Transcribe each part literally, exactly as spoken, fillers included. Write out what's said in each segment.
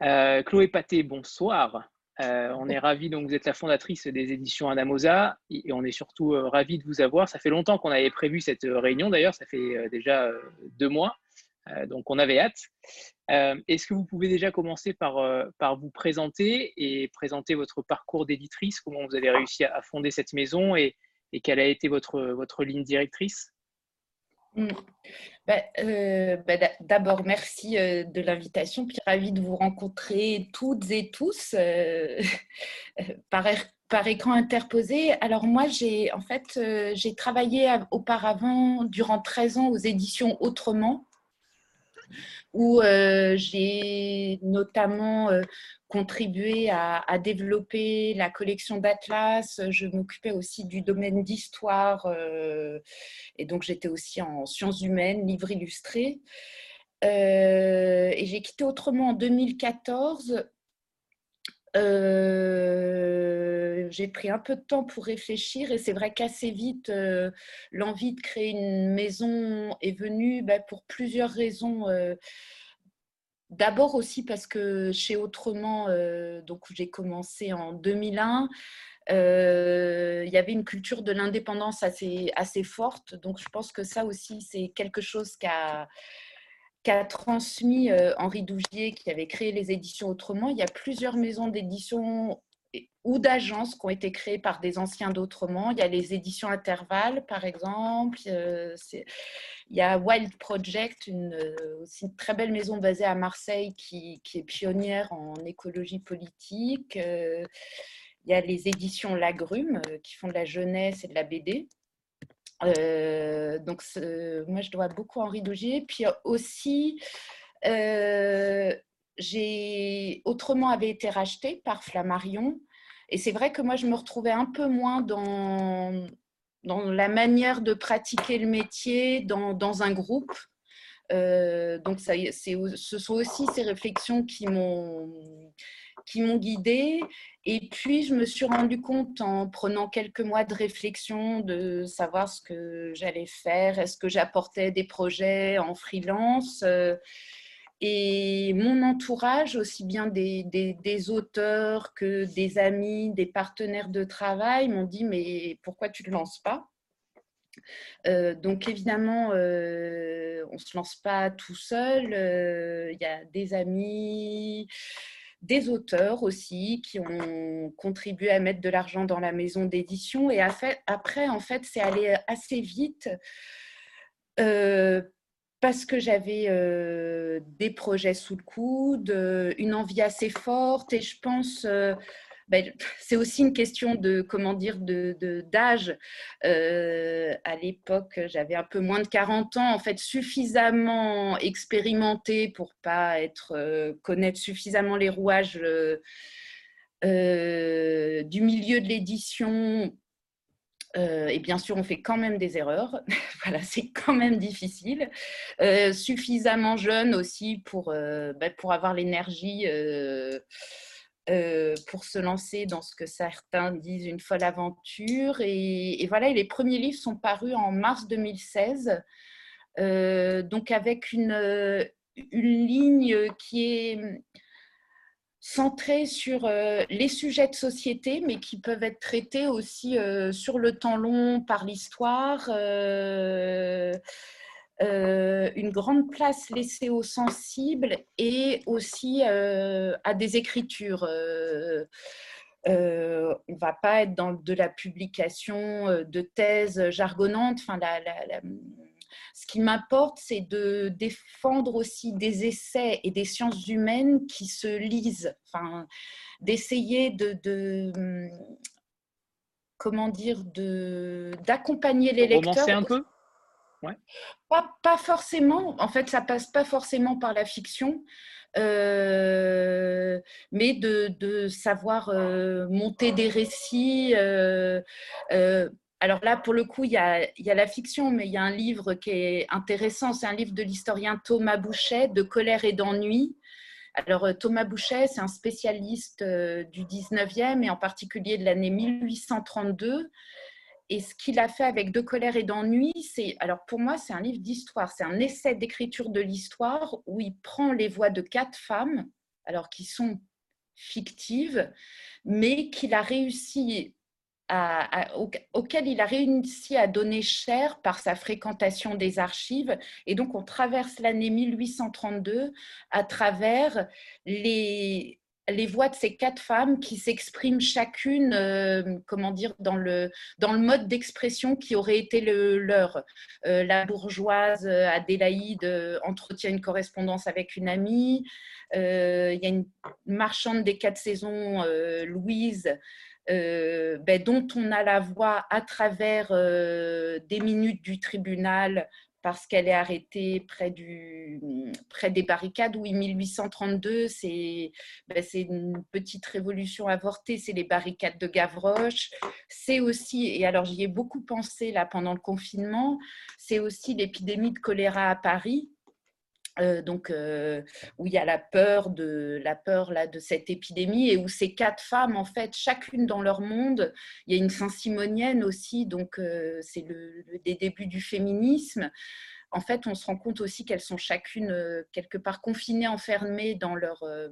Euh, Chloé Pathé, bonsoir. Euh, on est ravis, donc vous êtes la fondatrice des éditions Anamosa et on est surtout euh, ravis de vous avoir. Ça fait longtemps qu'on avait prévu cette euh, réunion d'ailleurs, ça fait euh, déjà euh, deux mois, Euh, donc on avait hâte. Euh, Est-ce que vous pouvez déjà commencer par, euh, par vous présenter et présenter votre parcours d'éditrice, comment vous avez réussi à, à fonder cette maison et, et quelle a été votre, votre ligne directrice? Mm. Bah, euh, bah, d'a- d'abord, merci euh, de l'invitation, puis ravie de vous rencontrer toutes et tous euh, par, er- par écran interposé. Alors moi, j'ai en fait, euh, j'ai travaillé av- auparavant durant treize ans aux éditions Autrement, où euh, j'ai notamment euh, contribué à, à développer la collection d'Atlas. Je m'occupais aussi du domaine d'histoire euh, et donc j'étais aussi en sciences humaines, livres illustrés. Euh, et j'ai quitté Autrement en deux mille quatorze. Euh, j'ai pris un peu de temps pour réfléchir et c'est vrai qu'assez vite, euh, l'envie de créer une maison est venue bah, pour plusieurs raisons. Euh, D'abord aussi parce que chez Autrement, euh, donc où j'ai commencé en deux mille un, euh, il y avait une culture de l'indépendance assez, assez forte. Donc je pense que ça aussi, c'est quelque chose qu'a qu'a transmis euh, Henri Dougier, qui avait créé les éditions Autrement. Il y a plusieurs maisons d'édition ou d'agences qui ont été créées par des anciens d'Autrement. Il y a les éditions Intervalle, par exemple. Euh, c'est- il y a Wild Project, une, euh, aussi une très belle maison basée à Marseille qui, qui est pionnière en écologie politique. Euh, il y a les éditions Lagrume euh, qui font de la jeunesse et de la B D. Euh, donc, moi, je dois beaucoup à Henri Dougier. Puis aussi, euh, j'ai Autrement avait été racheté par Flammarion. Et c'est vrai que moi, je me retrouvais un peu moins dans, dans la manière de pratiquer le métier dans, dans un groupe. Euh, donc, ça, c'est, ce sont aussi ces réflexions qui m'ont, qui m'ont guidée. Et puis, je me suis rendu compte en prenant quelques mois de réflexion de savoir ce que j'allais faire. Est-ce que j'apportais des projets en freelance? Euh, et mon entourage, aussi bien des, des, des auteurs que des amis, des partenaires de travail, m'ont dit mais pourquoi tu ne le lances pas? Euh, donc évidemment, euh, on ne se lance pas tout seul. Il euh, y a des amis, des auteurs aussi qui ont contribué à mettre de l'argent dans la maison d'édition. Et après, en fait, c'est allé assez vite. Euh, parce que j'avais euh, des projets sous le coude, euh, une envie assez forte et je pense, euh, ben, c'est aussi une question de, comment dire, de, de, d'âge. Euh, à l'époque, j'avais un peu moins de quarante ans, en fait, suffisamment expérimentée pour pas être, euh, connaître suffisamment les rouages euh, euh, du milieu de l'édition. Euh, et bien sûr, on fait quand même des erreurs. Voilà, c'est quand même difficile. Euh, suffisamment jeune aussi pour, euh, bah, pour avoir l'énergie euh, euh, pour se lancer dans ce que certains disent une folle aventure. Et, et voilà, et les premiers livres sont parus en mars deux mille seize, euh, donc avec une, une ligne qui est centrés sur euh, les sujets de société, mais qui peuvent être traités aussi euh, sur le temps long par l'histoire. Euh, euh, une grande place laissée aux sensibles et aussi euh, à des écritures. Euh, euh, on ne va pas être dans de la publication de thèses jargonnantes. Enfin, la, la, la, ce qui m'importe, c'est de défendre aussi des essais et des sciences humaines qui se lisent. Enfin, d'essayer de, de comment dire, de, d'accompagner les Romancer lecteurs. un peu? Ouais. Pas, pas forcément, en fait, ça passe pas forcément par la fiction, euh, mais de, de savoir euh, monter des récits. Euh, euh, alors là, pour le coup, il y a, il y a la fiction, mais il y a un livre qui est intéressant, c'est un livre de l'historien Thomas Bouchet, De colère et d'ennui. Alors, euh, Thomas Bouchet, c'est un spécialiste euh, du dix-neuvième et en particulier de l'année mille huit cent trente-deux. Et ce qu'il a fait avec De colère et d'ennui, c'est, alors pour moi, c'est un livre d'histoire, c'est un essai d'écriture de l'histoire où il prend les voix de quatre femmes alors qui sont fictives, mais qu'il a réussi à, à, auquel il a réussi à donner chair par sa fréquentation des archives. Et donc, on traverse l'année mille huit cent trente-deux à travers les, les voix de ces quatre femmes qui s'expriment chacune, euh, comment dire, dans le, dans le mode d'expression qui aurait été le leur. Euh, la bourgeoise Adélaïde euh, entretient une correspondance avec une amie. Euh, il y a une marchande des quatre saisons, euh, Louise, Euh, ben, dont on a la voix à travers euh, des minutes du tribunal parce qu'elle est arrêtée près, du, près des barricades. Oui, mille huit cent trente-deux, c'est ben, c'est une petite révolution avortée, c'est les barricades de Gavroche. C'est aussi, et alors j'y ai beaucoup pensé là pendant le confinement, c'est aussi l'épidémie de choléra à Paris. Euh, donc euh, où il y a la peur de la peur là de cette épidémie et où ces quatre femmes en fait chacune dans leur monde, il y a une Saint-Simonienne aussi, donc euh, c'est le, le des débuts du féminisme. En fait, on se rend compte aussi qu'elles sont chacune euh, quelque part confinées, enfermées dans leur euh,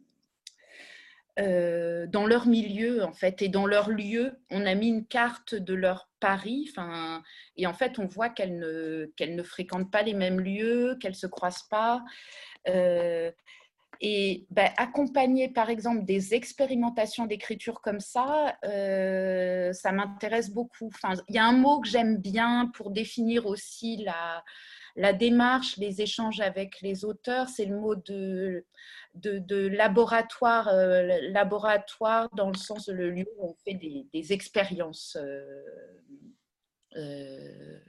euh, dans leur milieu en fait et dans leur lieu. On a mis une carte de leur Paris, enfin, et en fait on voit qu'elles ne, qu'elles ne fréquentent pas les mêmes lieux, qu'elles ne se croisent pas. Euh, et ben, accompagner par exemple des expérimentations d'écriture comme ça, euh, ça m'intéresse beaucoup. Enfin, il y a un mot que j'aime bien pour définir aussi la, la démarche, les échanges avec les auteurs, c'est le mot de, de, de laboratoire, euh, laboratoire dans le sens de le lieu où on fait des, des expériences. Euh, euh,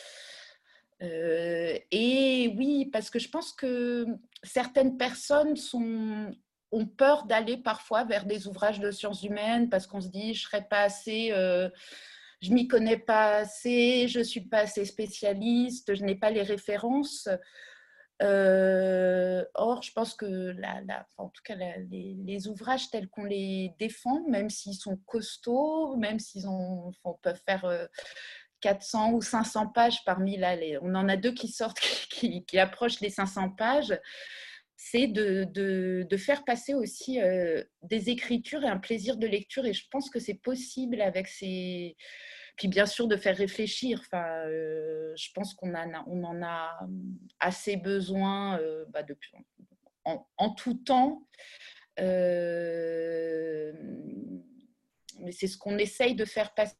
euh, et oui, parce que je pense que certaines personnes sont, ont peur d'aller parfois vers des ouvrages de sciences humaines parce qu'on se dit je serais pas assez, euh, je m'y connais pas assez, je suis pas assez spécialiste, je n'ai pas les références. Euh, or, je pense que la, la, enfin, en tout cas la, les, les ouvrages tels qu'on les défend, même s'ils sont costauds, même s'ils ont, enfin, peuvent faire euh, quatre cents ou cinq cents pages parmi là, les, on en a deux qui sortent qui, qui, qui approchent les cinq cents pages, c'est de, de, de faire passer aussi euh, des écritures et un plaisir de lecture. Et je pense que c'est possible avec ces... Puis bien sûr de faire réfléchir. Enfin, euh, je pense qu'on en a, on en a assez besoin euh, bah, depuis, en, en tout temps. Euh, mais c'est ce qu'on essaye de faire passer.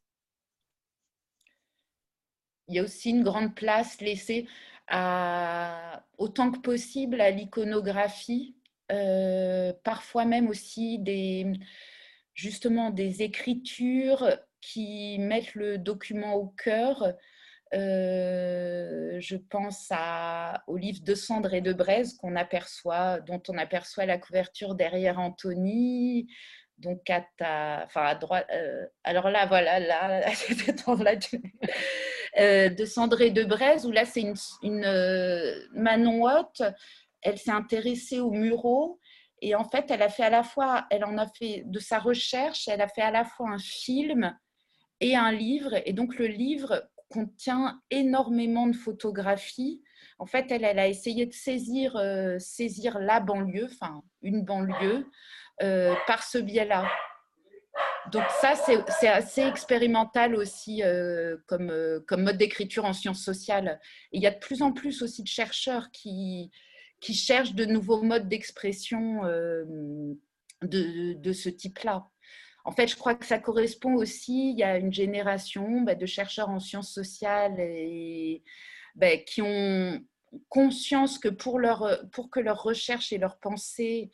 Il y a aussi une grande place laissée à, autant que possible à l'iconographie, euh, parfois même aussi des, justement des écritures qui mettent le document au cœur. Euh, je pense à, au livre de Sandre et de Brézh qu'on aperçoit, dont on aperçoit la couverture derrière Anthony. Donc à ta, enfin à droite. Euh, alors là, voilà, là, là, là euh, de Sandré de Brézh, où là, c'est une, une euh, Manon Hoth, elle s'est intéressée aux muraux, et en fait, elle a fait à la fois, elle en a fait de sa recherche, elle a fait à la fois un film et un livre, et donc le livre contient énormément de photographies. En fait, elle, elle a essayé de saisir, euh, saisir la banlieue, enfin une banlieue, euh, par ce biais-là. Donc ça, c'est assez expérimental aussi euh, comme, euh, comme mode d'écriture en sciences sociales. Et il y a de plus en plus aussi de chercheurs qui, qui cherchent de nouveaux modes d'expression euh, de, de ce type-là. En fait, je crois que ça correspond aussi, il y a une génération bah, de chercheurs en sciences sociales et, bah, qui ont conscience que pour, leur, pour que leur recherche et leur pensée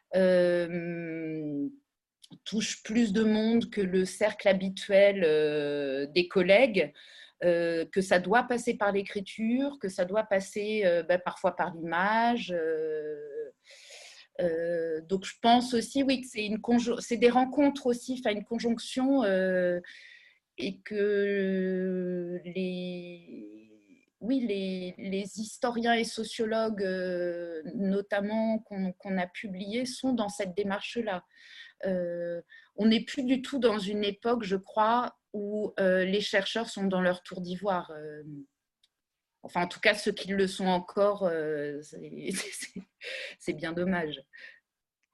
euh, touche plus de monde que le cercle habituel euh, des collègues, euh, que ça doit passer par l'écriture, que ça doit passer euh, bah, parfois par l'image. Euh, euh, donc je pense aussi, oui, que c'est, une c'est des rencontres aussi, enfin une conjonction, euh, et que les, oui, les, les historiens et sociologues, euh, notamment qu'on qu'on a publiés, sont dans cette démarche-là. Euh, on n'est plus du tout dans une époque, je crois, où euh, les chercheurs sont dans leur tour d'ivoire. Euh, enfin, en tout cas, ceux qui le sont encore, euh, c'est bien dommage.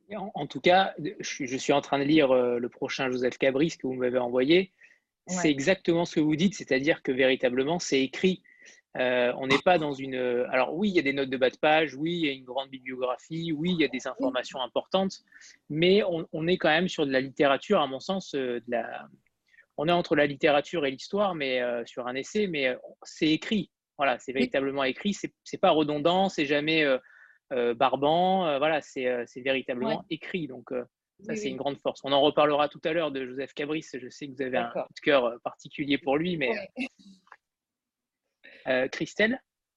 En, en tout cas, je suis, je suis en train de lire euh, le prochain Joseph Cabris que vous m'avez envoyé. C'est Ouais. exactement ce que vous dites, c'est-à-dire que véritablement, c'est écrit. Euh, on n'est pas dans une. Alors oui, il y a des notes de bas de page, oui, il y a une grande bibliographie, oui, il y a des Oui, informations importantes, mais on, on est quand même sur de la littérature, à mon sens, euh, de la... on est entre la littérature et l'histoire, mais euh, sur un essai, mais euh, c'est écrit. Voilà, c'est oui, véritablement écrit. C'est, c'est pas redondant, c'est jamais euh, euh, barbant. Euh, voilà, c'est, euh, c'est ouais, véritablement écrit. Donc euh, ça, oui, c'est une oui, grande force. On en reparlera tout à l'heure de Joseph Cabris. Je sais que vous avez un d'accord. coup de cœur euh, particulier pour lui, mais Ouais. euh, Christelle.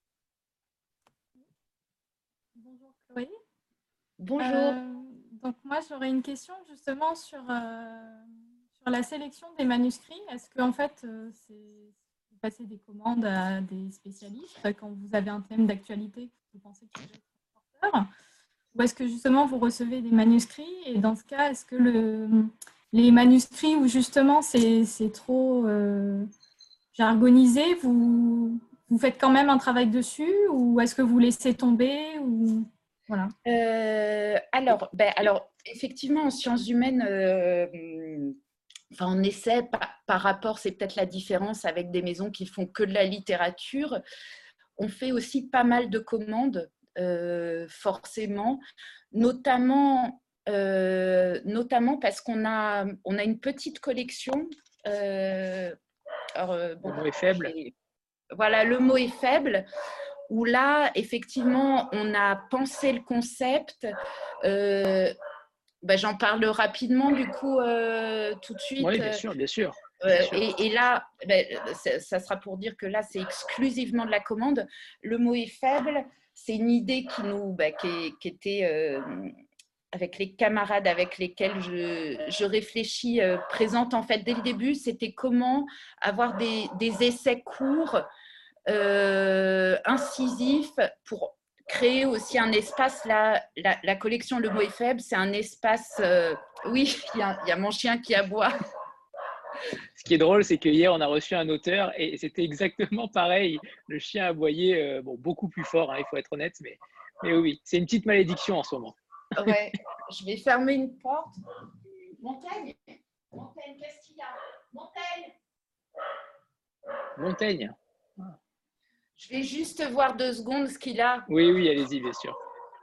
Bonjour Chloé. Bonjour. Euh, donc moi j'aurais une question justement sur, euh, sur la sélection des manuscrits. Est-ce que en fait euh, c'est vous passez des commandes à des spécialistes quand vous avez un thème d'actualité que vous pensez qu'il peut être porteur, ou est-ce que justement vous recevez des manuscrits et dans ce cas est-ce que le, les manuscrits où justement c'est c'est trop euh, jargonisé, vous vous faites quand même un travail dessus ou est-ce que vous laissez tomber ou voilà. Euh, alors, ben, alors, effectivement, en sciences humaines, euh, enfin, on essaie par, par rapport, c'est peut-être la différence avec des maisons qui font que de la littérature. On fait aussi pas mal de commandes, euh, forcément, notamment, euh, notamment parce qu'on a, on a une petite collection. Euh, alors, euh, Le bon, mot est faible. j'ai- voilà, le mot est faible, où là, effectivement, on a pensé le concept. Euh, ben, j'en parle rapidement, du coup, euh, tout de Oui, suite. bien Euh, sûr, bien sûr, bien sûr. et, et là, ben, ça, ça sera pour dire que là, c'est exclusivement de la commande. Le mot est faible. C'est une idée qui nous, ben, qui, qui était euh, avec les camarades avec lesquels je, je réfléchis euh, présente en fait dès le début. C'était comment avoir des, des essais courts, euh, incisifs pour créer aussi un espace. La, la, la collection Le mot est faible, c'est un espace. Euh, oui, il y, a, il y a mon chien qui aboie. Ce qui est drôle, c'est que hier, on a reçu un auteur et c'était exactement pareil. Le chien aboyait, euh, bon, beaucoup plus fort, hein, il faut être honnête, mais, mais oui, oui, c'est une petite malédiction en ce moment. Ouais, je vais fermer une porte. Montaigne, Montaigne, qu'est-ce qu'il y a? Montaigne. Montaigne. Je vais juste voir deux secondes ce qu'il a. Oui, oui, allez-y, bien sûr.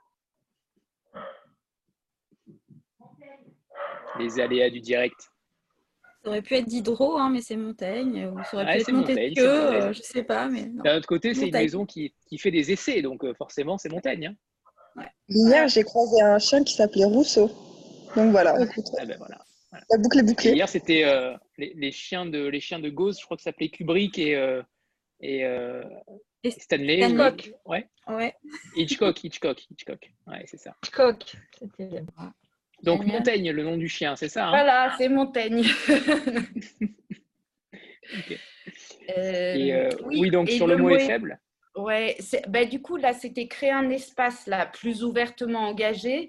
Les aléas du direct. Ça aurait pu être Diderot, hein, mais c'est Montaigne. Ou ça aurait pu Ah, être c'est Montaigne, Montesquieu, c'est Montaigne. euh, je sais pas, mais non. D'un autre côté, c'est une Montaigne. maison qui, qui fait des essais, donc euh, forcément, c'est Montaigne. Hein. Ouais. Hier, j'ai croisé un chien qui s'appelait Rousseau. Donc voilà, écoute, Ah ben voilà. voilà. la boucle est Et bouclée. hier, c'était euh, les, les chiens de les chiens de Gauss, je crois que ça s'appelait Kubrick et, euh, et, euh, Et et Stanley. Stanley. Ou... Ouais. Ouais. Hitchcock, Hitchcock, Hitchcock. Ouais, c'est ça. Hitchcock. C'était Donc génial. Montaigne, le nom du chien, c'est ça. Hein. Voilà, c'est Montaigne. Okay. Euh, Et euh, oui, oui, donc et sur le, le mot mot est est faible. Ouais, ben, du coup, là, c'était créer un espace là, plus ouvertement engagé,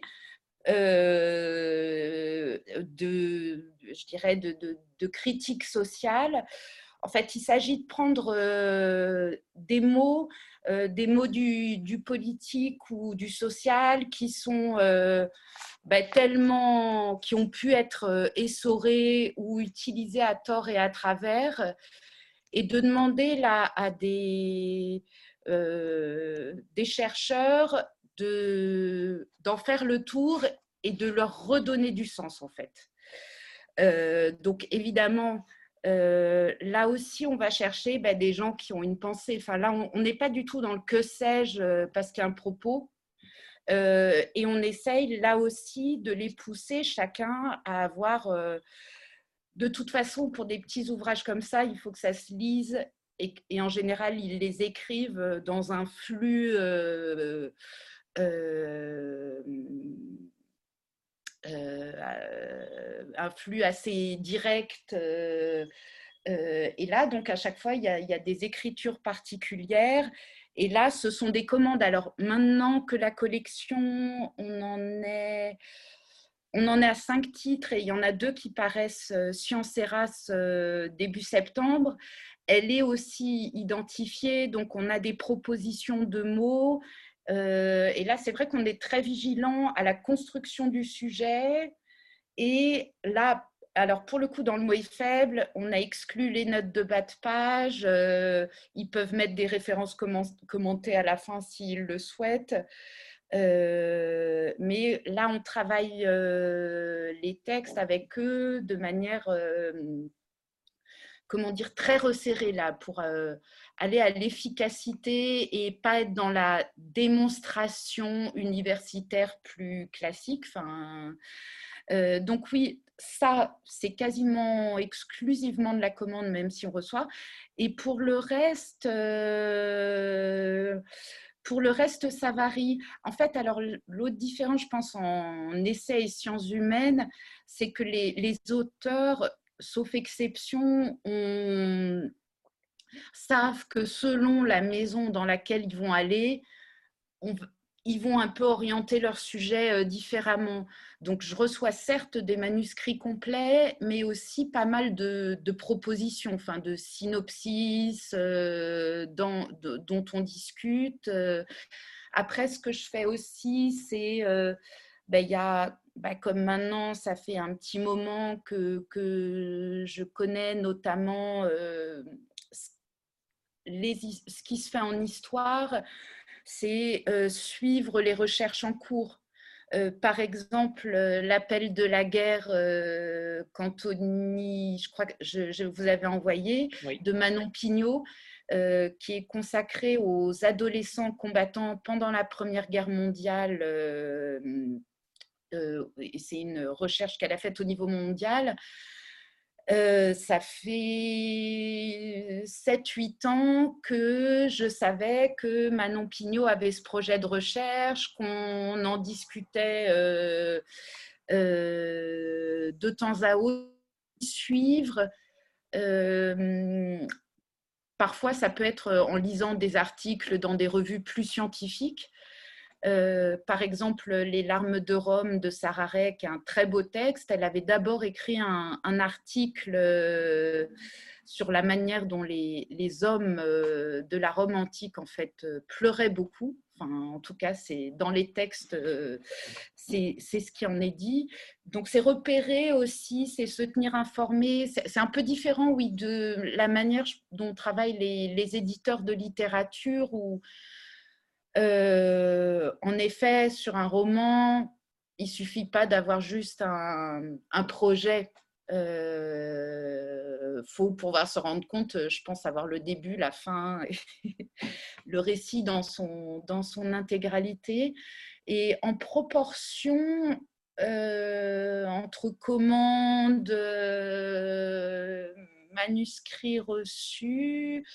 euh, de, je dirais, de, de, de critique sociale. En fait, il s'agit de prendre euh, des mots, euh, des mots du, du politique ou du social qui sont euh, ben, tellement, qui ont pu être euh, essorés ou utilisés à tort et à travers, et de demander là à des euh, des chercheurs de, d'en faire le tour et de leur redonner du sens, en fait. Euh, donc, évidemment, euh, là aussi, on va chercher ben, des gens qui ont une pensée. Enfin, là, on n'est pas du tout dans le que sais-je parce qu'il y a un propos. Euh, et on essaye, là aussi, de les pousser chacun à avoir... Euh, de toute façon, pour des petits ouvrages comme ça, il faut que ça se lise. Et, et, en général, ils les écrivent dans un flux, euh, euh, euh, un flux assez direct. Euh, euh, et là, donc, à chaque fois, il y a, il y a des écritures particulières. Et là, ce sont des commandes. Alors, maintenant que la collection, on en est... On en est à cinq titres et il y en a deux qui paraissent Science et Race début septembre. Elle est aussi identifiée, donc on a des propositions de mots Euh, et là, c'est vrai qu'on est très vigilant à la construction du sujet. Et là, alors pour le coup, dans le mot est faible, on a exclu les notes de bas de page. Euh, ils peuvent mettre des références commentées à la fin s'ils le souhaitent. Euh, mais là, on travaille euh, les textes avec eux de manière, euh, comment dire, très resserrée là, pour euh, aller à l'efficacité et pas être dans la démonstration universitaire plus classique. Enfin, euh, donc oui, ça, c'est quasiment exclusivement de la commande, même si on reçoit. Et pour le reste... Euh, Pour le reste, ça varie. En fait, alors l'autre différence, je pense, en essais et sciences humaines, c'est que les, les auteurs, sauf exception, on, savent que selon la maison dans laquelle ils vont aller, on, ils vont un peu orienter leur sujet euh, différemment. Donc, je reçois certes des manuscrits complets, mais aussi pas mal de, de propositions, enfin de synopsis euh, dans, de, dont on discute. Euh, après, ce que je fais aussi, c'est, euh, ben, y a, ben, comme maintenant, ça fait un petit moment que, que je connais notamment euh, les, ce qui se fait en histoire, c'est euh, suivre les recherches en cours. Euh, par exemple, euh, l'appel de la guerre euh, qu'Anthony, je crois que je, je vous avais envoyé, Oui. de Manon Pignot, euh, qui est consacré aux adolescents combattants pendant la Première Guerre mondiale. Euh, euh, c'est une recherche qu'elle a faite au niveau mondial. Euh, ça fait sept huit ans que je savais que Manon Pignot avait ce projet de recherche, qu'on en discutait euh, euh, de temps à autre, suivre. Euh, parfois, ça peut être en lisant des articles dans des revues plus scientifiques. Euh, par exemple, Les larmes de Rome de Sarah Ray, qui est un très beau texte. Elle avait d'abord écrit un, un article euh, sur la manière dont les, les hommes euh, de la Rome antique en fait, euh, pleuraient beaucoup. Enfin, en tout cas, c'est, dans les textes, euh, c'est, c'est ce qui en est dit. Donc, c'est repérer aussi, c'est se tenir informé. C'est, c'est un peu différent, oui, de la manière dont travaillent les, les éditeurs de littérature ou Euh, en effet, sur un roman, il ne suffit pas d'avoir juste un, un projet. Il euh, faut pouvoir se rendre compte, je pense, avoir le début, la fin, le récit dans son, dans son intégralité. Et en proportion euh, entre commandes, euh, manuscrits reçus,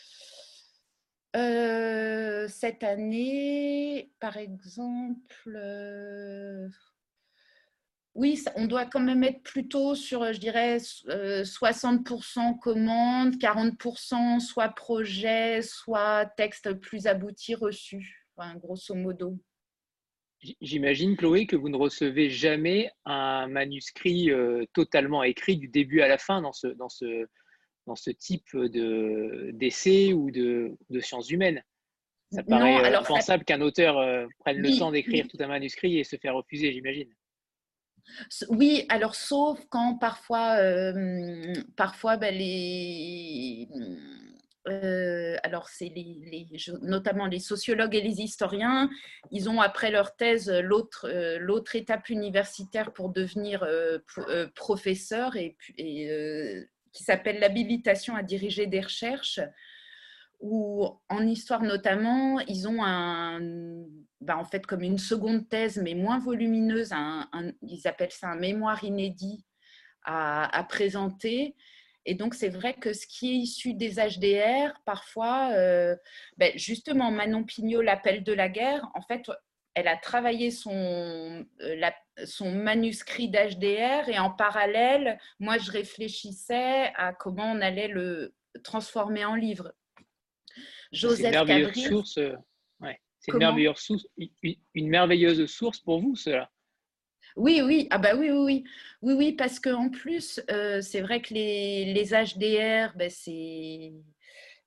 euh, cette année, par exemple, euh, oui, ça, on doit quand même être plutôt sur, je dirais, euh, soixante pour cent commandes, quarante pour cent soit projet, soit texte plus abouti reçu, enfin, grosso modo. J'imagine, Chloé, que vous ne recevez jamais un manuscrit euh, totalement écrit du début à la fin dans ce, dans ce, dans ce type de, d'essai ou de, de sciences humaines. Ça paraît Non, euh, alors impensable ça... qu'un auteur euh, prenne oui, le temps d'écrire oui. tout un manuscrit et se faire refuser, j'imagine. Oui, alors sauf quand parfois, euh, parfois ben, les, euh, alors c'est les, les, notamment les sociologues et les historiens, ils ont après leur thèse l'autre, euh, l'autre étape universitaire pour devenir euh, euh, professeur et, et euh, qui s'appelle l'habilitation à diriger des recherches. Où en histoire notamment, ils ont un, ben en fait comme une seconde thèse, mais moins volumineuse, un, un, ils appellent ça un mémoire inédit à, à présenter. Et donc, c'est vrai que ce qui est issu des H D R, parfois, euh, ben justement, Manon Pignot, l'appel de la guerre, en fait, elle a travaillé son, la, son manuscrit d'H D R et en parallèle, moi, je réfléchissais à comment on allait le transformer en livre. C'est une merveilleuse source. Euh, ouais. C'est une merveilleuse source, une, une merveilleuse source pour vous, cela. Oui, oui, ah bah oui, oui, oui, oui, oui, parce qu'en plus, euh, c'est vrai que les, les H D R, ben c'est,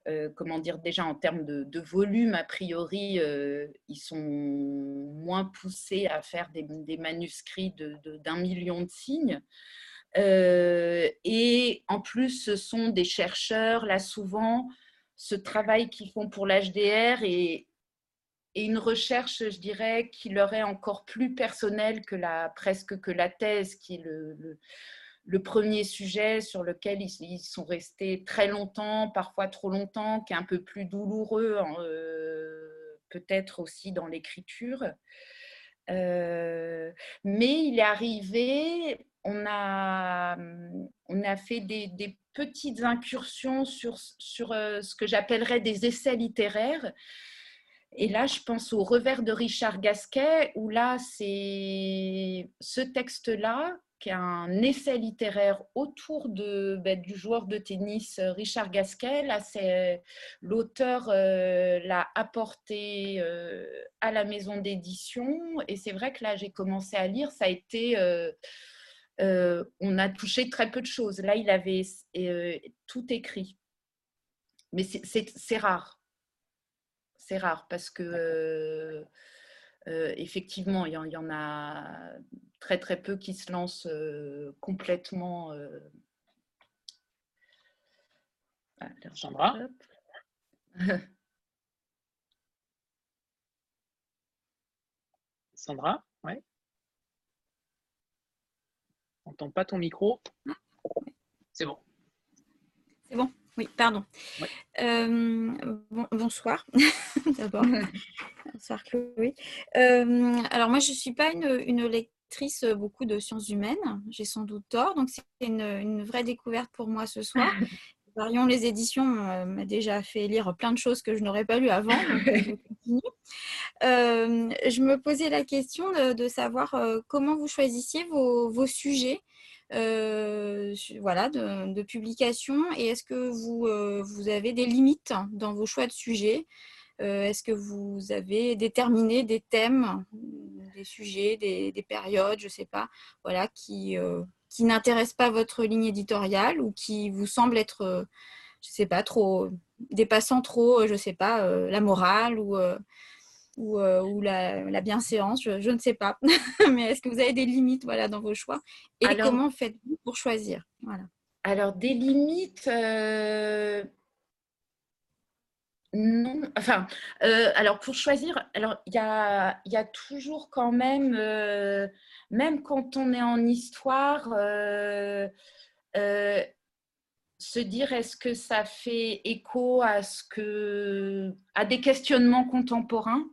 euh, comment dire, déjà en termes de, de volume, a priori, euh, ils sont moins poussés à faire des, des manuscrits de, de, d'un million de signes. Euh, et en plus, ce sont des chercheurs, là souvent, ce travail qu'ils font pour l'H D R et, et une recherche, je dirais, qui leur est encore plus personnelle que la, presque que la thèse, qui est le, le, le premier sujet sur lequel ils, ils sont restés très longtemps, parfois trop longtemps, qui est un peu plus douloureux, euh, peut-être aussi dans l'écriture. Euh, mais il est arrivé, on a, on a fait des, des petites incursions sur, sur euh, ce que j'appellerais des essais littéraires. Et là, je pense au Revers de Richard Gasquet, où là, c'est ce texte-là, qui est un essai littéraire autour de, ben, du joueur de tennis Richard Gasquet. Là, c'est l'auteur euh, l'a apporté euh, à la maison d'édition. Et c'est vrai que là, j'ai commencé à lire, ça a été... Euh, euh, on a touché très peu de choses. Là, il avait euh, tout écrit. Mais c'est, c'est, c'est rare. C'est rare parce que euh, euh, effectivement, il y, en, il y en a très très peu qui se lancent euh, complètement. Euh... Alors, Sandra. Sandra, ouais. On n'entend pas ton micro. C'est bon. C'est bon. Oui, pardon. Ouais. Euh, bon, bonsoir, d'abord. Bonsoir, Chloé. Euh, alors, moi, je ne suis pas une, une lectrice beaucoup de sciences humaines. J'ai sans doute tort. Donc, c'est une, une vraie découverte pour moi ce soir. Varions les éditions euh, m'a déjà fait lire plein de choses que je n'aurais pas lues avant. Donc, je continue. Euh, je me posais la question de, de savoir euh, comment vous choisissiez vos, vos sujets. Euh, voilà, de, de publication, et est-ce que vous, euh, vous avez des limites dans vos choix de sujets? euh, Est-ce que vous avez déterminé des thèmes, des sujets, des, des périodes, je ne sais pas, voilà, qui, euh, qui n'intéressent pas votre ligne éditoriale ou qui vous semblent être, euh, je ne sais pas, trop dépassant trop, je ne sais pas, euh, la morale ou... Euh, ou, euh, ou la, la bienséance, je, je ne sais pas. Mais est-ce que vous avez des limites, voilà, dans vos choix? Et alors, comment faites-vous pour choisir? Voilà. Alors, des limites... Euh... Non, enfin, euh, alors pour choisir, alors il y a, y a toujours quand même, euh, même quand on est en histoire, euh, euh, se dire est-ce que ça fait écho à ce que, à des questionnements contemporains.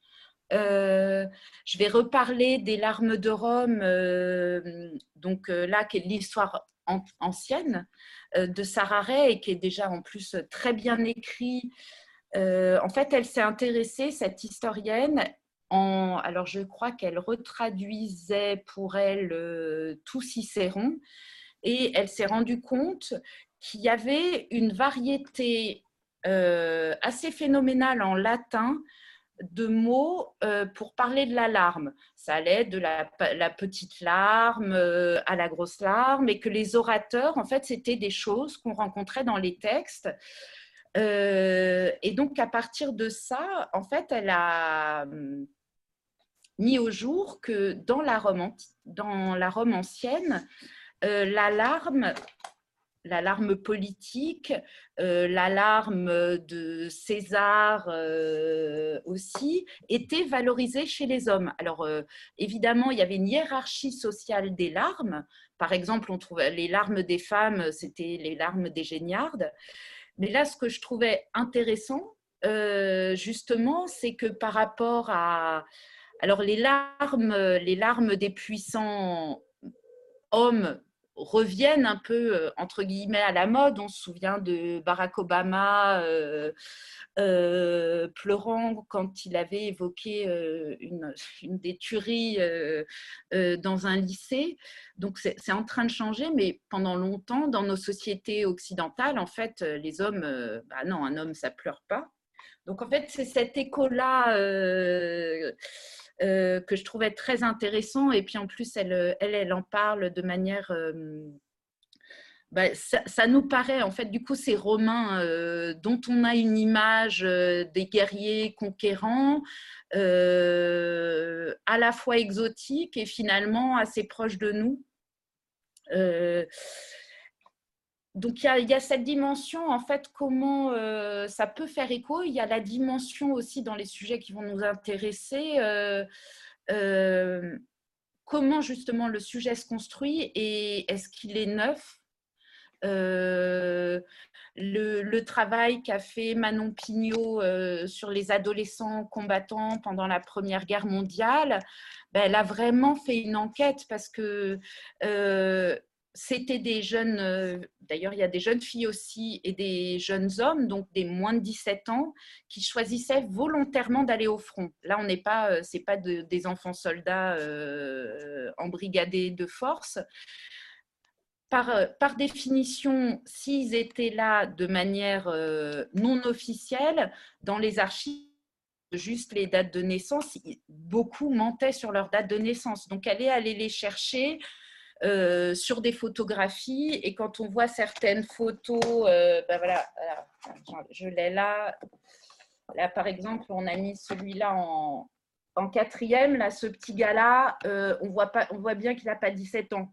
Euh, je vais reparler des larmes de Rome, euh, donc euh, là qui est l'histoire an- ancienne euh, de Sarah Ray et qui est déjà en plus très bien écrit. Euh, en fait, elle s'est intéressée, cette historienne, en, alors je crois qu'elle retraduisait pour elle euh, tout Cicéron, et elle s'est rendue compte qu'il y avait une variété euh, assez phénoménale en latin de mots euh, pour parler de la larme. Ça allait de la, la petite larme euh, à la grosse larme, et que les orateurs, en fait, c'était des choses qu'on rencontrait dans les textes. Euh, et donc, à partir de ça, en fait, elle a mis au jour que dans la Rome, dans la Rome ancienne, euh, l'alarme, l'alarme politique, euh, l'alarme de César euh, aussi, était valorisée chez les hommes. Alors, euh, évidemment, il y avait une hiérarchie sociale des larmes. Par exemple, on trouvait les larmes des femmes, c'était les larmes des géniardes. Mais là, ce que je trouvais intéressant, euh, justement, c'est que par rapport à... Alors, les larmes, les larmes des puissants hommes reviennent un peu, entre guillemets, à la mode. On se souvient de Barack Obama euh, euh, pleurant quand il avait évoqué euh, une, une des tueries euh, euh, dans un lycée. Donc, c'est, c'est en train de changer, mais pendant longtemps, dans nos sociétés occidentales, en fait, les hommes, euh, bah non, un homme, ça pleure pas. Donc, en fait, c'est cet écho-là euh, euh, que je trouvais très intéressant. Et puis, en plus, elle, elle, elle en parle de manière, euh, Ben, ça, ça nous paraît, en fait, du coup, ces Romains euh, dont on a une image euh, des guerriers conquérants, euh, à la fois exotiques et finalement assez proches de nous. Euh, donc, il y a, il y a cette dimension, en fait, comment euh, ça peut faire écho. Il y a la dimension aussi dans les sujets qui vont nous intéresser. Euh, euh, comment, justement, le sujet se construit et est-ce qu'il est neuf? Euh, le, le travail qu'a fait Manon Pignot euh, sur les adolescents combattants pendant la Première Guerre mondiale, ben, elle a vraiment fait une enquête parce que euh, c'était des jeunes, euh, d'ailleurs il y a des jeunes filles aussi et des jeunes hommes, donc des moins de dix-sept ans, qui choisissaient volontairement d'aller au front. Là, on n'est pas, euh, c'est pas de, des enfants soldats euh, embrigadés de force. Par, par définition, s'ils étaient là de manière euh, non officielle, dans les archives, juste les dates de naissance, beaucoup mentaient sur leur date de naissance. Donc, elle est allée les chercher euh, sur des photographies. Et quand on voit certaines photos, euh, ben voilà, voilà, je l'ai là. Là, par exemple, on a mis celui-là en, en quatrième. Là, ce petit gars-là, euh, on voit pas, on voit bien qu'il n'a pas dix-sept ans.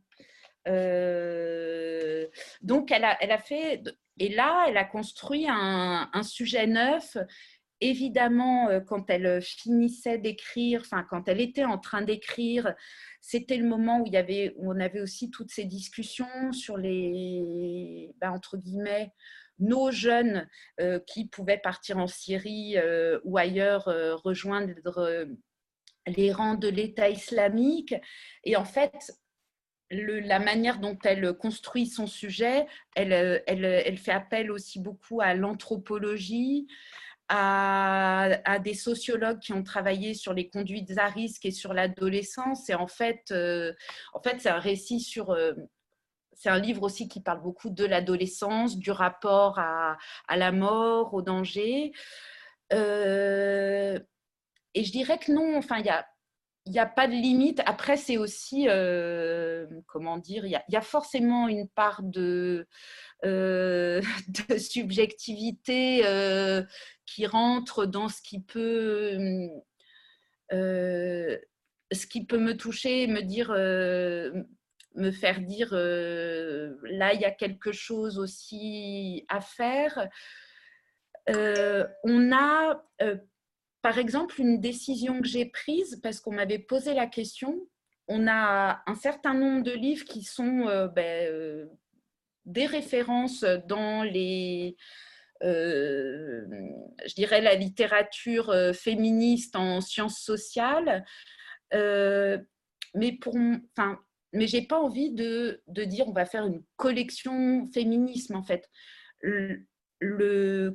Euh, donc, elle a, elle a fait, et là, elle a construit un, un sujet neuf. Évidemment, quand elle finissait d'écrire, enfin, quand elle était en train d'écrire, c'était le moment où, il y avait, où on avait aussi toutes ces discussions sur les, ben, entre guillemets, nos jeunes euh, qui pouvaient partir en Syrie euh, ou ailleurs euh, rejoindre euh, les rangs de l'État islamique. Et en fait, Le, la manière dont elle construit son sujet, elle, elle, elle fait appel aussi beaucoup à l'anthropologie, à, à des sociologues qui ont travaillé sur les conduites à risque et sur l'adolescence. Et en fait, euh, en fait c'est un récit sur... Euh, c'est un livre aussi qui parle beaucoup de l'adolescence, du rapport à, à la mort, au danger. Euh, et je dirais que non, enfin, il y a... Il n'y a pas de limite. Après, c'est aussi, euh, comment dire, il y, a, il y a forcément une part de, euh, de subjectivité euh, qui rentre dans ce qui peut, euh, ce qui peut me toucher, me dire, euh, me faire dire, euh, là, il y a quelque chose aussi à faire. Euh, on a euh, Par exemple, une décision que j'ai prise, parce qu'on m'avait posé la question, on a un certain nombre de livres qui sont euh, ben, euh, des références dans les, euh, je dirais, la littérature euh, féministe en sciences sociales, euh, mais pour, enfin, mais j'ai pas envie de, de dire on va faire une collection féminisme en fait. Le, le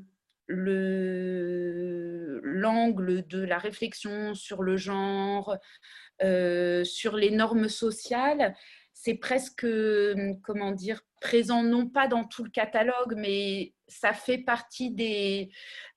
le, l'angle de la réflexion sur le genre, euh, sur les normes sociales, c'est presque, comment dire, présent non pas dans tout le catalogue, mais ça fait partie des,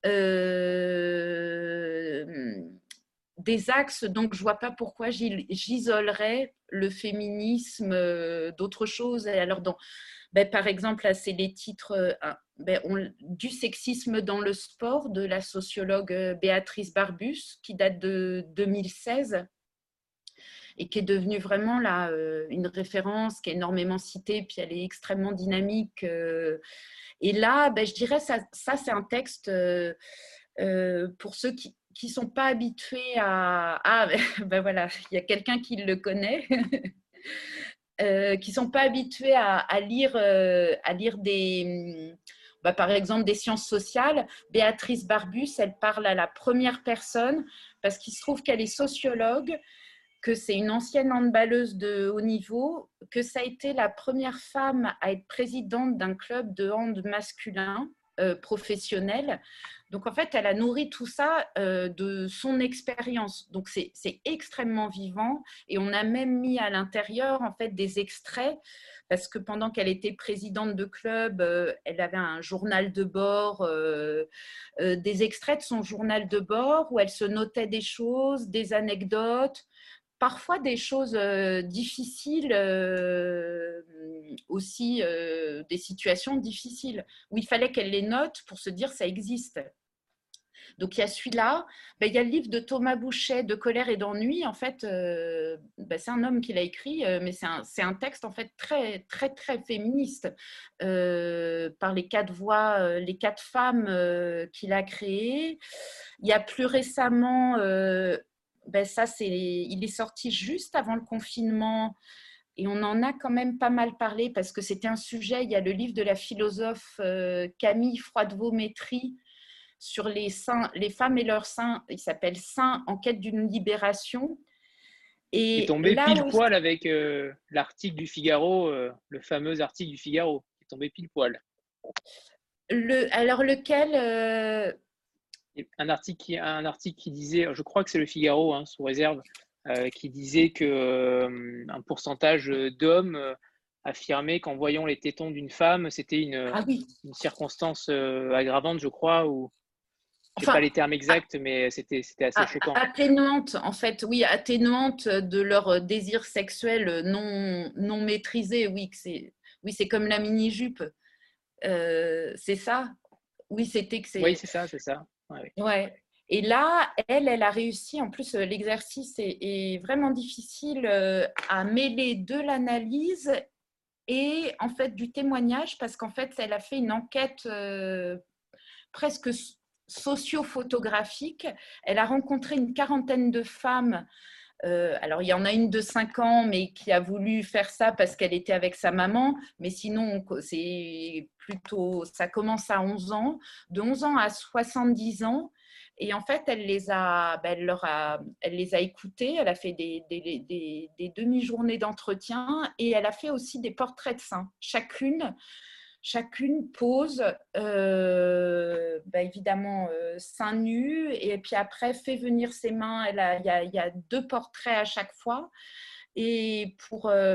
euh, des axes, donc je ne vois pas pourquoi j'isolerais le féminisme d'autres choses. Et alors, dans, ben, par exemple, là, c'est les titres ben, on, du sexisme dans le sport de la sociologue Béatrice Barbus, qui date de deux mille seize et qui est devenue vraiment là, une référence, qui est énormément citée, puis elle est extrêmement dynamique. Et là, ben, je dirais ça, ça c'est un texte euh, pour ceux qui qui ne sont pas habitués à... Ah, ben voilà, il y a quelqu'un qui le connaît. euh, qui ne sont pas habitués à, à, lire, euh, à lire des... Bah, par exemple, des sciences sociales. Béatrice Barbus, elle parle à la première personne parce qu'il se trouve qu'elle est sociologue, que c'est une ancienne handballeuse de haut niveau, que ça a été la première femme à être présidente d'un club de hand masculin euh, professionnel. Donc, en fait, elle a nourri tout ça euh, de son expérience. Donc, c'est, c'est extrêmement vivant. Et on a même mis à l'intérieur, en fait, des extraits, parce que pendant qu'elle était présidente de club, euh, elle avait un journal de bord, euh, euh, des extraits de son journal de bord où elle se notait des choses, des anecdotes, parfois des choses euh, difficiles, euh, aussi euh, des situations difficiles, où il fallait qu'elle les note pour se dire ça existe. Donc, il y a celui-là. Ben, il y a le livre de Thomas Bouchet, De colère et d'ennui. En fait, euh, ben, c'est un homme qui l'a écrit, euh, mais c'est un, c'est un texte en fait très, très, très féministe euh, par les quatre voix, euh, les quatre femmes euh, qu'il a créées. Il y a plus récemment, euh, ben, ça, c'est, il est sorti juste avant le confinement. Et on en a quand même pas mal parlé parce que c'était un sujet. Il y a le livre de la philosophe euh, Camille Froidevaux-Métry sur les, seins, les femmes et leurs seins. Il s'appelle Seins en quête d'une libération. Qui est Et tombé là pile aussi, poil avec euh, l'article du Figaro, euh, le fameux article du Figaro, qui est tombé pile poil. le, alors lequel euh... un, article qui, un article qui disait, je crois que c'est le Figaro, hein, sous réserve, euh, qui disait qu'un euh, pourcentage d'hommes euh, affirmait qu'en voyant les tétons d'une femme, c'était une, ah oui. une circonstance euh, aggravante, je crois, ou je sais Enfin, pas les termes exacts, mais c'était c'était assez choquant. Atténuante, en fait, oui, atténuante de leur désir sexuel non, non maîtrisé, oui, c'est oui, c'est comme la mini-jupe. Euh, c'est ça. Oui, c'était que c'est. Oui, c'est ça, c'est ça. Ouais. Ouais. Et là, elle, elle a réussi. En plus, l'exercice est, est vraiment difficile euh, à mêler de l'analyse et en fait du témoignage, parce qu'en fait, elle a fait une enquête euh, presque socio-photographique. Elle a rencontré une quarantaine de femmes. Euh, alors, il y en a une de cinq ans, mais qui a voulu faire ça parce qu'elle était avec sa maman. Mais sinon, c'est plutôt, ça commence à onze ans, de onze ans à soixante-dix ans. Et en fait, elle les a, ben, elle leur a, elle les a écoutées. Elle a fait des, des, des, des demi-journées d'entretien et elle a fait aussi des portraits de seins. Chacune. Chacune pose, euh, bah évidemment, euh, seins nus, et puis après fait venir ses mains. Elle a, il y a, il y a deux portraits à chaque fois. Et, pour, euh,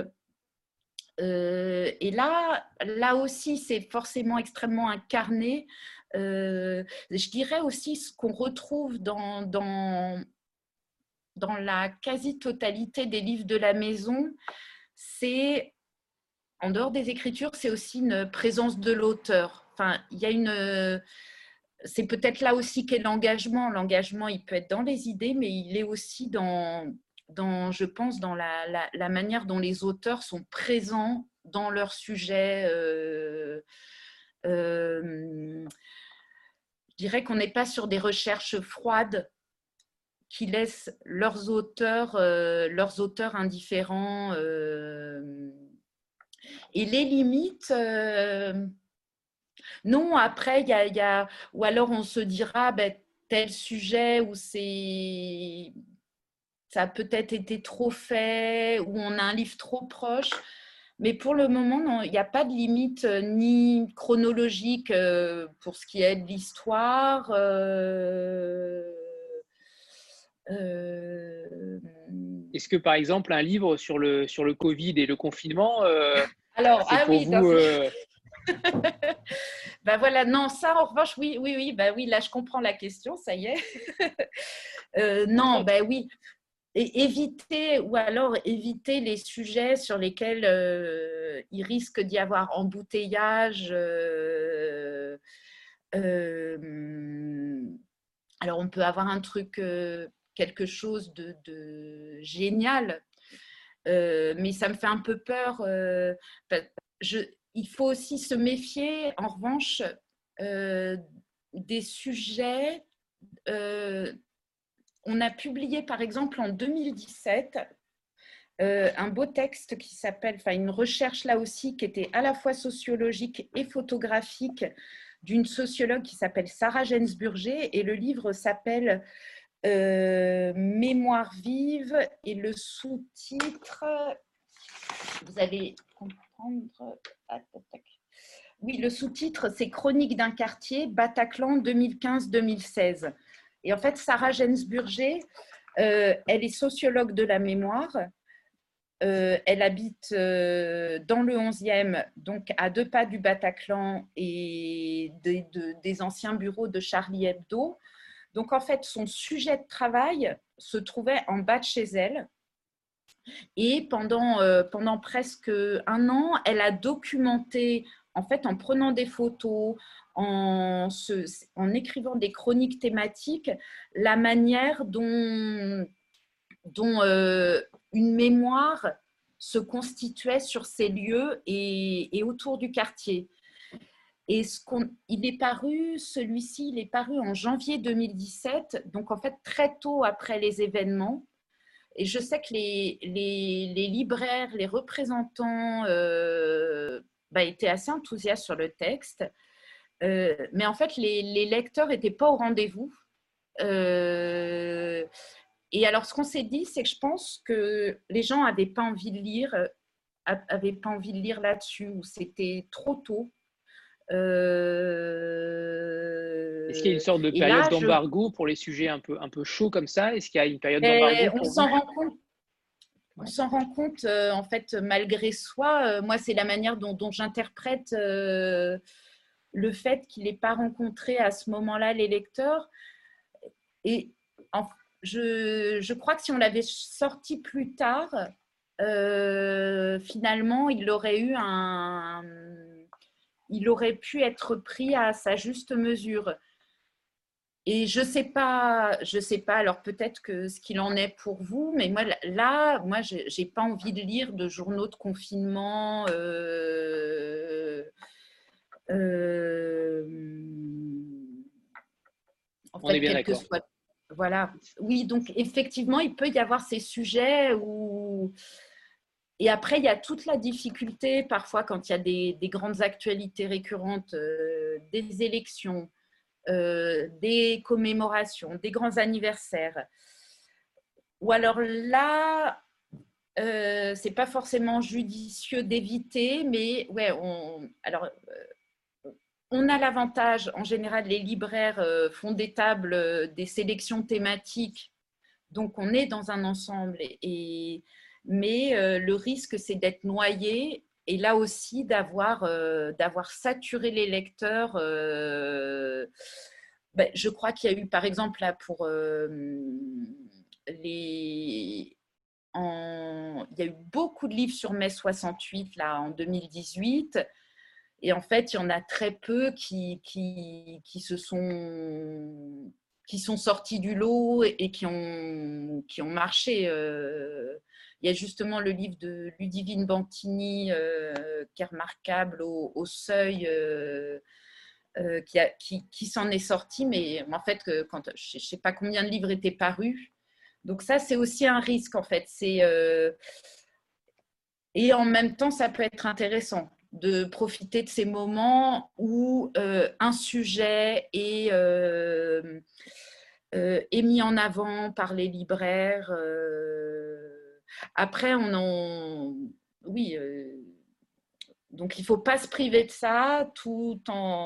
euh, et là, là aussi, c'est forcément extrêmement incarné. Euh, je dirais aussi ce qu'on retrouve dans, dans, dans la quasi-totalité des livres de la maison, c'est... En dehors des écritures, c'est aussi une présence de l'auteur. Enfin, il y a une, c'est peut-être là aussi qu'est l'engagement. L'engagement, il peut être dans les idées, mais il est aussi dans, dans je pense, dans la, la, la manière dont les auteurs sont présents dans leur sujet. Euh, euh, je dirais qu'on n'est pas sur des recherches froides qui laissent leurs auteurs, euh, leurs auteurs indifférents. Euh, Et les limites, euh, non, après, il y a, y a, ou alors on se dira, ben, tel sujet où c'est, ça a peut-être été trop fait, où on a un livre trop proche. Mais pour le moment, non, il n'y a pas de limite euh, ni chronologique euh, pour ce qui est de l'histoire. Euh, euh, Est-ce que, par exemple, un livre sur le, sur le Covid et le confinement, euh, alors, c'est ah pour oui, vous… Euh... Ben voilà, non, ça en revanche, oui, oui, oui, ben oui, là je comprends la question, ça y est. euh, non, ben oui, et éviter, ou alors éviter les sujets sur lesquels euh, il risque d'y avoir embouteillage. Euh, euh, alors on peut avoir un truc, euh, quelque chose de, de génial, euh, mais ça me fait un peu peur. Euh, je, il faut aussi se méfier, en revanche, euh, des sujets. Euh, on a publié, par exemple, en deux mille dix-sept, euh, un beau texte qui s'appelle, enfin une recherche là aussi, qui était à la fois sociologique et photographique, d'une sociologue qui s'appelle Sarah Gainsburger, et le livre s'appelle euh, Mémoire vive, et le sous-titre, vous allez comprendre. Oui, le sous-titre, c'est Chronique d'un quartier, Bataclan deux mille quinze deux mille seize. Et en fait, Sarah Gainsburger, euh, elle est sociologue de la mémoire. Euh, elle habite euh, dans le onzième, donc à deux pas du Bataclan et des, de, des anciens bureaux de Charlie Hebdo. Donc, en fait, son sujet de travail se trouvait en bas de chez elle. Et pendant, euh, pendant presque un an, elle a documenté, en fait, en prenant des photos, en, se, en écrivant des chroniques thématiques, la manière dont, dont euh, une mémoire se constituait sur ces lieux et, et autour du quartier. Et ce qu'on, il est paru, celui-ci, il est paru en janvier deux mille dix-sept, donc en fait très tôt après les événements. Et je sais que les, les, les libraires, les représentants euh, bah, étaient assez enthousiastes sur le texte. Euh, mais en fait, les, les lecteurs n'étaient pas au rendez-vous. Euh, et alors, ce qu'on s'est dit, c'est que je pense que les gens n'avaient pas envie de lire, avaient pas envie de lire là-dessus, ou c'était trop tôt. Euh... Est-ce qu'il y a une sorte de Et période là, d'embargo je... pour les sujets un peu, un peu chauds comme ça? Est-ce qu'il y a une période Mais d'embargo on pour s'en vous? rend compte. On s'en rend compte, euh, en fait, malgré soi. Euh, moi, c'est la manière dont, dont j'interprète euh, le fait qu'il n'ait pas rencontré à ce moment-là les lecteurs. Et en, je, je crois que si on l'avait sorti plus tard, euh, finalement, il aurait eu un... il aurait pu être pris à sa juste mesure. Et je sais pas, je sais pas. Alors peut-être que ce qu'il en est pour vous, mais moi là, moi, j'ai pas envie de lire de journaux de confinement. Euh, euh, en On est fait, bien quel que d'accord. soit. Voilà. Oui, donc effectivement, il peut y avoir ces sujets où. Et après, il y a toute la difficulté parfois quand il y a des, des grandes actualités récurrentes, euh, des élections. Euh, des commémorations, des grands anniversaires. Ou alors là, euh, c'est pas forcément judicieux d'éviter, mais ouais, on, alors, euh, on a l'avantage, en général, les libraires euh, font des tables, euh, des sélections thématiques, donc on est dans un ensemble. Et, et, mais euh, le risque, c'est d'être noyé. Et là aussi, d'avoir euh, d'avoir saturé les lecteurs. Euh, ben, je crois qu'il y a eu, par exemple, là, pour euh, les... En... il y a eu beaucoup de livres sur mai soixante-huit, là, en deux mille dix-huit. Et en fait, il y en a très peu qui, qui, qui se sont... qui sont sortis du lot et qui ont, qui ont marché. Euh... Il y a justement le livre de Ludivine Bantini euh, qui est remarquable, au, au Seuil, euh, euh, qui, a, qui, qui s'en est sorti, mais en fait, quand, je ne sais pas combien de livres étaient parus. Donc ça, c'est aussi un risque, en fait. C'est, euh, et en même temps, ça peut être intéressant de profiter de ces moments où euh, un sujet est, euh, euh, est mis en avant par les libraires. Euh, après, on en... Oui, euh, donc il ne faut pas se priver de ça tout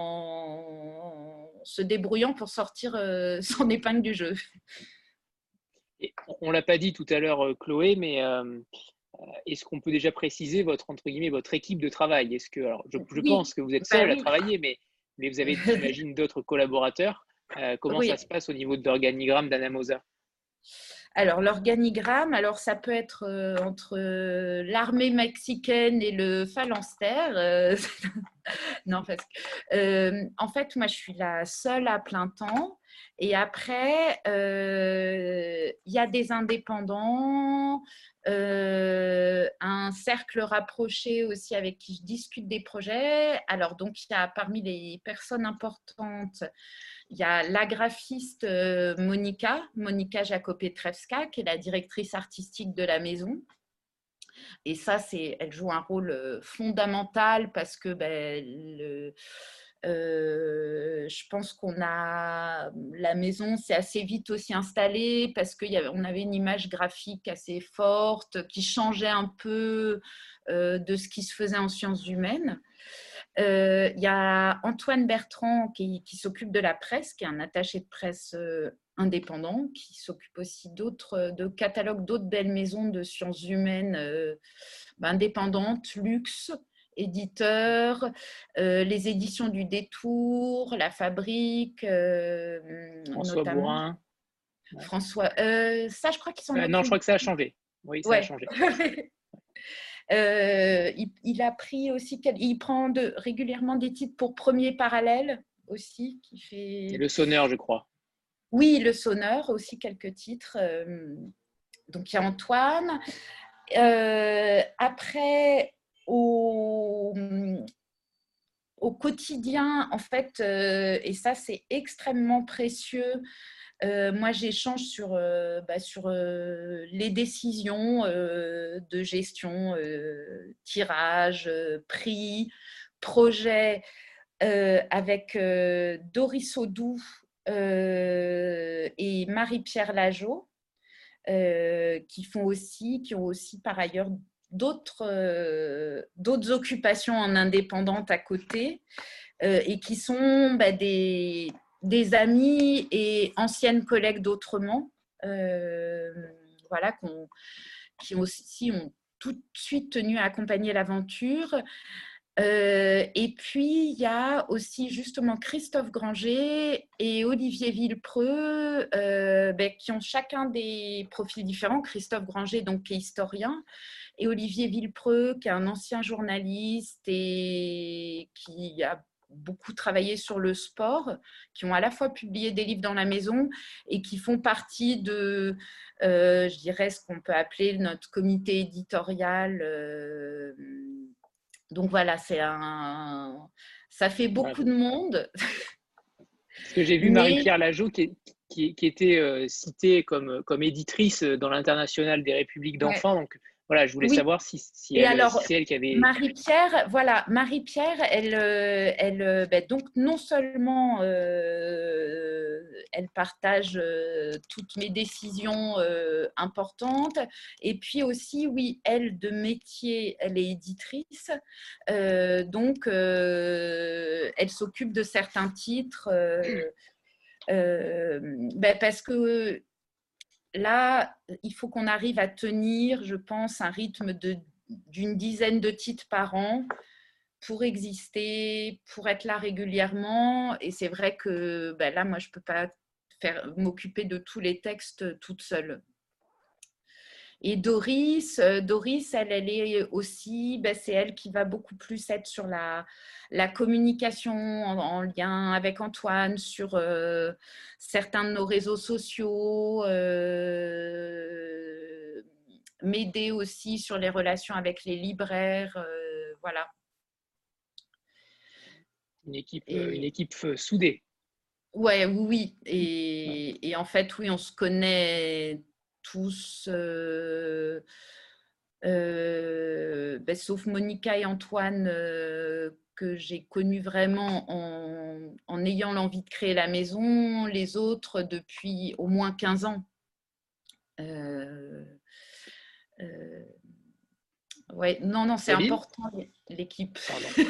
en se débrouillant pour sortir euh, son épingle du jeu. Et on ne l'a pas dit tout à l'heure, Chloé, mais euh, est-ce qu'on peut déjà préciser votre, entre guillemets, votre équipe de travail? Est-ce que, alors, je, je Oui, pense que vous êtes bah seul oui. à travailler, mais, mais vous avez, j'imagine, d'autres collaborateurs. Euh, comment Oui. ça se passe au niveau de l'organigramme d'Anamosa? Alors, l'organigramme, alors ça peut être euh, entre euh, l'armée mexicaine et le phalanstère. Euh, non, parce que, euh, en fait, moi, je suis la seule à plein temps. Et après, euh, il y a des indépendants, euh, un cercle rapproché aussi avec qui je discute des projets. Alors, donc, il y a parmi les personnes importantes, il y a la graphiste euh, Monica, Monica Jacopé-Trevska, qui est la directrice artistique de la maison. Et ça, c'est, elle joue un rôle fondamental parce que ben, le, euh, je pense qu'on a la maison s'est assez vite aussi installée parce qu'on avait une image graphique assez forte qui changeait un peu euh, de ce qui se faisait en sciences humaines. Euh, il y a Antoine Bertrand qui, qui s'occupe de la presse, qui est un attaché de presse euh, indépendant, qui s'occupe aussi d'autres, de catalogues d'autres belles maisons de sciences humaines euh, ben, indépendantes, luxe, éditeurs, euh, les éditions du Détour, La Fabrique, euh, François notamment. Bourrin. Ouais. François, euh, ça je crois qu'ils s'en euh, occupent. Non, je crois que ça a changé. Oui, ça a Ouais. changé. Euh, il, il a pris aussi, il prend de, régulièrement des titres pour Premier Parallèle aussi, qui fait. Et le sonneur, je crois. Oui, le sonneur aussi, quelques titres. Euh, donc il y a Antoine. Euh, après, au, au quotidien, en fait, euh, et ça c'est extrêmement précieux. Euh, moi, j'échange sur, euh, bah, sur euh, les décisions euh, de gestion, euh, tirage, euh, prix, projet, euh, avec euh, Doris Audoux euh, et Marie-Pierre Lageau, euh, qui font aussi, qui ont aussi par ailleurs d'autres euh, d'autres occupations en indépendante à côté, euh, et qui sont bah, des des amis et anciennes collègues d'Autrement, euh, voilà, qu'on, qui aussi ont tout de suite tenu à accompagner l'aventure. Euh, et puis, il y a aussi justement Christophe Granger et Olivier Villepreux, euh, ben, qui ont chacun des profils différents. Christophe Granger, donc, qui est historien, et Olivier Villepreux, qui est un ancien journaliste et qui a beaucoup travaillé sur le sport, qui ont à la fois publié des livres dans la maison et qui font partie de, euh, je dirais, ce qu'on peut appeler notre comité éditorial. Euh, donc voilà, c'est un, ça fait beaucoup Voilà. de monde. Parce que j'ai vu Mais... Marie-Pierre Lageau qui, qui, qui était euh, citée comme, comme éditrice dans l'International des Républiques d'enfants. Ouais. Donc voilà, je voulais oui. savoir si, si, Et elle, alors, si c'est elle qui avait… Marie-Pierre, voilà, Marie-Pierre, elle, elle, ben donc non seulement euh, elle partage euh, toutes mes décisions euh, importantes, et puis aussi, oui, elle de métier, elle est éditrice, euh, donc euh, elle s'occupe de certains titres, euh, euh, ben parce que là, il faut qu'on arrive à tenir, je pense, un rythme de, d'une dizaine de titres par an pour exister, pour être là régulièrement. Et c'est vrai que ben là, moi, je ne peux pas faire, m'occuper de tous les textes toute seule. Et Doris, Doris, elle, elle est aussi, ben c'est elle qui va beaucoup plus être sur la, la communication en, en lien avec Antoine, sur euh, certains de nos réseaux sociaux, euh, m'aider aussi sur les relations avec les libraires, euh, voilà. Une équipe, Et, une équipe soudée. Ouais, oui, et, ouais. Et en fait, oui, on se connaît tous, euh, euh, ben, sauf Monica et Antoine, euh, que j'ai connus vraiment en, en ayant l'envie de créer la maison, les autres depuis au moins quinze ans. Euh, euh, ouais, non, non, c'est important, l'équipe.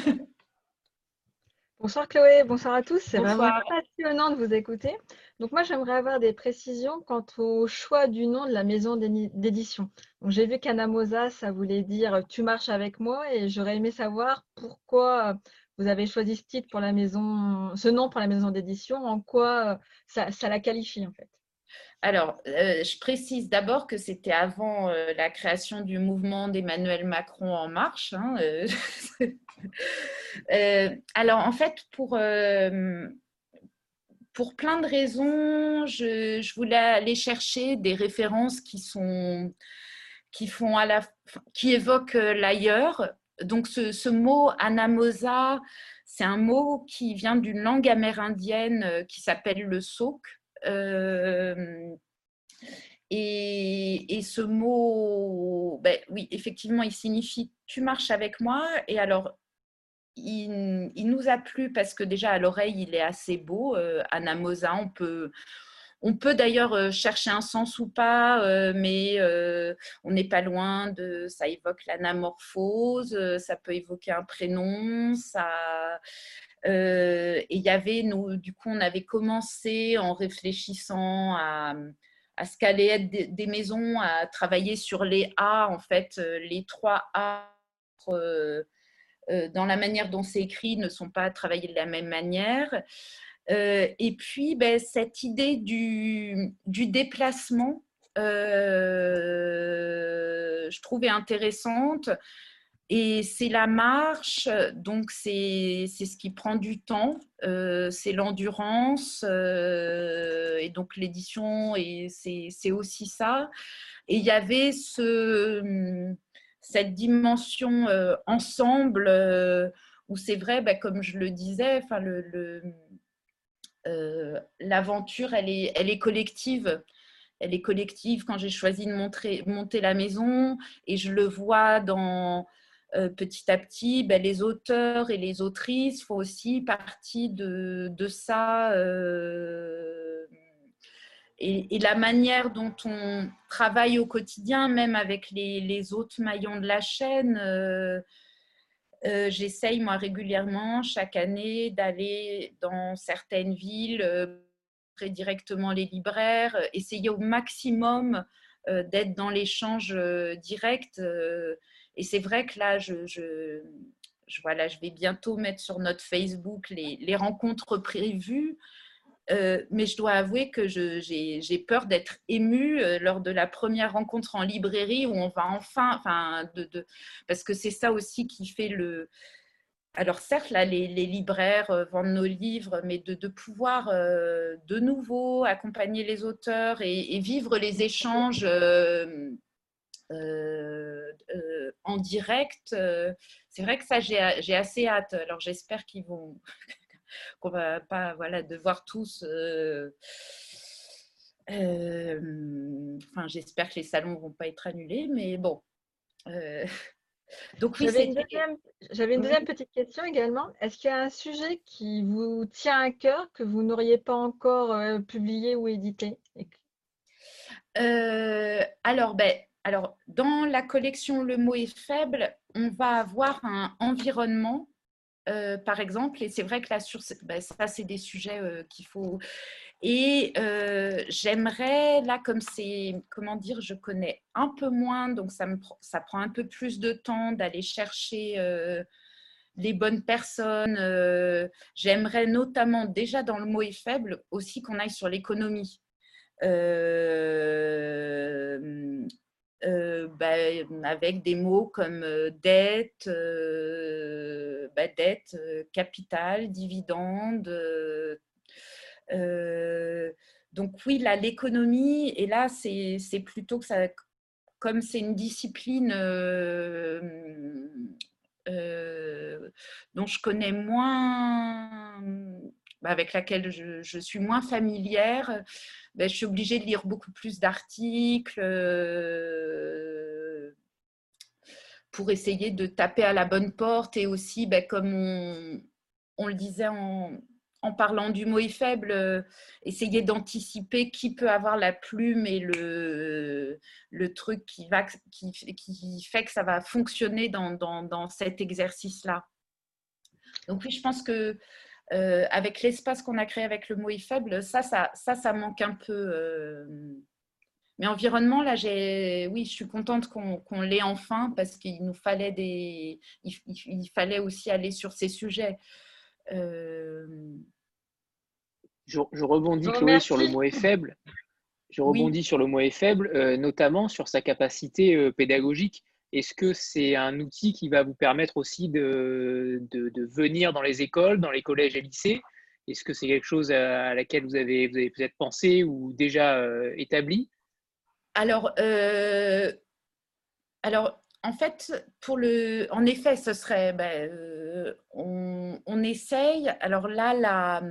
Bonsoir Chloé, bonsoir à tous. C'est vraiment passionnant de vous écouter. Donc moi, j'aimerais avoir des précisions quant au choix du nom de la maison d'édition. Donc j'ai vu qu'Anamosa, ça voulait dire « tu marches avec moi » et j'aurais aimé savoir pourquoi vous avez choisi ce titre pour la maison, ce nom pour la maison d'édition, en quoi ça, ça la qualifie en fait. Alors, euh, je précise d'abord que c'était avant euh, la création du mouvement d'Emmanuel Macron En Marche. Hein, euh, euh, alors, en fait, pour, euh, pour plein de raisons, je, je voulais aller chercher des références qui sont, qui font à la, qui évoquent l'ailleurs. Donc, ce, ce mot Anamosa, c'est un mot qui vient d'une langue amérindienne qui s'appelle le Sauk. Euh, Et, et ce mot, ben oui, effectivement, il signifie « tu marches avec moi ». Et alors, il, il nous a plu parce que déjà, à l'oreille, il est assez beau. Euh, Anamosa, on peut, on peut d'ailleurs chercher un sens ou pas, euh, mais euh, on n'est pas loin de… Ça évoque l'anamorphose, ça peut évoquer un prénom, ça… Euh, et il y avait, nous, du coup, on avait commencé en réfléchissant à… à ce qu'allaient être des, des maisons, à travailler sur les A, en fait, les trois A euh, euh, dans la manière dont c'est écrit ne sont pas travaillés de la même manière. Euh, et puis, ben, cette idée du, du déplacement euh, je trouvais intéressante. Et c'est la marche, donc c'est ce qui prend du temps, euh, c'est l'endurance, euh, et donc l'édition, et c'est aussi ça. Et il y avait ce, cette dimension euh, ensemble, euh, où c'est vrai, bah, comme je le disais, enfin, le, le, euh, l'aventure, elle est, elle est collective. Elle est collective quand j'ai choisi de montrer, monter la maison, et je le vois dans... Euh, petit à petit, ben, les auteurs et les autrices font aussi partie de, de ça. Euh, et, et la manière dont on travaille au quotidien, même avec les, les autres maillons de la chaîne, euh, euh, j'essaye, moi, régulièrement, chaque année, d'aller dans certaines villes, euh, directement les libraires, euh, essayer au maximum euh, d'être dans l'échange euh, direct. Euh, et c'est vrai que là, je, je, je, voilà, je vais bientôt mettre sur notre Facebook les, les rencontres prévues. Euh, mais je dois avouer que j'ai peur d'être émue euh, lors de la première rencontre en librairie où on va enfin, enfin, de, de, parce que c'est ça aussi qui fait le... Alors certes, là, les, les libraires euh, vendent nos livres, mais de, de pouvoir euh, de nouveau accompagner les auteurs et, et vivre les échanges euh, euh, euh, en direct, euh, c'est vrai que ça, j'ai assez hâte. Alors j'espère qu'ils vont... qu'on va pas, voilà, devoir tous... Euh, euh, enfin, j'espère que les salons vont pas être annulés, mais bon... Euh, donc oui, J'avais une c'était... deuxième, j'avais une deuxième petite question également. Est-ce qu'il y a un sujet qui vous tient à cœur que vous n'auriez pas encore euh, publié ou édité? Euh, alors, ben, alors, dans la collection Le mot est faible, on va avoir un environnement, euh, par exemple, et c'est vrai que là, sur, ben, ça, c'est des sujets euh, qu'il faut... Et euh, j'aimerais, là, comme c'est, comment dire, je connais un peu moins, donc ça, me, ça prend un peu plus de temps d'aller chercher euh, les bonnes personnes. Euh, j'aimerais notamment, déjà dans Le mot est faible, aussi qu'on aille sur l'économie. Euh, euh, bah, avec des mots comme euh, dette, euh, bah, dette, euh, capital, dividende. Euh, euh, donc oui, là, l'économie, et là, c'est plutôt que ça, comme c'est une discipline euh, euh, dont je connais moins, bah, avec laquelle je, je, suis moins familière, bah, je suis obligée de lire beaucoup plus d'articles euh, pour essayer de taper à la bonne porte, et aussi, bah, comme on, on le disait en, en parlant du mot est faible, euh, essayer d'anticiper qui peut avoir la plume et le, le truc qui, va, qui, qui fait que ça va fonctionner dans, dans, dans cet exercice-là. Donc oui, je pense que euh, avec l'espace qu'on a créé avec le mot est faible, ça, ça, ça, ça manque un peu. Euh... Mais environnement, là, j'ai, oui, je suis contente qu'on qu'on l'ait enfin, parce qu'il nous fallait des, il, il, il fallait aussi aller sur ces sujets. Euh... Je, je rebondis, Je Chloé, sur le remercie. mot est faible. Je rebondis Oui. sur le mot est faible, euh, notamment sur sa capacité euh, pédagogique. Est-ce que c'est un outil qui va vous permettre aussi de, de, de venir dans les écoles, dans les collèges et lycées? Est-ce que c'est quelque chose à laquelle vous avez, vous avez peut-être pensé ou déjà euh, établi? Alors, euh... alors, en fait, pour le, en effet, ce serait, ben, euh, on, on essaye. Alors là, la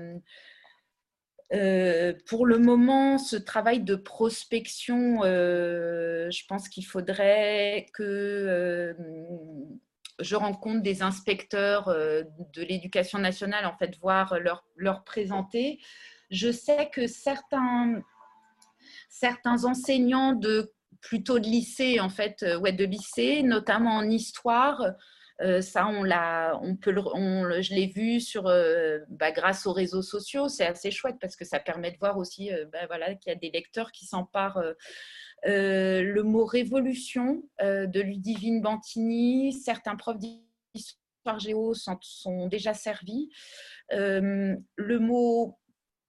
Euh, pour le moment, ce travail de prospection, euh, je pense qu'il faudrait que euh, je rencontre des inspecteurs euh, de l'éducation nationale, en fait, voir leur, leur présenter. Je sais que certains, certains enseignants de plutôt de lycée, en fait, euh, ouais, de lycée, notamment en histoire, euh, ça, on l'a, on peut, le, on, je l'ai vu sur, euh, bah, grâce aux réseaux sociaux. C'est assez chouette parce que ça permet de voir aussi, euh, bah, voilà, qu'il y a des lecteurs qui s'emparent. Euh, euh, le mot révolution euh, de Ludivine Bantini, certains profs d'histoire géo sont, sont déjà servis. Euh, le mot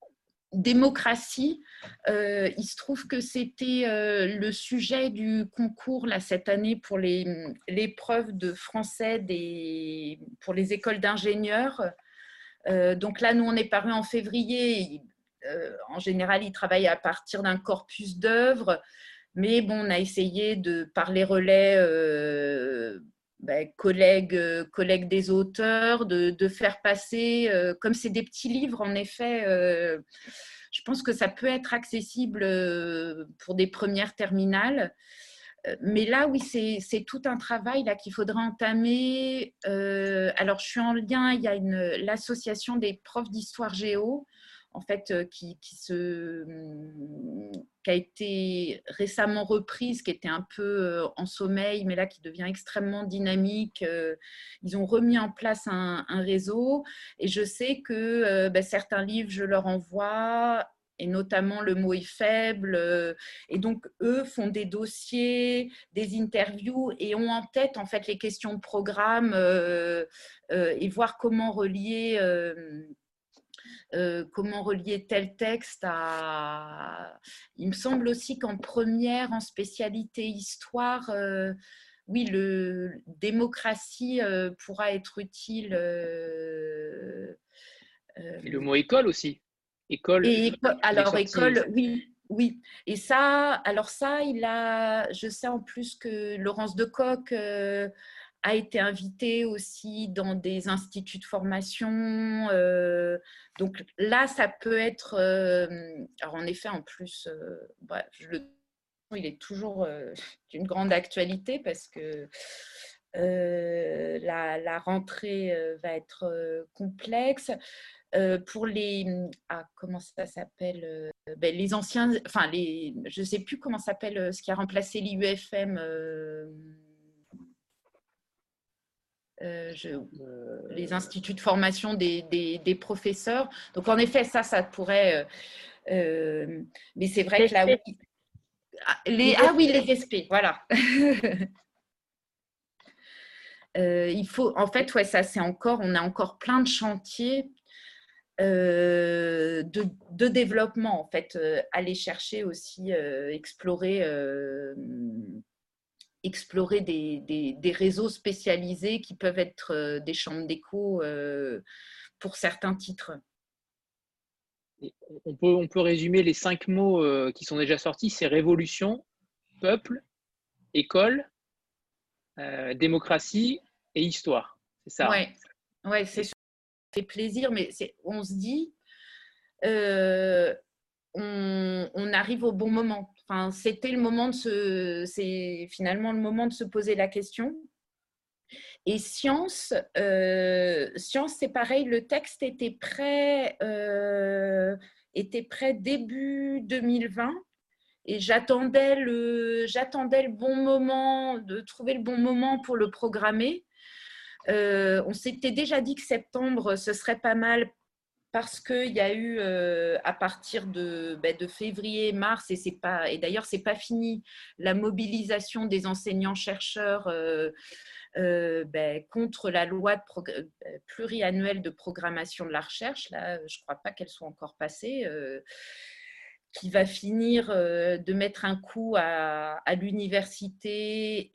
démocratie, euh, il se trouve que c'était euh, le sujet du concours là, cette année pour l'épreuve de français des, pour les écoles d'ingénieurs. Euh, donc là, nous, on est paru en février. Euh, en général, ils travaillent à partir d'un corpus d'œuvres. Mais bon, on a essayé de, par les relais euh, ben, collègues, euh, collègues des auteurs, de, de faire passer, euh, comme c'est des petits livres, en effet, euh, je pense que ça peut être accessible euh, pour des premières terminales. Mais là, oui, c'est tout un travail là qu'il faudra entamer. Euh, alors, je suis en lien, il y a l'association des profs d'histoire géo, en fait, euh, qui, qui, se, qui a été récemment reprise, qui était un peu euh, en sommeil, mais là qui devient extrêmement dynamique. Euh, ils ont remis en place un, un réseau et je sais que euh, ben, certains livres, je leur envoie, et notamment Le mot est faible. Et donc, eux font des dossiers, des interviews et ont en tête, en fait, les questions de programme euh, euh, et voir comment relier, euh, euh, comment relier tel texte à… Il me semble aussi qu'en première, en spécialité histoire, euh, oui, le démocratie euh, pourra être utile. Euh, euh, et le mot école aussi. École, et alors sorti... école, oui, oui. Et ça, alors ça, il a, je sais en plus que Laurence Decoq euh, a été invitée aussi dans des instituts de formation. Euh, donc là, ça peut être, euh, alors en effet, en plus, euh, bah, je le, il est toujours euh, d'une grande actualité parce que euh, la, la rentrée euh, va être euh, complexe. Euh, pour les ah, comment ça s'appelle euh, ben, les anciens, enfin les, je sais plus comment s'appelle euh, ce qui a remplacé l'I U F M, euh, euh, je, euh, les instituts de formation des, des, des professeurs. Donc en effet, ça, ça pourrait. Euh, euh, mais c'est vrai que là, oui. Ah, les, ah oui, les S P, voilà. euh, il faut, en fait, ouais, ça, c'est encore, on a encore plein de chantiers. Euh, de, de développement, en fait, euh, aller chercher aussi, euh, explorer, euh, explorer des, des, des réseaux spécialisés qui peuvent être euh, des chambres d'écho euh, pour certains titres. On peut, on peut résumer les cinq mots euh, qui sont déjà sortis, c'est révolution, peuple, école, euh, démocratie et histoire. C'est ça. Ouais, ouais, c'est sûr, ça fait plaisir, mais on se dit, euh, on, on arrive au bon moment. Enfin, c'était le moment de se, c'est finalement le moment de se poser la question. Et science, euh, science, c'est pareil. Le texte était prêt, euh, était prêt début deux mille vingt. Et j'attendais le, j'attendais le bon moment, de trouver le bon moment pour le programmer. Euh, on s'était déjà dit que septembre, ce serait pas mal parce qu'il y a eu, euh, à partir de, ben, de février, mars, et, c'est pas, et d'ailleurs, ce n'est pas fini, la mobilisation des enseignants-chercheurs euh, euh, ben, contre la loi de prog- pluriannuelle de programmation de la recherche. Là, je ne crois pas qu'elle soit encore passée. Euh, qui va finir euh, de mettre un coup à, à l'université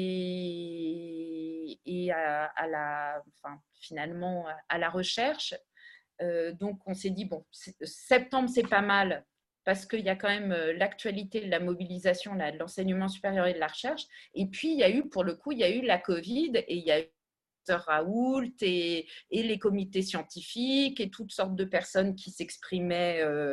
et, et à, à la, enfin, finalement à la recherche. Euh, donc, on s'est dit, bon, septembre, c'est pas mal parce qu'il y a quand même l'actualité de la mobilisation là, de l'enseignement supérieur et de la recherche. Et puis, il y a eu, pour le coup, il y a eu la Covid et il y a eu Raoult et, et les comités scientifiques et toutes sortes de personnes qui s'exprimaient euh,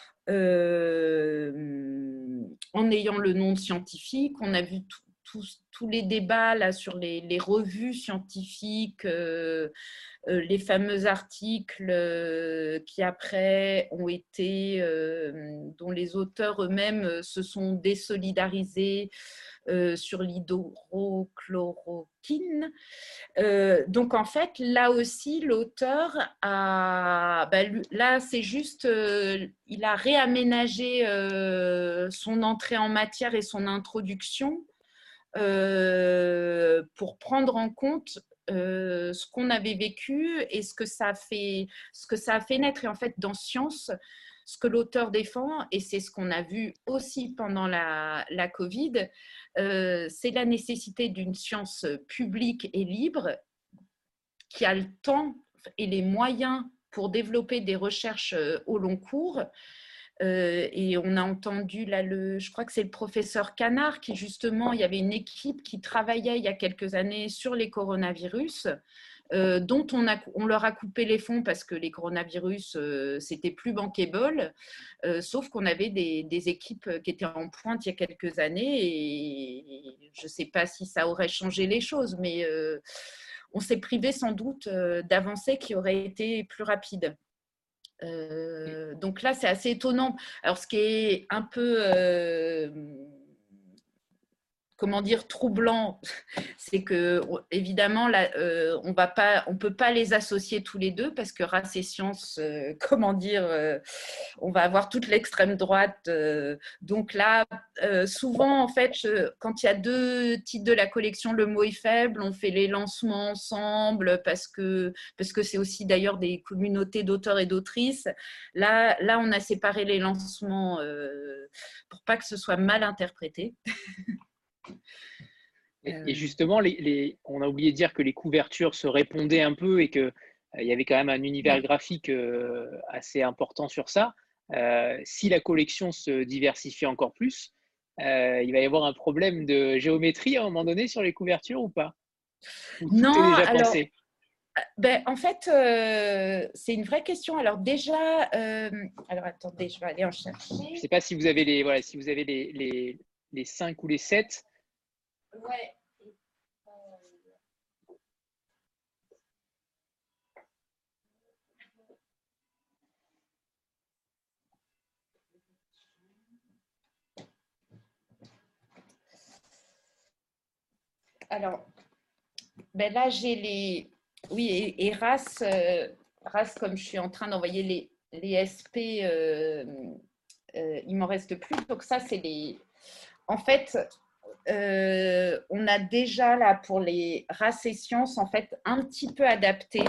euh, en ayant le nom de scientifique. On a vu tout, tout, tous les débats là, sur les, les revues scientifiques, euh, euh, les fameux articles euh, qui après ont été, euh, dont les auteurs eux-mêmes se sont désolidarisés euh, sur l'hydrochloroquine. Euh, donc en fait, là aussi, l'auteur a, bah, là c'est juste, euh, il a réaménagé euh, son entrée en matière et son introduction euh, pour prendre en compte euh, ce qu'on avait vécu et ce que ça a fait, ce que ça a fait naître. Et en fait, dans Science, ce que l'auteur défend, et c'est ce qu'on a vu aussi pendant la, la Covid, euh, c'est la nécessité d'une science publique et libre qui a le temps et les moyens pour développer des recherches au long cours. Euh, et on a entendu, là, le, je crois que c'est le professeur Canard qui, justement, il y avait une équipe qui travaillait il y a quelques années sur les coronavirus, euh, dont on, a, on leur a coupé les fonds parce que les coronavirus, euh, c'était plus bankable, euh, sauf qu'on avait des, des équipes qui étaient en pointe il y a quelques années, et, et je ne sais pas si ça aurait changé les choses, mais euh, on s'est privé sans doute euh, d'avancées qui auraient été plus rapides. Euh, donc là, c'est assez étonnant. Alors, ce qui est un peu, euh, comment dire, troublant, c'est que, évidemment, là, euh, on va pas, on peut pas les associer tous les deux parce que race et science, euh, comment dire, euh, on va avoir toute l'extrême droite. Euh, donc là, euh, souvent, en fait, je, quand il y a deux titres de la collection, le mot est faible, on fait les lancements ensemble parce que parce que c'est aussi d'ailleurs des communautés d'auteurs et d'autrices. Là, là, on a séparé les lancements euh, pour pas que ce soit mal interprété. Et justement, les, les, on a oublié de dire que les couvertures se répondaient un peu et qu'il euh, y avait quand même un univers graphique euh, assez important sur ça. Euh, si la collection se diversifie encore plus, euh, il va y avoir un problème de géométrie à un moment donné sur les couvertures ou pas? Ou tout Non, est déjà alors, pensé? Ben, en fait, euh, c'est une vraie question. Alors déjà, euh, alors attendez, je vais aller en chercher. Je ne sais pas si vous avez les, voilà, si vous avez les, les, les cinq ou les sept. Ouais. Alors, ben là, j'ai les... Oui, et, et race, euh, race, comme je suis en train d'envoyer les, les S P, euh, euh, il m'en reste plus. Donc ça, c'est les... En fait, euh, on a déjà là, pour les races et sciences, en fait, un petit peu adapté.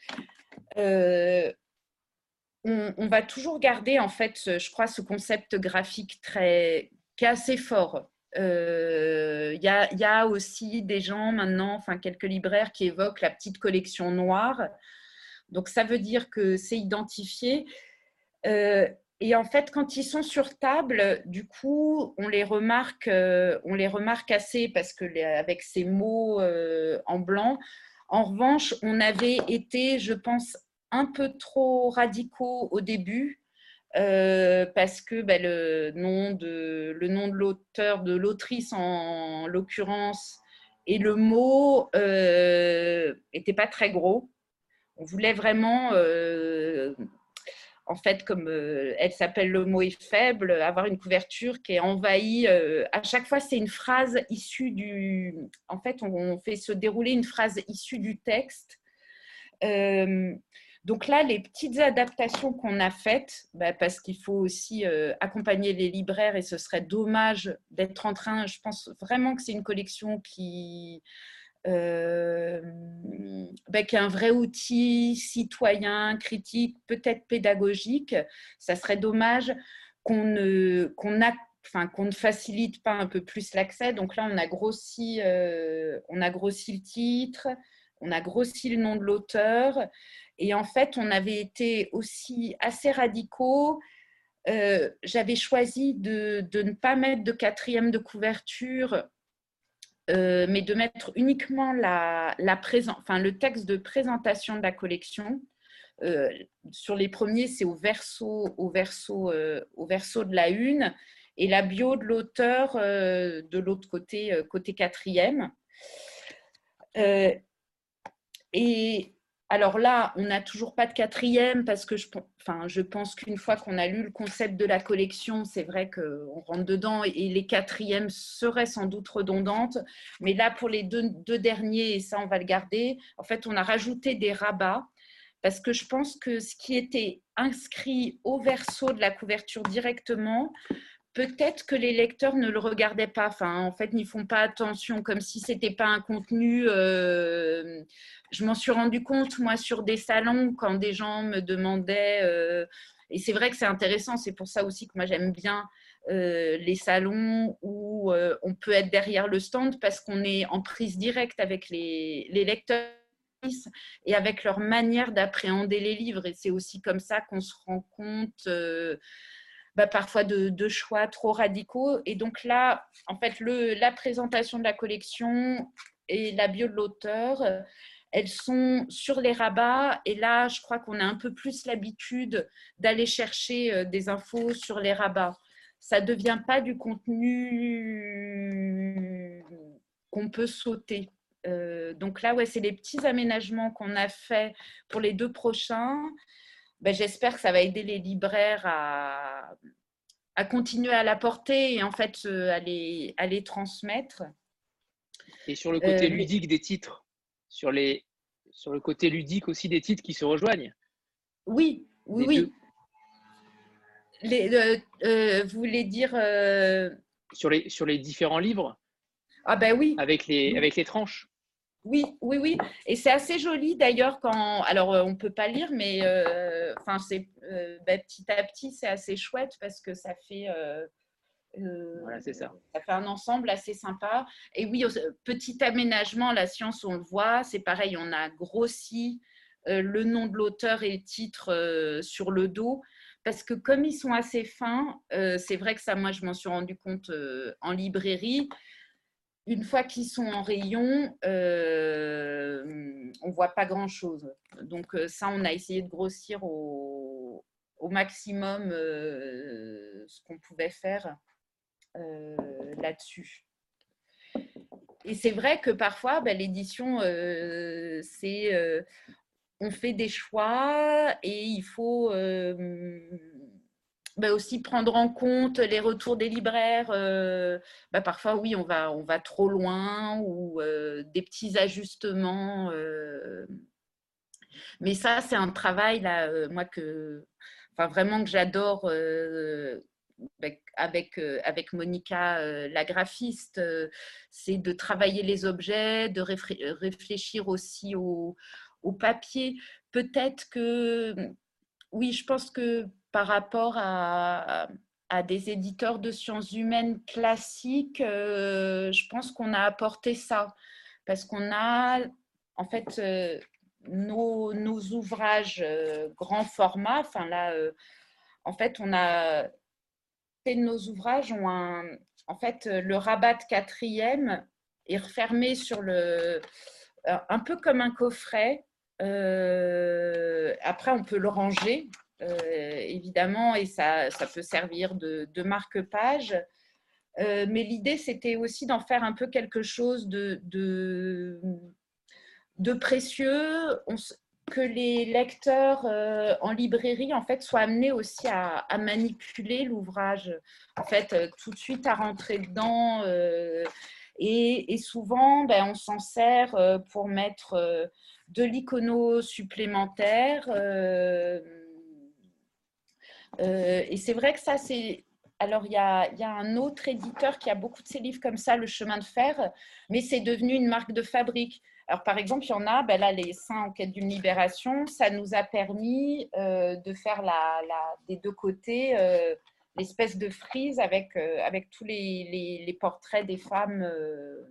Euh, on, on va toujours garder, en fait, ce, je crois, ce concept graphique très, qui est assez fort. Il euh, y, a, y a aussi des gens maintenant, enfin quelques libraires qui évoquent la petite collection noire. Donc ça veut dire que c'est identifié. Euh, et en fait, quand ils sont sur table, du coup, on les remarque, euh, on les remarque assez parce que les, avec ces mots euh, en blanc. En revanche, on avait été, je pense, un peu trop radicaux au début. Euh, parce que bah, le nom de le nom de l'auteur, de l'autrice en l'occurrence, et le mot euh, était pas très gros. On voulait vraiment, euh, en fait, comme euh, elle s'appelle Le mot est faible, avoir une couverture qui est envahie. Euh, à chaque fois, c'est une phrase issue du. En fait, on, on fait se dérouler une phrase issue du texte. Euh, Donc là, les petites adaptations qu'on a faites, bah, parce qu'il faut aussi euh, accompagner les libraires et ce serait dommage d'être en train, je pense vraiment que c'est une collection qui, euh, bah, qui est un vrai outil citoyen, critique, peut-être pédagogique. Ça serait dommage qu'on ne, qu'on a, enfin, qu'on ne facilite pas un peu plus l'accès. Donc là, on a grossi, euh, on a grossi le titre, on a grossi le nom de l'auteur. Et en fait, on avait été aussi assez radicaux. Euh, j'avais choisi de, de ne pas mettre de quatrième de couverture, euh, mais de mettre uniquement la, la présent, enfin, le texte de présentation de la collection. Euh, sur les premiers, c'est au verso, au, verso, euh, au verso de la une, et la bio de l'auteur euh, de l'autre côté, euh, côté quatrième. Euh, et alors là, on n'a toujours pas de quatrième parce que je, enfin, je pense qu'une fois qu'on a lu le concept de la collection, c'est vrai qu'on rentre dedans et les quatrièmes seraient sans doute redondantes. Mais là, pour les deux, deux derniers, et ça, on va le garder, en fait, on a rajouté des rabats parce que je pense que ce qui était inscrit au verso de la couverture directement, peut-être que les lecteurs ne le regardaient pas, enfin, en fait, n'y font pas attention, comme si ce n'était pas un contenu. Euh, je m'en suis rendu compte, moi, sur des salons, quand des gens me demandaient euh, et c'est vrai que c'est intéressant, c'est pour ça aussi que moi j'aime bien euh, les salons où euh, on peut être derrière le stand parce qu'on est en prise directe avec les, les lecteurs et avec leur manière d'appréhender les livres. Et c'est aussi comme ça qu'on se rend compte euh, bah, parfois de, de choix trop radicaux. Et donc là, en fait, le, la présentation de la collection et la bio de l'auteur, elles sont sur les rabats. Et là, je crois qu'on a un peu plus l'habitude d'aller chercher des infos sur les rabats. Ça ne devient pas du contenu qu'on peut sauter. Euh, donc là, ouais, c'est les petits aménagements qu'on a faits pour les deux prochains. Ben, j'espère que ça va aider les libraires à, à continuer à l'apporter et en fait à les, à les transmettre. Et sur le côté euh, ludique des titres, sur, les, sur le côté ludique aussi des titres qui se rejoignent. Oui, oui, oui. Les, euh, euh, vous voulez dire euh... sur, les, sur les différents livres. Ah ben oui. Avec les, oui. avec les tranches. Oui, oui, oui. Et c'est assez joli d'ailleurs quand. Alors, on ne peut pas lire, mais euh, enfin, c'est euh, ben, petit à petit, c'est assez chouette parce que ça fait. Euh, euh, voilà, c'est ça. Ça fait un ensemble assez sympa. Et oui, petit aménagement, la science, on le voit. C'est pareil, on a grossi euh, le nom de l'auteur et le titre euh, sur le dos. Parce que comme ils sont assez fins, euh, c'est vrai que ça, moi, je m'en suis rendu compte euh, en librairie. Une fois qu'ils sont en rayon, euh, on ne voit pas grand-chose. Donc ça, on a essayé de grossir au, au maximum euh, ce qu'on pouvait faire euh, là-dessus. Et c'est vrai que parfois, bah, l'édition, euh, c'est... Euh, on fait des choix et il faut... Euh, bah aussi prendre en compte les retours des libraires. Euh, bah parfois, oui, on va, on va trop loin ou euh, des petits ajustements. Euh. Mais ça, c'est un travail, là, euh, moi, que, enfin, vraiment que j'adore euh, avec, euh, avec Monica, euh, la graphiste. Euh, c'est de travailler les objets, de réfré- réfléchir aussi au, au papier. Peut-être que, oui, je pense que par rapport à, à des éditeurs de sciences humaines classiques, euh, je pense qu'on a apporté ça. Parce qu'on a, en fait, euh, nos, nos ouvrages euh, grand format, enfin là, euh, en fait, on a, nos ouvrages ont un, en fait, le rabat de quatrième est refermé sur le, un peu comme un coffret. Euh, après, on peut le ranger. Euh, évidemment, et ça, ça peut servir de, de marque-page. Euh, mais l'idée, c'était aussi d'en faire un peu quelque chose de, de, de précieux, on, que les lecteurs euh, en librairie en fait, soient amenés aussi à, à manipuler l'ouvrage, en fait, euh, tout de suite à rentrer dedans. Euh, et, et souvent, ben, on s'en sert euh, pour mettre euh, de l'icono supplémentaire. Euh, Euh, et c'est vrai que ça, c'est... Alors, il y a, il y a un autre éditeur qui a beaucoup de ses livres comme ça, Le Chemin de Fer, mais c'est devenu une marque de fabrique. Alors, par exemple, il y en a, ben là, Les Saints en quête d'une libération, ça nous a permis euh, de faire la, la, des deux côtés euh, l'espèce de frise avec, euh, avec tous les, les, les portraits des femmes. Euh.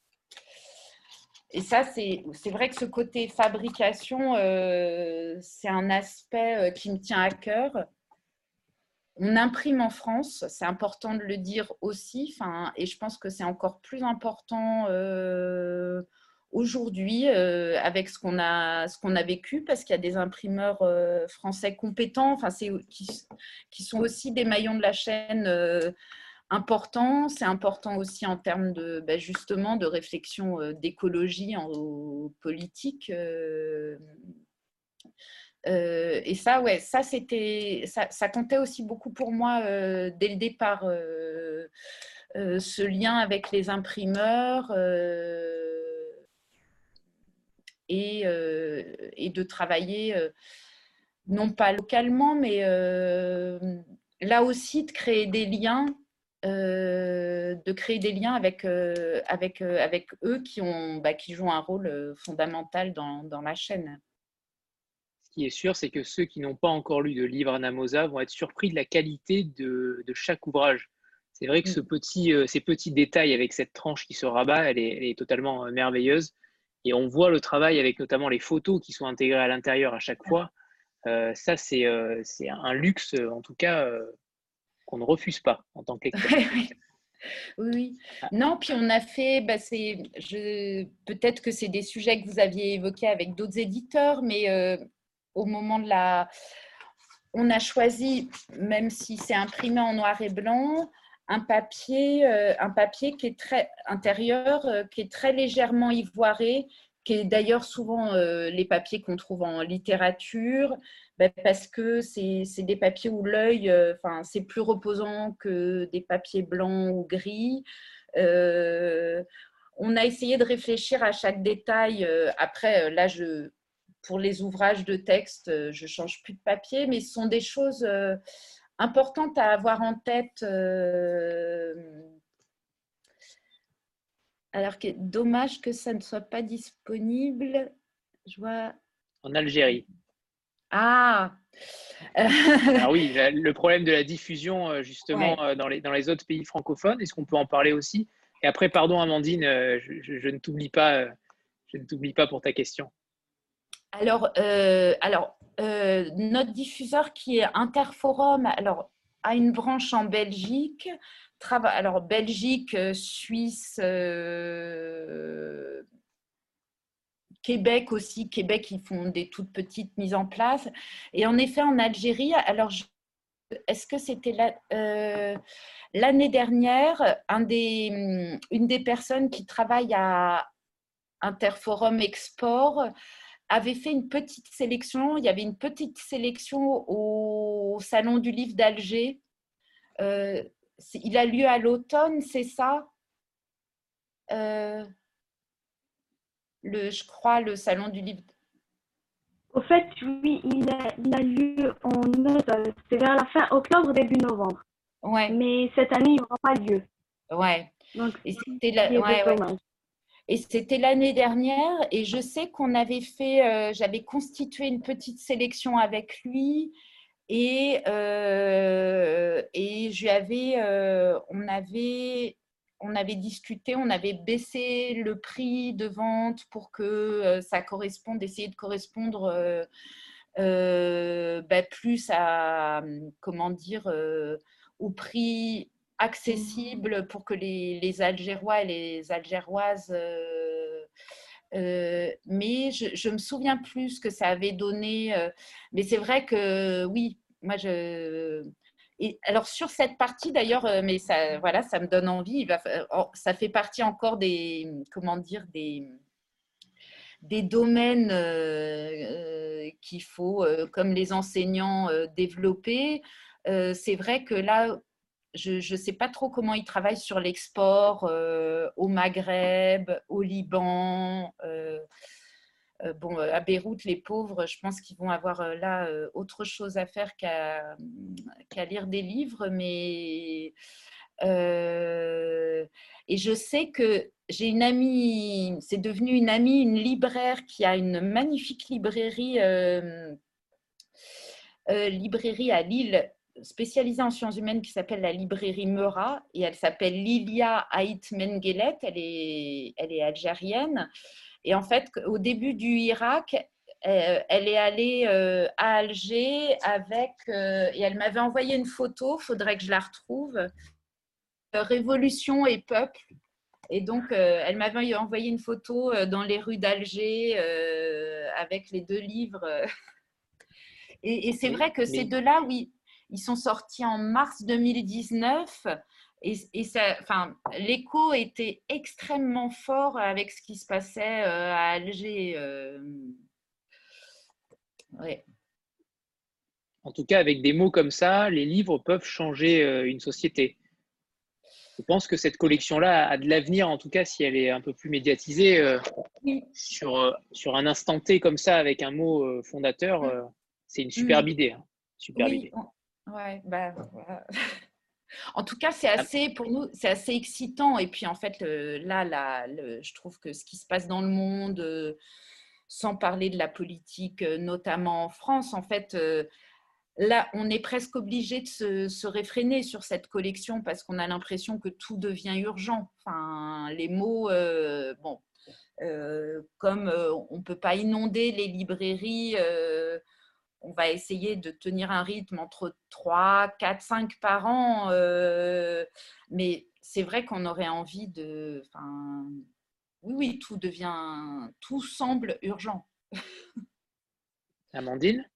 Et ça, c'est, c'est vrai que ce côté fabrication, euh, c'est un aspect qui me tient à cœur. On imprime en France, c'est important de le dire aussi, enfin, et je pense que c'est encore plus important euh, aujourd'hui euh, avec ce qu'on a, ce qu'on a vécu, parce qu'il y a des imprimeurs euh, français compétents, enfin, c'est, qui, qui sont aussi des maillons de la chaîne euh, importants. C'est important aussi en termes de, ben, justement, de réflexion euh, d'écologie en, en politique. Euh, Euh, et ça, ouais, ça, c'était, ça, ça comptait aussi beaucoup pour moi euh, dès le départ, euh, euh, ce lien avec les imprimeurs euh, et, euh, et de travailler, euh, non pas localement, mais euh, là aussi de créer des liens, euh, de créer des liens avec, euh, avec, euh, avec eux qui, ont, bah, qui jouent un rôle fondamental dans, dans la chaîne. qui est sûr, c'est que ceux qui n'ont pas encore lu de livre Anamosa vont être surpris de la qualité de, de chaque ouvrage. C'est vrai que ce petit, euh, ces petits détails avec cette tranche qui se rabat, elle est, elle est totalement euh, merveilleuse. Et on voit le travail avec notamment les photos qui sont intégrées à l'intérieur à chaque fois. Euh, ça, c'est euh, c'est un luxe, en tout cas, euh, qu'on ne refuse pas en tant que lecteur. Oui, oui. Non, puis on a fait, bah c'est, je, peut-être que c'est des sujets que vous aviez évoqués avec d'autres éditeurs, mais euh, au moment de la... On a choisi, même si c'est imprimé en noir et blanc, un papier, euh, un papier qui est très intérieur, euh, qui est très légèrement ivoiré, qui est d'ailleurs souvent euh, les papiers qu'on trouve en littérature, ben parce que c'est des papiers où l'œil, euh, enfin, c'est plus reposant que des papiers blancs ou gris. Euh, on a essayé de réfléchir à chaque détail. Euh, après, là, je, pour les ouvrages de texte, je ne change plus de papier, mais ce sont des choses euh, importantes à avoir en tête. Euh, alors que dommage que ça ne soit pas disponible. Je vois. En Algérie. Ah. Alors oui, le problème de la diffusion justement Ouais. dans les, dans les autres pays francophones, est-ce qu'on peut en parler aussi? Et après, pardon Amandine, je, je, je ne t'oublie pas, je ne t'oublie pas pour ta question. Alors, euh, alors euh, notre diffuseur qui est Interforum, alors a une branche en Belgique. Alors Belgique, Suisse, euh, Québec aussi. Québec, ils font des toutes petites mises en place. Et en effet, en Algérie, alors est-ce que c'était la, euh, l'année dernière, un des, une des personnes qui travaille à Interforum Export avait fait une petite sélection. Il y avait une petite sélection au Salon du Livre d'Alger. Euh, il a lieu à l'automne, c'est ça euh, le, je crois, le Salon du Livre. Au fait, oui, il a, il a lieu en automne. C'est vers la fin octobre, début novembre. Ouais. Mais cette année, il n'aura pas lieu. Ouais. Donc, et c'était la... ouais, ouais. Et c'était l'année dernière, et je sais qu'on avait fait, euh, j'avais constitué une petite sélection avec lui, et, euh, et je lui avais, euh, on avait, on avait discuté, on avait baissé le prix de vente pour que euh, ça corresponde, essayer de correspondre euh, euh, bah, plus à, comment dire, euh, au prix accessible pour que les, les Algérois et les Algéroises euh, euh, mais je, je me souviens plus ce que ça avait donné euh, mais c'est vrai que oui, moi je et alors sur cette partie d'ailleurs euh, mais ça voilà, ça me donne envie, il va, ça fait partie encore des, comment dire, des des domaines euh, euh, qu'il faut, euh, comme les enseignants, euh, développer. Euh, c'est vrai que là, je ne sais pas trop comment ils travaillent sur l'export euh, au Maghreb, au Liban. Euh, euh, bon, à Beyrouth, les pauvres, je pense qu'ils vont avoir euh, là euh, autre chose à faire qu'à qu'à lire des livres, mais euh, et je sais que j'ai une amie, c'est devenu une amie, une libraire qui a une magnifique librairie, euh, euh, librairie à Lille, spécialisée en sciences humaines, qui s'appelle la librairie Meura, et elle s'appelle Lilia Ait Mengelet, elle est, elle est algérienne. Et en fait, au début du Irak, euh, elle est allée euh, à Alger avec, euh, et elle m'avait envoyé une photo, il faudrait que je la retrouve, Révolution et peuple. Et donc, euh, elle m'avait envoyé une photo euh, dans les rues d'Alger euh, avec les deux livres. Et, et c'est oui, vrai que mais... ces deux-là, oui, ils sont sortis en mars deux mille dix-neuf. Et, et ça, enfin, l'écho était extrêmement fort avec ce qui se passait euh, à Alger. Euh... Ouais. En tout cas, avec des mots comme ça, les livres peuvent changer euh, une société. Je pense que cette collection-là a de l'avenir, en tout cas, si elle est un peu plus médiatisée euh, oui. sur, euh, sur un instant T comme ça, avec un mot euh, fondateur. Euh, c'est une superbe mmh. idée. Hein. Superbe oui. idée. Ouais, bah, voilà. En tout cas, c'est assez, pour nous, c'est assez excitant. Et puis, en fait, le, là, là le, je trouve que ce qui se passe dans le monde, euh, sans parler de la politique, notamment en France. En fait, là, on est presque obligé de se, se réfréner sur cette collection parce qu'on a l'impression que tout devient urgent. Enfin, les mots, euh, bon, euh, comme euh, on ne peut pas inonder les librairies, euh, on va essayer de tenir un rythme entre trois, quatre, cinq par an. Euh, mais c'est vrai qu'on aurait envie de… Enfin, oui, oui, tout devient… Tout semble urgent. Amandine?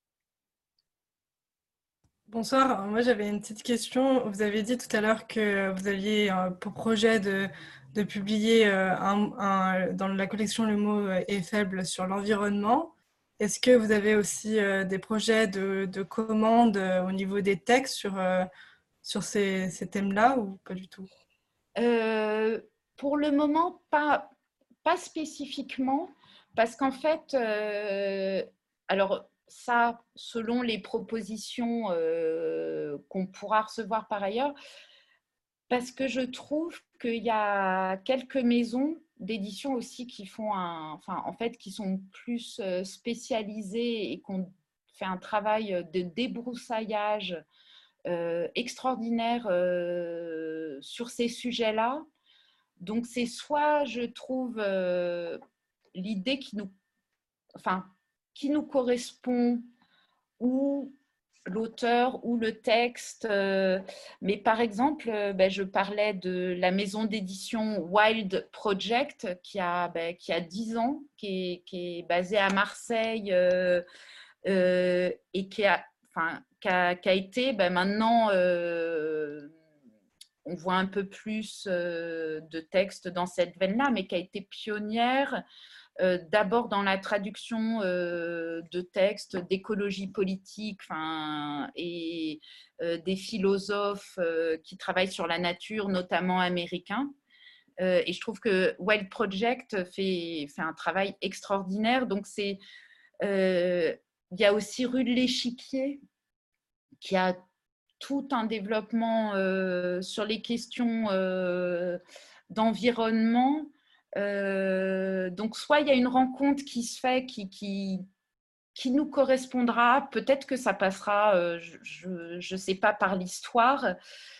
Bonsoir, moi j'avais une petite question. Vous avez dit tout à l'heure que vous aviez euh, pour projet de, de publier euh, un, un, dans la collection Le mot est faible sur l'environnement. Est-ce que vous avez aussi euh, des projets de, de commandes euh, au niveau des textes sur, euh, sur ces, ces thèmes-là ou pas du tout? euh, Pour le moment, pas, pas spécifiquement, parce qu'en fait, euh, alors ça, selon les propositions euh, qu'on pourra recevoir par ailleurs, parce que je trouve qu'il y a quelques maisons d'édition aussi qui font un, enfin, en fait, qui sont plus spécialisées et qui ont fait un travail de débroussaillage euh, extraordinaire euh, sur ces sujets-là. Donc, c'est soit, je trouve, euh, l'idée qui nous, enfin, qui nous correspond ou l'auteur ou le texte. Euh, mais par exemple, euh, ben, je parlais de la maison d'édition Wild Project qui a, ben, qui a dix ans, qui est, qui est basée à Marseille euh, euh, et qui a, enfin, qui a, qui a été ben, maintenant… Euh, on voit un peu plus euh, de textes dans cette veine-là, mais qui a été pionnière euh, d'abord dans la traduction euh, de textes d'écologie politique et euh, des philosophes euh, qui travaillent sur la nature, notamment américains. Euh, et je trouve que Wild Project fait, fait un travail extraordinaire. Donc, c'est, euh, il y a aussi Rue de l'Échiquier qui a tout un développement euh, sur les questions euh, d'environnement. Euh, donc, soit il y a une rencontre qui se fait, qui, qui, qui nous correspondra, peut-être que ça passera, euh, je ne sais pas, par l'histoire.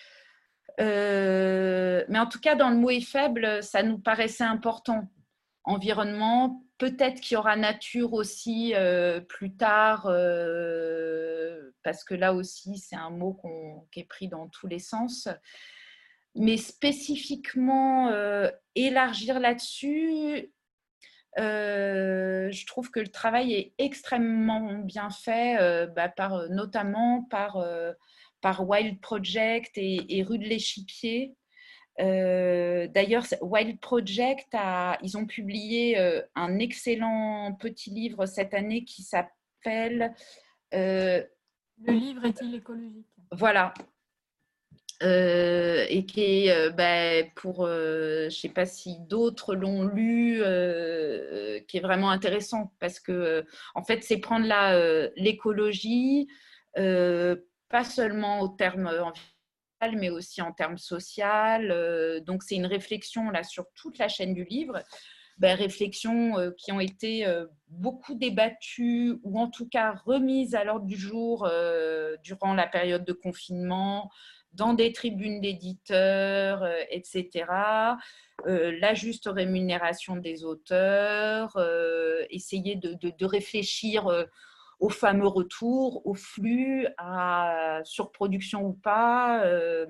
Euh, mais en tout cas, dans Le mot est faible, ça nous paraissait important. Environnement, peut-être qu'il y aura nature aussi euh, plus tard, euh, parce que là aussi, c'est un mot qu'on, qui est pris dans tous les sens. Mais spécifiquement, euh, élargir là-dessus, euh, je trouve que le travail est extrêmement bien fait, euh, bah, par, notamment par, euh, par Wild Project et, et Rue de l'Échiquier. Euh, D'ailleurs, Wild Project, a, ils ont publié euh, un excellent petit livre cette année qui s'appelle… Euh, Le livre est-il écologique? Voilà. Euh, et qui est, euh, bah, pour, euh, je ne sais pas si d'autres l'ont lu, euh, qui est vraiment intéressant parce que, euh, en fait, c'est prendre là euh, l'écologie, euh, pas seulement au terme environnemental, mais aussi en termes social. Euh, donc, c'est une réflexion là sur toute la chaîne du livre. Ben, réflexions euh, qui ont été euh, beaucoup débattues ou en tout cas remises à l'ordre du jour euh, durant la période de confinement, dans des tribunes d'éditeurs, euh, et cetera. Euh, la juste rémunération des auteurs, euh, essayer de, de, de réfléchir euh, au fameux retour, au flux, à surproduction ou pas. Euh,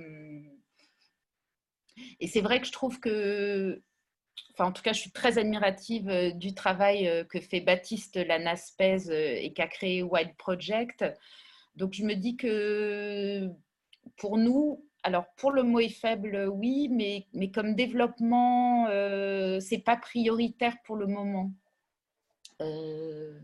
et c'est vrai que je trouve que… Enfin, en tout cas, je suis très admirative du travail que fait Baptiste Lanaspez et qu'a créé Wild Project. Donc, je me dis que pour nous, alors pour Le mot est faible, oui, mais, mais comme développement, euh, ce n'est pas prioritaire pour le moment. Euh...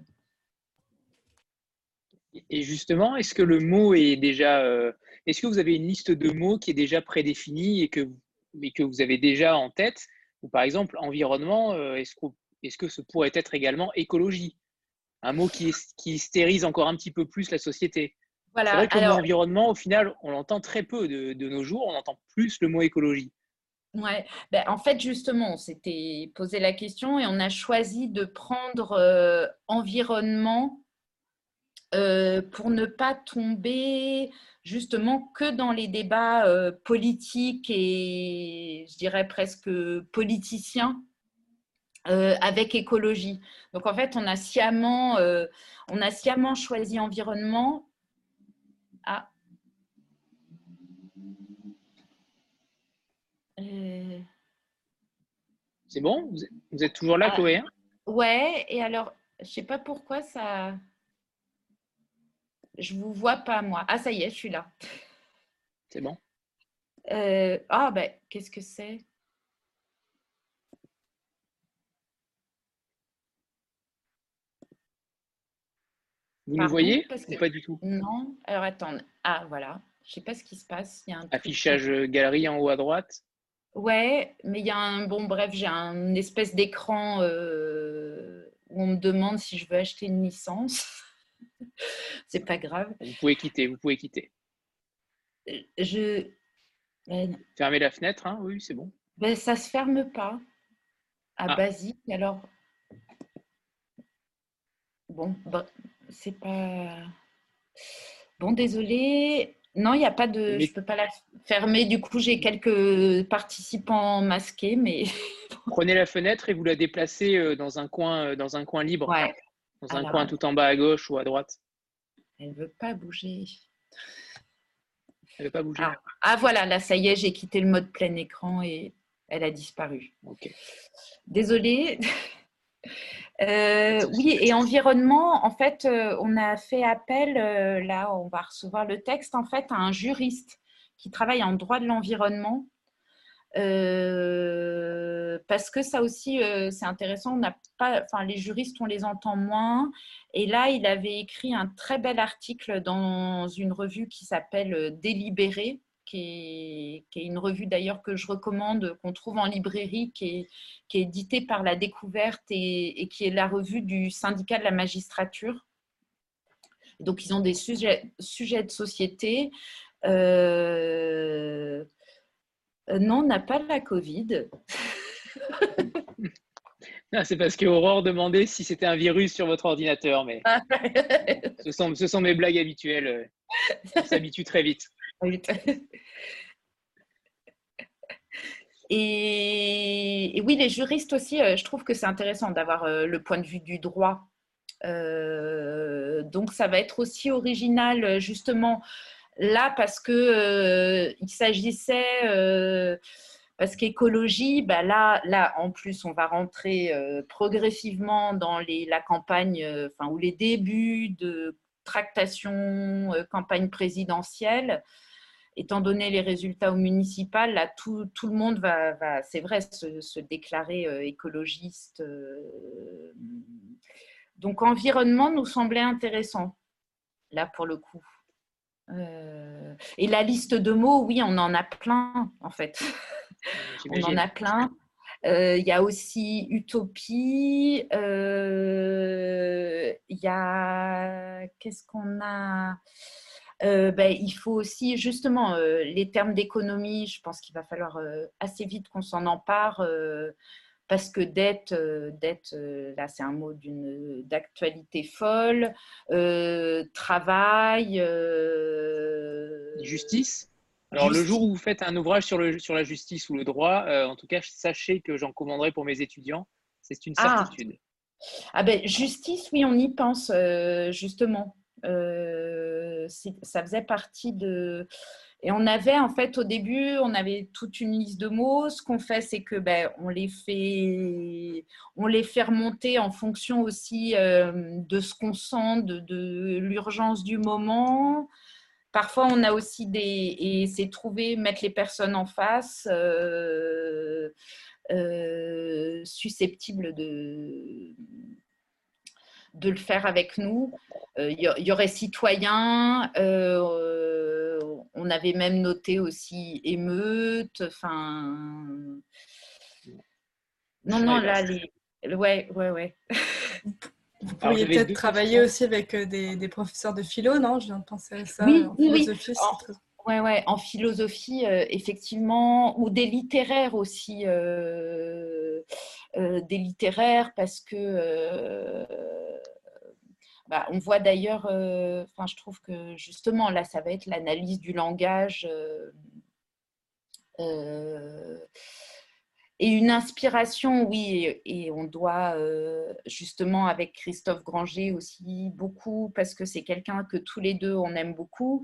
Et justement, est-ce que le mot est déjà… Euh, est-ce que vous avez une liste de mots qui est déjà prédéfinie et que, et que vous avez déjà en tête? Ou par exemple, environnement, euh, est-ce que, est-ce que ce pourrait être également écologie? Un mot qui, qui stérise encore un petit peu plus la société. Voilà, c'est vrai que alors, le mot environnement, au final, on l'entend très peu de, de nos jours, on entend plus le mot écologie. Ouais. Ben, en fait, justement, on s'était posé la question et on a choisi de prendre euh, environnement euh, pour ne pas tomber justement que dans les débats euh, politiques et je dirais presque politiciens euh, avec écologie. Donc en fait, on a sciemment, euh, on a sciemment choisi environnement. Ah. Euh... C'est bon? Vous êtes, vous êtes toujours là, ah, Chloé, hein? Ouais, et alors, je sais pas pourquoi ça... Je vous vois pas, moi. Ah, ça y est, je suis là. C'est bon? Euh... Ah, ben, qu'est-ce que c'est? Vous Pardon, nous voyez parce ou que... pas du tout? Non, alors attends. Ah, voilà. Je sais pas ce qui se passe. Il y a un truc Affichage qui... galerie en haut à droite. Ouais, mais il y a un... Bon, bref, j'ai un une espèce d'écran euh, où on me demande si je veux acheter une licence. C'est pas grave. Vous pouvez quitter, vous pouvez quitter. Je... Ben, Fermez la fenêtre, hein? Oui, c'est bon. ben, ça se ferme pas. À Ah. Basique, alors... Bon, bah, c'est pas... Bon, désolé. Non, il n'y a pas de... Mais... Je peux pas la fermer. Du coup, j'ai quelques participants masqués, mais... Prenez la fenêtre et vous la déplacez dans un coin, dans un coin libre. Ouais. Dans un Alors, coin tout en bas à gauche ou à droite. Elle ne veut pas bouger. Elle ne veut pas bouger. Ah. Ah, voilà, là, ça y est, j'ai quitté le mode plein écran et elle a disparu. Ok. Désolée. Euh, oui, et environnement, en fait, euh, on a fait appel, euh, là, on va recevoir le texte, en fait, à un juriste qui travaille en droit de l'environnement. Euh, parce que ça aussi, euh, c'est intéressant, on n'a pas, enfin, les juristes, on les entend moins. Et là, il avait écrit un très bel article dans une revue qui s'appelle Délibéré, qui est, qui est une revue d'ailleurs que je recommande, qu'on trouve en librairie, qui est, qui est éditée par La Découverte et, et qui est la revue du syndicat de la magistrature. Donc, ils ont des sujets, sujets de société. Euh, non, on n'a pas la Covid. C'est parce qu'Aurore demandait si c'était un virus sur votre ordinateur, mais ce sont, ce sont mes blagues habituelles. On s'habitue très vite. Et, et oui, les juristes aussi, euh, je trouve que c'est intéressant d'avoir euh, le point de vue du droit. Euh, donc, ça va être aussi original, justement, là, parce que euh, il s'agissait... Euh, Parce qu'écologie, bah là, là, en plus, on va rentrer euh, progressivement dans les, la campagne, euh, enfin, ou les débuts de tractation, euh, campagne présidentielle. Étant donné les résultats au municipal, là, tout, tout le monde va, va c'est vrai, se, se déclarer euh, écologiste. Euh, donc, environnement nous semblait intéressant, là, pour le coup. Euh, et la liste de mots, oui, on en a plein, en fait. On en a plein. Il euh, y a aussi utopie. Il euh, y a... Qu'est-ce qu'on a euh, ben, il faut aussi, justement, euh, les termes d'économie, je pense qu'il va falloir euh, assez vite qu'on s'en empare. Euh, parce que dette, euh, dette euh, là c'est un mot d'une, d'actualité folle, euh, travail, euh, justice. Alors justice. Le jour où vous faites un ouvrage sur, le, sur la justice ou le droit, euh, en tout cas sachez que j'en commanderai pour mes étudiants, c'est une certitude. Ah, ah ben justice, oui, on y pense euh, justement. Euh, ça faisait partie de... Et on avait, en fait, au début, on avait toute une liste de mots. Ce qu'on fait, c'est que ben, on les fait, on les fait remonter en fonction aussi euh, de ce qu'on sent, de, de l'urgence du moment. Parfois, on a aussi des... Et c'est trouver, mettre les personnes en face, euh, euh, susceptibles de... de le faire avec nous. Il euh, y, y aurait citoyens, euh, on avait même noté aussi émeute, enfin... Non, non, là, les... Ouais, ouais, ouais. Vous pourriez peut-être travailler aussi avec des, des professeurs de philo, non? Je viens de penser à ça. Oui, en oui, philosophie, oui. En, très... Ouais, ouais, en philosophie, euh, effectivement, ou des littéraires aussi, euh, euh, des littéraires, parce que euh, bah, on voit d'ailleurs, euh, enfin, je trouve que justement, là, ça va être l'analyse du langage euh, euh, et une inspiration, oui, et, et on doit euh, justement avec Christophe Granger aussi beaucoup, parce que c'est quelqu'un que tous les deux, on aime beaucoup.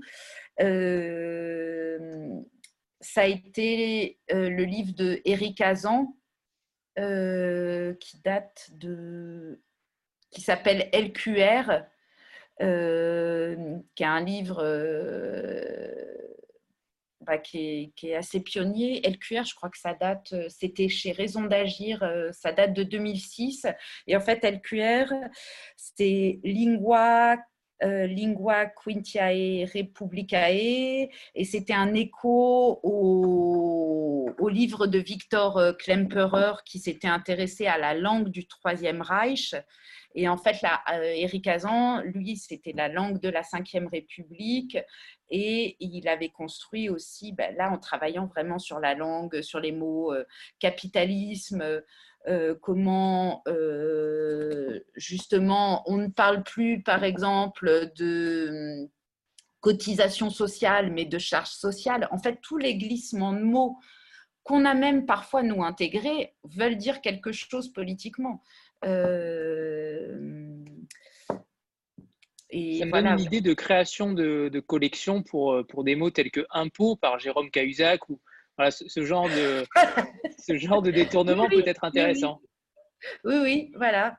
Euh, ça a été euh, le livre de Éric Hazan euh, qui date de, qui s'appelle L Q R, euh, qui est un livre euh, bah, qui, est, qui est assez pionnier. L Q R, je crois que ça date, c'était chez Raison d'Agir, euh, ça date de deux mille six. Et en fait, L Q R, c'est lingua Euh, Lingua Quintiae Republicae, et c'était un écho au, au livre de Victor Klemperer qui s'était intéressé à la langue du Troisième Reich. Et en fait, là, euh, Éric Hazan, lui, c'était la langue de la Cinquième République, et il avait construit aussi, ben, là, en travaillant vraiment sur la langue, sur les mots euh, capitalisme, Euh, comment euh, justement on ne parle plus par exemple de cotisation sociale mais de charge sociale. En fait, tous les glissements de mots qu'on a même parfois nous intégrés veulent dire quelque chose politiquement. Euh... Et ça me voilà. donne une idée de création de, de collection pour, pour des mots tels que impôt par Jérôme Cahuzac ou voilà, ce, ce genre de ce genre de détournement oui, peut être intéressant. Oui, oui, oui voilà.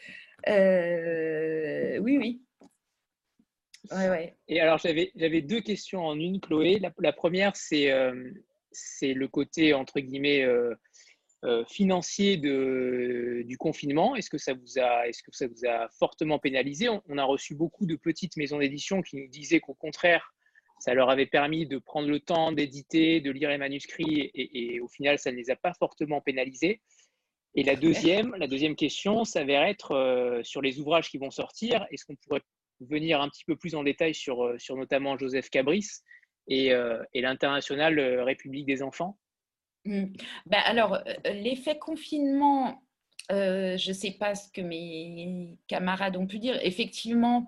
Euh, oui, oui. Ouais, ouais. Et alors, j'avais, j'avais deux questions en une, Chloé. La, la première, c'est, euh, c'est le côté, entre guillemets, euh, euh, financier de, du confinement. Est-ce que ça vous a, est-ce que ça vous a fortement pénalisé? on, on a reçu beaucoup de petites maisons d'édition qui nous disaient qu'au contraire, ça leur avait permis de prendre le temps d'éditer, de lire les manuscrits, et, et, et au final, ça ne les a pas fortement pénalisés. Et la deuxième, la deuxième question, ça va être euh, sur les ouvrages qui vont sortir. Est-ce qu'on pourrait venir un petit peu plus en détail sur, sur notamment Joseph Cabris et, euh, et l'internationale République des enfants? Mmh. Ben alors, l'effet confinement, euh, je ne sais pas ce que mes camarades ont pu dire. Effectivement,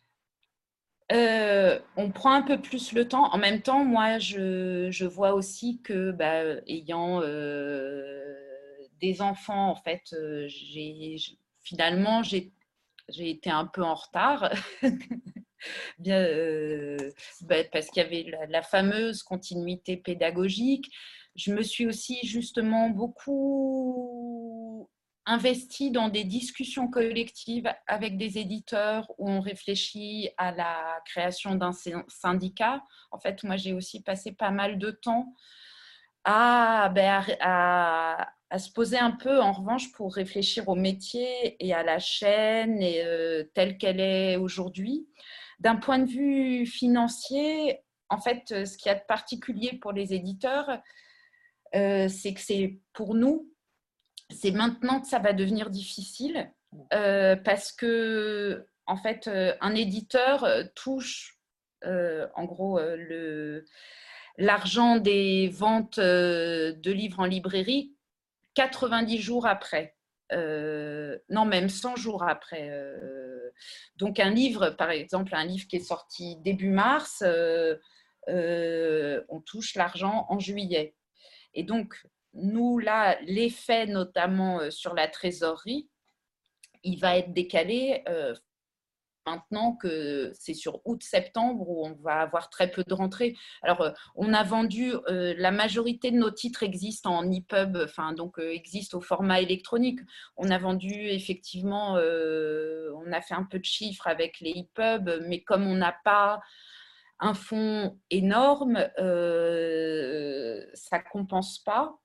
euh, on prend un peu plus le temps. En même temps, moi, je, je vois aussi que, bah, ayant euh, des enfants, en fait, euh, j'ai, finalement, j'ai, j'ai été un peu en retard. Bien, euh, bah, parce qu'il y avait la, la fameuse continuité pédagogique. Je me suis aussi justement beaucoup investie dans des discussions collectives avec des éditeurs où on réfléchit à la création d'un syndicat. En fait, moi, j'ai aussi passé pas mal de temps à, ben, à, à, à se poser un peu, en revanche, pour réfléchir au métier et à la chaîne et, euh, telle qu'elle est aujourd'hui. D'un point de vue financier, en fait, ce qu'il y a de particulier pour les éditeurs, euh, c'est que c'est pour nous, c'est maintenant que ça va devenir difficile euh, parce que, en fait, un éditeur touche, euh, en gros, euh, le, l'argent des ventes de livres en librairie quatre-vingt-dix jours après. Euh, non, même cent jours après. Euh, donc, un livre, par exemple, un livre qui est sorti début mars, euh, euh, on touche l'argent en juillet. Et donc, nous, là, l'effet notamment sur la trésorerie, il va être décalé euh, maintenant que c'est sur août-septembre où on va avoir très peu de rentrées. Alors, euh, on a vendu, euh, la majorité de nos titres existent en E P U B, enfin, donc euh, existent au format électronique. On a vendu effectivement, euh, on a fait un peu de chiffres avec les E P U B, mais comme on n'a pas un fonds énorme, euh, ça ne compense pas.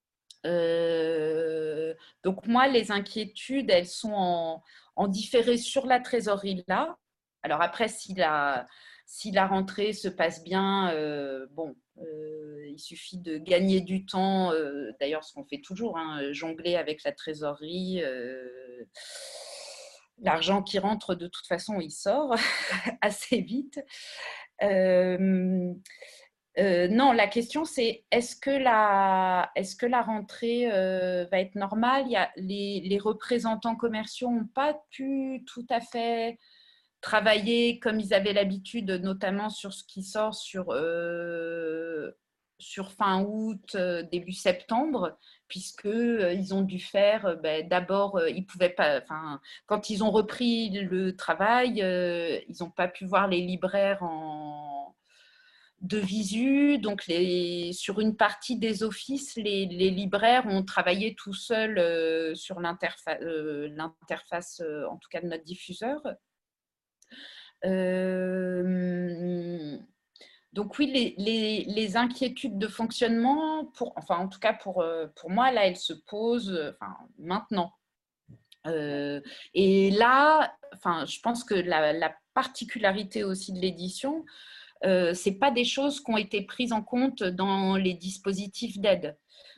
Euh, donc moi, les inquiétudes, elles sont en, en différé sur la trésorerie là. Alors après, si la, si la rentrée se passe bien, euh, bon, euh, il suffit de gagner du temps. Euh, d'ailleurs, ce qu'on fait toujours, hein, jongler avec la trésorerie. Euh, l'argent qui rentre, de toute façon, il sort assez vite. Euh, Euh, non, la question c'est est-ce que la, est-ce que la rentrée euh, va être normale? Il y a, les, les représentants commerciaux n'ont pas pu tout à fait travailler comme ils avaient l'habitude, notamment sur ce qui sort sur, euh, sur fin août, euh, début septembre, puisqu'ils ont dû faire, euh, ben, d'abord, euh, ils pouvaient pas, enfin, quand ils ont repris le travail, euh, ils n'ont pas pu voir les libraires en de visu, donc les, sur une partie des offices, les, les libraires ont travaillé tout seuls euh, sur l'interfa euh, l'interface, euh, en tout cas de notre diffuseur. Euh, donc oui, les, les, les inquiétudes de fonctionnement, pour, enfin en tout cas pour, pour moi, là, elles se posent enfin, maintenant. Euh, et là, enfin, je pense que la, la particularité aussi de l'édition, Euh, ce n'est pas des choses qui ont été prises en compte dans les dispositifs d'aide.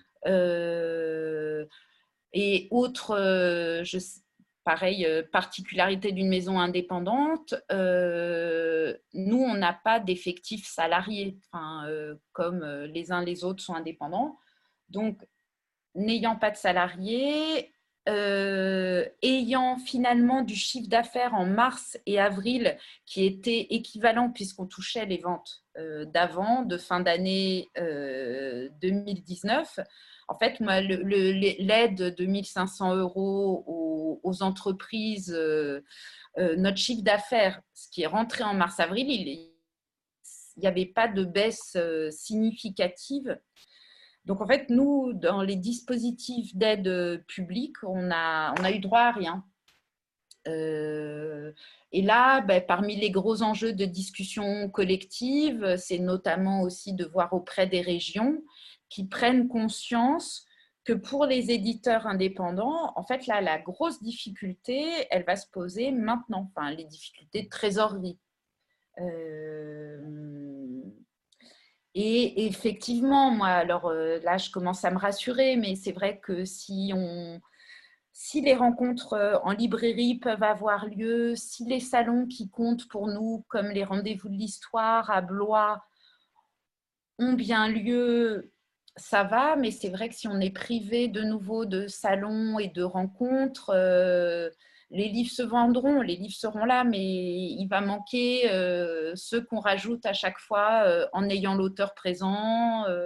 Euh, et autre, euh, je, pareil, euh, particularité d'une maison indépendante, euh, nous, on n'a pas d'effectifs salariés, enfin, euh, comme euh, les uns les autres sont indépendants. Donc, n'ayant pas de salariés, Euh, ayant finalement du chiffre d'affaires en mars et avril qui était équivalent puisqu'on touchait les ventes euh, d'avant, de fin d'année euh, deux mille dix-neuf. En fait, moi, le, le, l'aide de mille cinq cents euros aux, aux entreprises, euh, euh, notre chiffre d'affaires, ce qui est rentré en mars-avril, il n'y avait pas de baisse euh, significative. Donc, en fait, nous, dans les dispositifs d'aide publique, on a, on a eu droit à rien. Euh, et là, ben, parmi les gros enjeux de discussion collective, c'est notamment aussi de voir auprès des régions qui prennent conscience que pour les éditeurs indépendants, en fait, là, la grosse difficulté, elle va se poser maintenant, enfin, les difficultés de trésorerie. Euh, Et effectivement, moi, alors euh, là, je commence à me rassurer, mais c'est vrai que si, on, si les rencontres euh, en librairie peuvent avoir lieu, si les salons qui comptent pour nous, comme les rendez-vous de l'histoire à Blois, ont bien lieu, ça va, mais c'est vrai que si on est privé de nouveau de salons et de rencontres, euh, les livres se vendront, les livres seront là, mais il va manquer euh, ceux qu'on rajoute à chaque fois euh, en ayant l'auteur présent. Euh,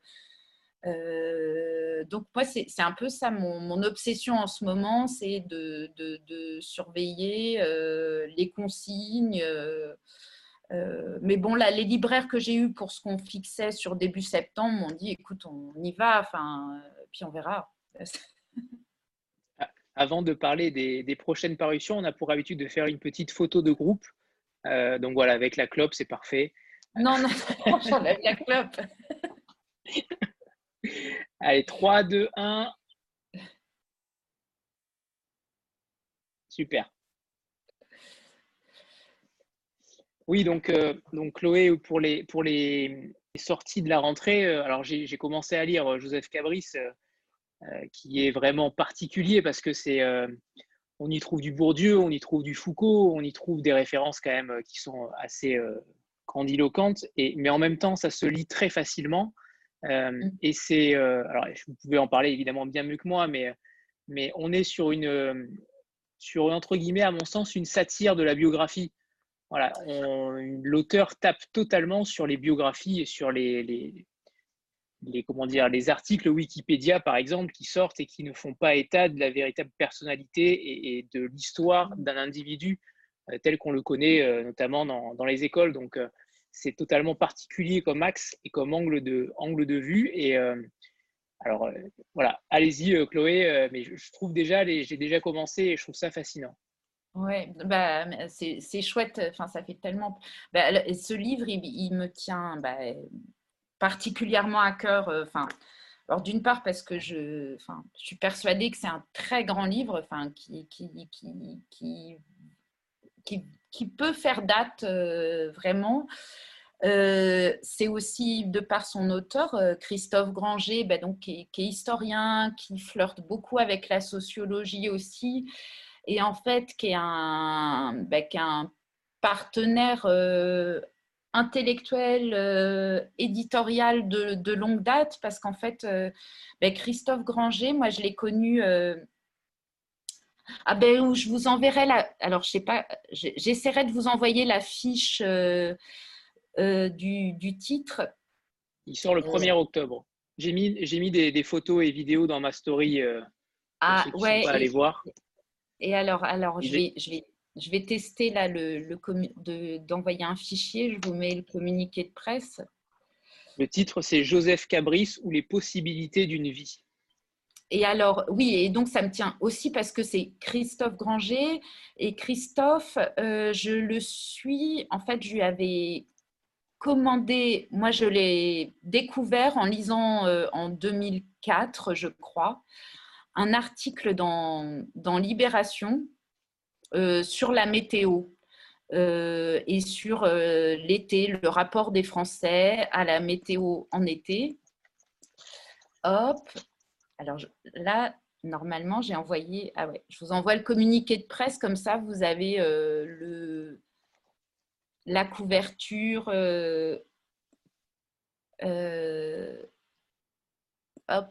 euh, donc moi, c'est, c'est un peu ça mon, mon obsession en ce moment, c'est de, de, de surveiller euh, les consignes. Euh, euh, mais bon, là, les libraires que j'ai eus pour ce qu'on fixait sur début septembre m'ont dit, écoute, on y va, enfin, puis on verra. Avant de parler des, des prochaines parutions, on a pour habitude de faire une petite photo de groupe. Euh, donc voilà, avec la clope, c'est parfait. Non, non, j'enlève la clope. Allez, trois, deux, un. Super. Oui, donc, euh, donc Chloé, pour les, pour les sorties de la rentrée, euh, alors j'ai, j'ai commencé à lire Joseph Cabris, euh, euh, qui est vraiment particulier parce que c'est, euh, on y trouve du Bourdieu, on y trouve du Foucault, on y trouve des références quand même qui sont assez euh, grandiloquentes, et, mais en même temps, ça se lit très facilement. Euh, et c'est, euh, alors vous pouvez en parler évidemment bien mieux que moi, mais, mais on est sur une, sur entre guillemets, à mon sens, une satire de la biographie. Voilà, on, l'auteur tape totalement sur les biographies et sur les, les, les, comment dire, les articles Wikipédia, par exemple, qui sortent et qui ne font pas état de la véritable personnalité et, et de l'histoire d'un individu euh, tel qu'on le connaît, euh, notamment dans, dans les écoles. Donc, euh, c'est totalement particulier comme axe et comme angle de, angle de vue. Et euh, alors, euh, voilà, allez-y, euh, Chloé, euh, mais je, je trouve déjà, les, j'ai déjà commencé et je trouve ça fascinant. Oui, bah, c'est, c'est chouette. Enfin, ça fait tellement. Bah, ce livre, il, il me tient bah, particulièrement à cœur. Enfin, alors d'une part parce que je, enfin, je suis persuadée que c'est un très grand livre, enfin, qui, qui, qui, qui, qui, qui peut faire date euh, vraiment. Euh, c'est aussi de par son auteur, euh, Christophe Granger, bah, donc, qui, est, qui est historien, qui flirte beaucoup avec la sociologie aussi. Et en fait, qui est un, bah, qui est un partenaire euh, intellectuel, euh, éditorial de, de longue date, parce qu'en fait, euh, ben, Christophe Granger, moi, je l'ai connu... Euh, ah ben, je vous enverrai la... Alors, je sais pas, j'essaierai de vous envoyer la fiche euh, euh, du, du titre. Il sort le premier octobre. J'ai mis, j'ai mis des, des photos et vidéos dans ma story euh, pour ah, ceux qui ne ouais, sont pas et, allés voir. Et alors, alors je, vais, je, vais, je vais tester là le, le de, d'envoyer un fichier. Je vous mets le communiqué de presse. Le titre, c'est Joseph Cabris ou les possibilités d'une vie. Et alors, oui, et donc ça me tient aussi parce que c'est Christophe Granger. Et Christophe, euh, je le suis, en fait, je lui avais commandé, moi je l'ai découvert en lisant euh, en deux mille quatre, je crois, un article dans, dans Libération euh, sur la météo. Euh, et sur euh, l'été, le rapport des Français à la météo en été. Hop. Alors je, là, normalement, j'ai envoyé. Ah ouais, je vous envoie le communiqué de presse, comme ça, vous avez euh, le, la couverture. Euh, euh, hop.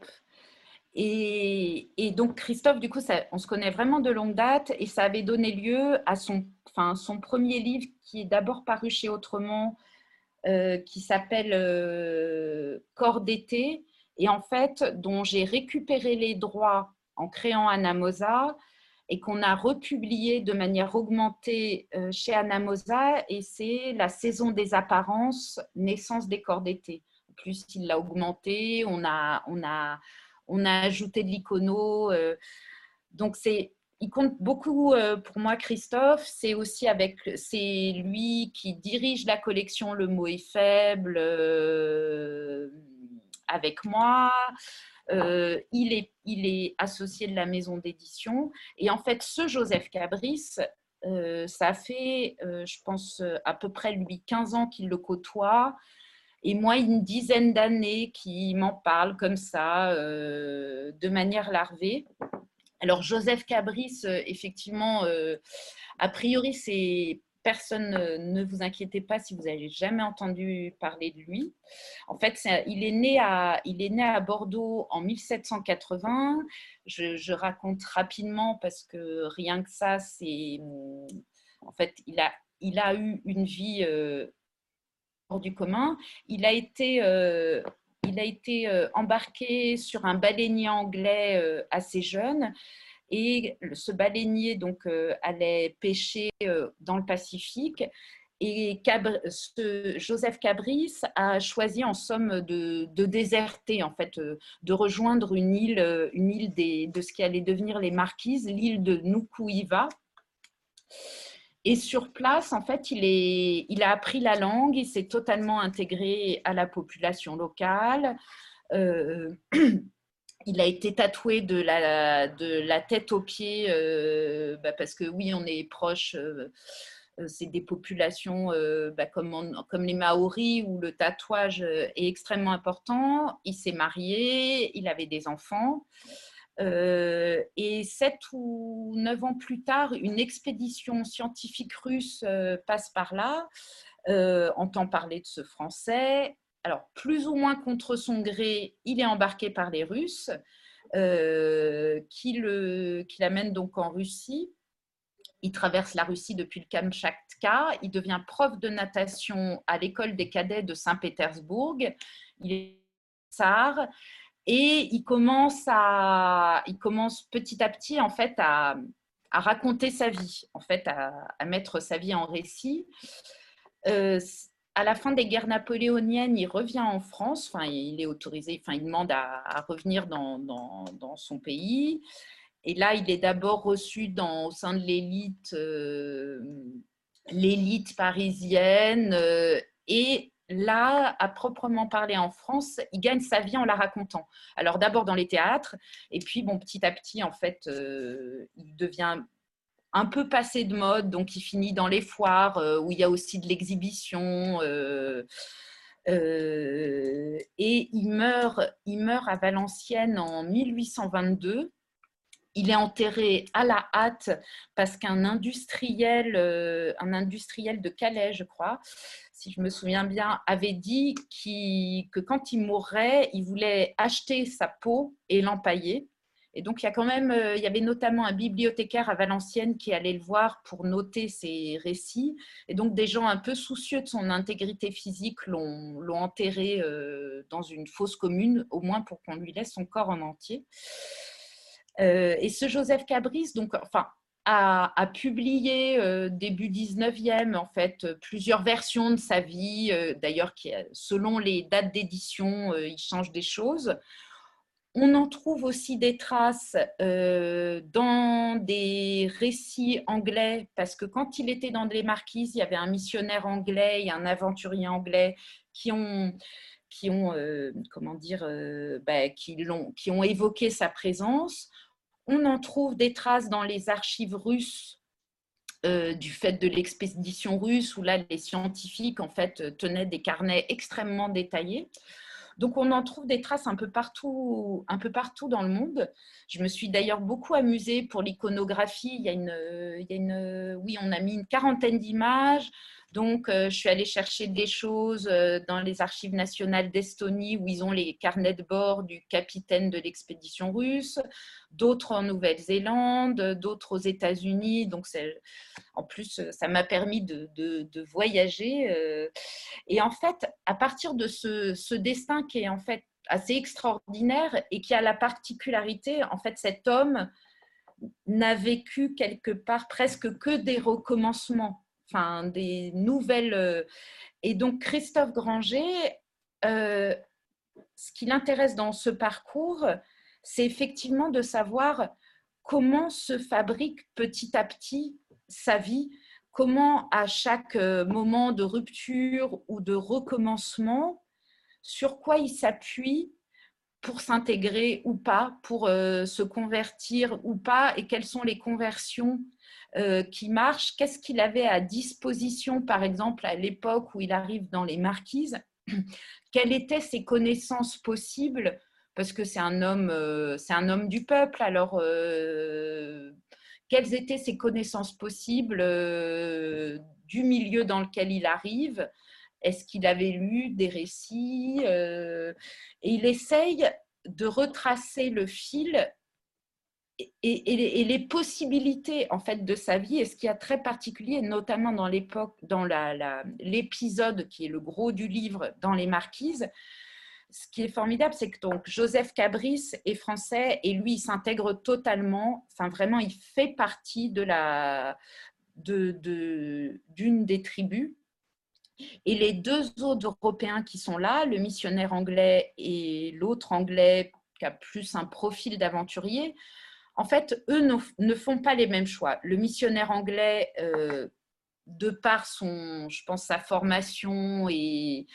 Et, et, donc, Christophe, du coup, ça, on se connaît vraiment de longue date et ça avait donné lieu à son, enfin, son premier livre qui est d'abord paru chez Autrement, euh, qui s'appelle euh, Corps d'été et en fait, dont j'ai récupéré les droits en créant Anamosa et qu'on a republié de manière augmentée euh, chez Anamosa et c'est La saison des apparences, naissance des corps d'été. En plus, il l'a augmenté, on a... On a On a ajouté de l'icono. Euh, donc, c'est, il compte beaucoup euh, pour moi, Christophe. C'est aussi avec, c'est lui qui dirige la collection Le mot est faible euh, avec moi. Euh, il, est, il est associé de la maison d'édition. Et en fait, ce Joseph Cabris, euh, ça fait, euh, je pense, à peu près lui quinze ans qu'il le côtoie. Et moi, une dizaine d'années qui m'en parle comme ça, euh, de manière larvée. Alors, Joseph Cabris, euh, effectivement, euh, a priori, c'est personne, euh, ne vous inquiétez pas si vous n'avez jamais entendu parler de lui. En fait, c'est, il, est né à, il est né à Bordeaux en mille sept cent quatre-vingts. Je, je raconte rapidement parce que rien que ça, c'est... En fait, il a, il a eu une vie... Euh, hors du commun. Il a été, euh, il a été euh, embarqué sur un baleinier anglais euh, assez jeune et ce baleinier donc, euh, allait pêcher euh, dans le Pacifique et Cabr- ce Joseph Cabris a choisi en somme de, de déserter, en fait, euh, de rejoindre une île, euh, une île des, de ce qui allait devenir les Marquises, l'île de Nuku'iva. Et sur place, en fait, il, est, il a appris la langue, il s'est totalement intégré à la population locale. Euh, il a été tatoué de la, de la tête aux pieds, euh, bah parce que oui, on est proche, euh, c'est des populations euh, bah comme, on, comme les Maoris où le tatouage est extrêmement important. Il s'est marié, il avait des enfants. Euh, et sept ou neuf ans plus tard, une expédition scientifique russe euh, passe par là, euh, entend parler de ce Français. Alors, plus ou moins contre son gré, il est embarqué par les Russes, euh, qui, le, qui l'amènent donc en Russie. Il traverse la Russie depuis le Kamtchatka. Il devient prof de natation à l'école des cadets de Saint-Pétersbourg. Il est tsar. Et il commence, à, il commence petit à petit en fait, à, à raconter sa vie, en fait, à, à mettre sa vie en récit. Euh, à la fin des guerres napoléoniennes, il revient en France, enfin, il est autorisé, enfin, il demande à, à revenir dans, dans, dans son pays. Et là, il est d'abord reçu dans, au sein de l'élite, euh, l'élite parisienne euh, et là, à proprement parler en France, il gagne sa vie en la racontant. Alors d'abord dans les théâtres, et puis bon, petit à petit, en fait, euh, il devient un peu passé de mode, donc il finit dans les foires euh, où il y a aussi de l'exhibition. Euh, euh, et il meurt, il meurt à Valenciennes en mille huit cent vingt-deux. il est enterré à la hâte parce qu'un industriel, euh, un industriel de Calais, je crois, si je me souviens bien, avait dit qu'il, que quand il mourrait, il voulait acheter sa peau et l'empailler. Et donc, il y a quand même, euh, il y avait notamment un bibliothécaire à Valenciennes qui allait le voir pour noter ses récits. Et donc, des gens un peu soucieux de son intégrité physique l'ont, l'ont enterré euh, dans une fosse commune, au moins pour qu'on lui laisse son corps en entier. Euh, et ce Joseph Cabris, donc, enfin, a, a publié euh, début dix-neuvième, en fait, plusieurs versions de sa vie. Euh, d'ailleurs, qui, selon les dates d'édition, euh, il change des choses. On en trouve aussi des traces euh, dans des récits anglais, parce que quand il était dans les Marquises, il y avait un missionnaire anglais et un aventurier anglais qui ont, qui ont, euh, comment dire, euh, bah, qui, l'ont, qui ont évoqué sa présence. On en trouve des traces dans les archives russes euh, du fait de l'expédition russe, où là, les scientifiques en fait, tenaient des carnets extrêmement détaillés. Donc, on en trouve des traces un peu partout, un peu partout dans le monde. Je me suis d'ailleurs beaucoup amusée pour l'iconographie. Il y a une, il y a une, oui, on a mis une quarantaine d'images. Donc, euh, je suis allée chercher des choses euh, dans les archives nationales d'Estonie où ils ont les carnets de bord du capitaine de l'expédition russe, d'autres en Nouvelle-Zélande, d'autres aux États-Unis. Donc, c'est, en plus, ça m'a permis de, de, de voyager. Euh, et en fait, à partir de ce, ce destin qui est en fait assez extraordinaire et qui a la particularité, en fait, cet homme n'a vécu quelque part presque que des recommencements, enfin des nouvelles. Et donc Christophe Granger, euh, ce qui l'intéresse dans ce parcours, c'est effectivement de savoir comment se fabrique petit à petit sa vie, comment à chaque moment de rupture ou de recommencement, sur quoi il s'appuie pour s'intégrer ou pas, pour euh, se convertir ou pas, et quelles sont les conversions euh, qui marchent, qu'est-ce qu'il avait à disposition, par exemple, à l'époque où il arrive dans les Marquises, quelles étaient ses connaissances possibles, parce que c'est un homme, euh, c'est un homme du peuple, alors euh, quelles étaient ses connaissances possibles euh, du milieu dans lequel il arrive. Est-ce qu'il avait lu des récits euh, et il essaye de retracer le fil et, et, et les possibilités en fait de sa vie. Et ce qui est très particulier, notamment dans l'époque, dans la, la, l'épisode qui est le gros du livre, dans les Marquises, ce qui est formidable, c'est que donc Joseph Cabris est français et lui, il s'intègre totalement. Enfin, vraiment, il fait partie de la, de, de, d'une des tribus. Et les deux autres Européens qui sont là, le missionnaire anglais et l'autre anglais qui a plus un profil d'aventurier, en fait, eux ne, ne font pas les mêmes choix. Le missionnaire anglais, euh, de par son, je pense, sa formation et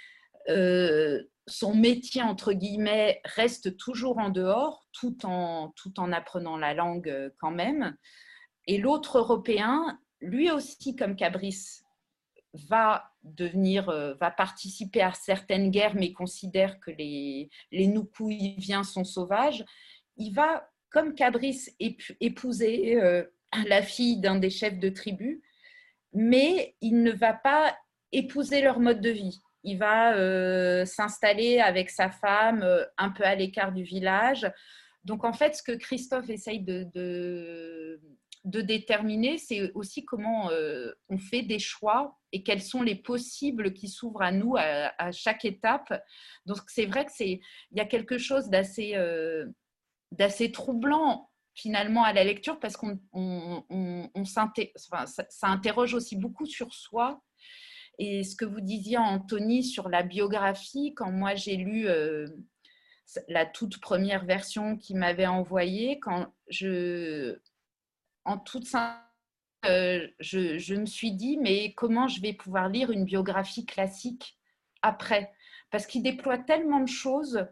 euh, son métier, entre guillemets, reste toujours en dehors, tout en, tout en apprenant la langue quand même. Et l'autre Européen, lui aussi, comme Cabris, va devenir, va participer à certaines guerres, mais considère que les, les Nukuiviens sont sauvages. Il va, comme Cabris, épouser euh, la fille d'un des chefs de tribu, mais il ne va pas épouser leur mode de vie. Il va euh, s'installer avec sa femme euh, un peu à l'écart du village. Donc, en fait, ce que Christophe essaye de, de, de déterminer, c'est aussi comment euh, on fait des choix et quels sont les possibles qui s'ouvrent à nous à, à chaque étape. Donc, c'est vrai que c'est, il y a quelque chose d'assez, euh, d'assez troublant finalement à la lecture parce qu'on on, on, on enfin, ça, ça interroge aussi beaucoup sur soi. Et ce que vous disiez, Anthony, sur la biographie, quand moi j'ai lu euh, la toute première version qu'il m'avait envoyée, quand je, en toute simplicité, euh, je, je me suis dit, mais comment je vais pouvoir lire une biographie classique après? Parce qu'il déploie tellement de choses.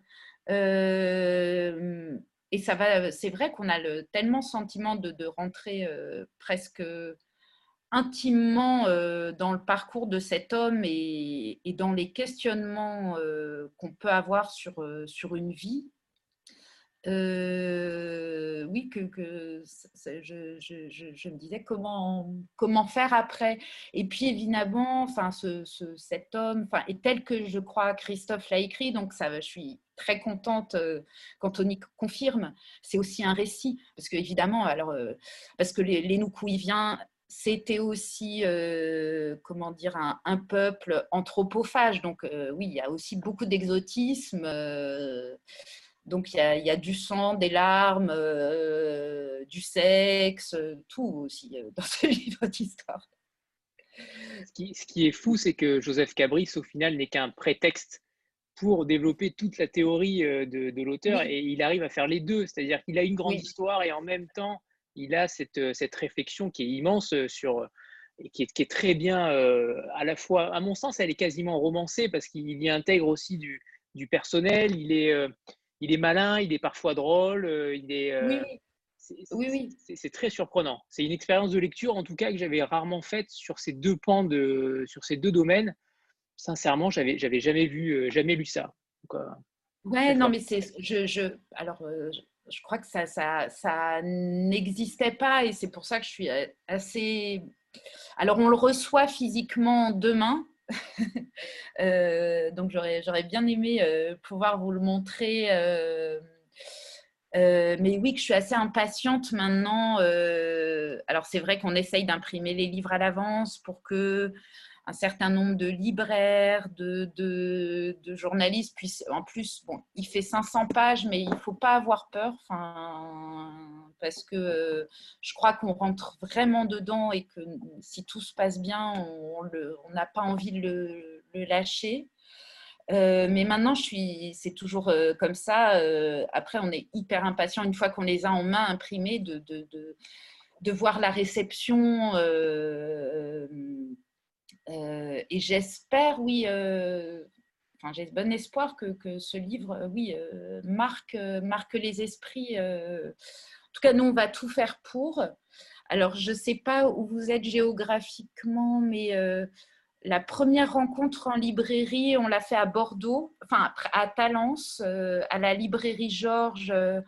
Euh, et ça va, c'est vrai qu'on a le, tellement sentiment de, de rentrer euh, presque intimement euh, dans le parcours de cet homme et, et dans les questionnements euh, qu'on peut avoir sur, euh, sur une vie. Euh, oui, que, que je, je, je, je me disais comment, comment faire après. Et puis évidemment, enfin, ce, ce, cet homme, enfin, est tel que je crois Christophe l'a écrit, donc ça, je suis très contente euh, quand Tony confirme. C'est aussi un récit, parce que évidemment, alors, euh, parce que les, les Noukouiviens, c'était aussi, euh, comment dire, un, un peuple anthropophage. Donc euh, oui, il y a aussi beaucoup d'exotisme. Euh, donc il y, a, il y a du sang, des larmes, euh, du sexe, tout aussi euh, dans ce livre d'histoire. Ce qui, ce qui est fou, c'est que Joseph Cabris, au final, n'est qu'un prétexte pour développer toute la théorie de, de l'auteur, oui. Et il arrive à faire les deux, c'est-à-dire qu'il a une grande oui. histoire et en même temps, il a cette, cette réflexion qui est immense sur, et qui est, qui est très bien, euh, à la fois, à mon sens, elle est quasiment romancée parce qu'il y intègre aussi du, du personnel, il est, euh, il est malin, il est parfois drôle, euh, il est, euh, oui, c'est, oui, oui. C'est, c'est très surprenant. C'est une expérience de lecture, en tout cas, que j'avais rarement faite sur ces deux pans, de, sur ces deux domaines. Sincèrement, j'avais, j'avais jamais vu, euh, jamais lu ça. Donc, euh, ouais, non, mais c'est, je, je, alors, euh, je, je crois que ça, ça, ça n'existait pas et c'est pour ça que je suis assez. Alors, on le reçoit physiquement demain. euh, donc, j'aurais, j'aurais bien aimé euh, pouvoir vous le montrer. Euh, euh, mais oui, que je suis assez impatiente maintenant. Euh, alors, c'est vrai qu'on essaye d'imprimer les livres à l'avance pour que un certain nombre de libraires, de, de, de journalistes puissent… En plus, bon, il fait cinq cents pages, mais il ne faut pas avoir peur, parce que euh, je crois qu'on rentre vraiment dedans et que si tout se passe bien, on n'a pas envie de le, le lâcher. Euh, mais maintenant, je suis, c'est toujours euh, comme ça. Euh, après, on est hyper impatient, une fois qu'on les a en main imprimés, de, de, de, de voir la réception. Euh, Euh, et j'espère, oui, euh, enfin, j'ai bon espoir que, que ce livre, euh, oui, euh, marque, euh, marque les esprits. Euh. En tout cas, nous, on va tout faire pour. Alors, je ne sais pas où vous êtes géographiquement, mais euh, la première rencontre en librairie, on l'a fait à Bordeaux, enfin, à Talence, euh, à la librairie Georges, euh,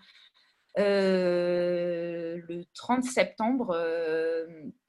euh, le trente septembre. Euh,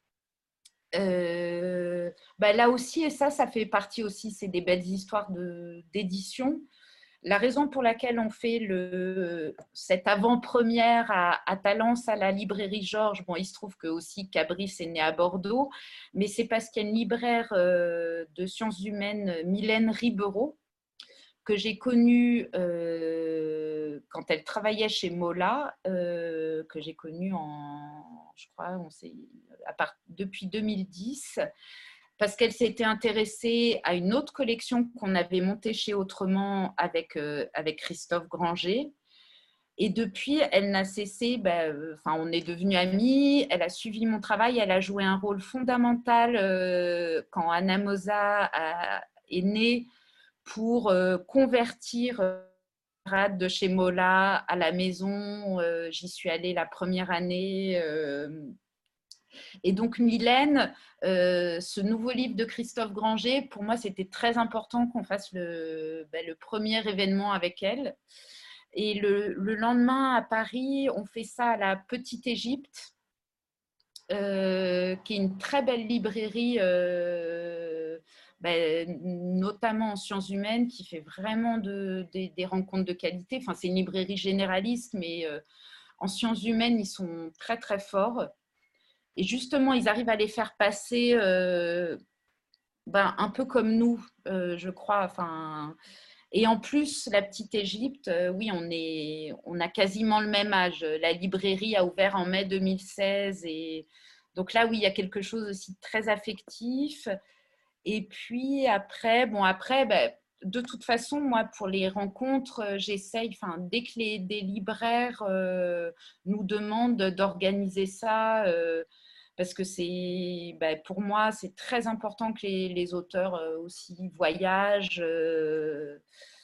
Euh, bah là aussi, et ça, ça fait partie aussi, c'est des belles histoires de, d'édition. La raison pour laquelle on fait le, cette avant-première à, à Talence, à la librairie Georges, bon, il se trouve que aussi Cabris est né à Bordeaux, mais c'est parce qu'il y a une libraire euh, de sciences humaines, Mylène Ribeiro, que j'ai connue euh, quand elle travaillait chez Mola, euh, que j'ai connue en, je crois, on s'est, à part, depuis deux mille dix, parce qu'elle s'était intéressée à une autre collection qu'on avait montée chez Autrement avec, euh, avec Christophe Granger. Et depuis, elle n'a cessé, ben, euh, enfin, on est devenus amis, elle a suivi mon travail, elle a joué un rôle fondamental euh, quand Anna Moza a, est née, pour euh, convertir euh, de chez Mola à la maison. Euh, j'y suis allée la première année. Euh, et donc, Mylène, euh, ce nouveau livre de Christophe Granger, pour moi, c'était très important qu'on fasse le, ben, le premier événement avec elle. Et le, le lendemain, à Paris, on fait ça à la Petite Égypte, euh, qui est une très belle librairie euh, Ben, notamment en sciences humaines, qui fait vraiment de, de, des rencontres de qualité. Enfin, c'est une librairie généraliste, mais euh, en sciences humaines, ils sont très, très forts. Et justement, ils arrivent à les faire passer euh, ben, un peu comme nous, euh, je crois. Enfin, et en plus, la Petite Égypte, euh, oui, on, est, on a quasiment le même âge. La librairie a ouvert en mai deux mille seize. Et donc là, oui, il y a quelque chose aussi de très affectif. Et puis après, bon après, ben, de toute façon, moi, pour les rencontres, j'essaye, enfin, dès que les, des libraires euh, nous demandent d'organiser ça, euh, parce que c'est, ben, pour moi, c'est très important que les, les auteurs euh, aussi voyagent. Euh,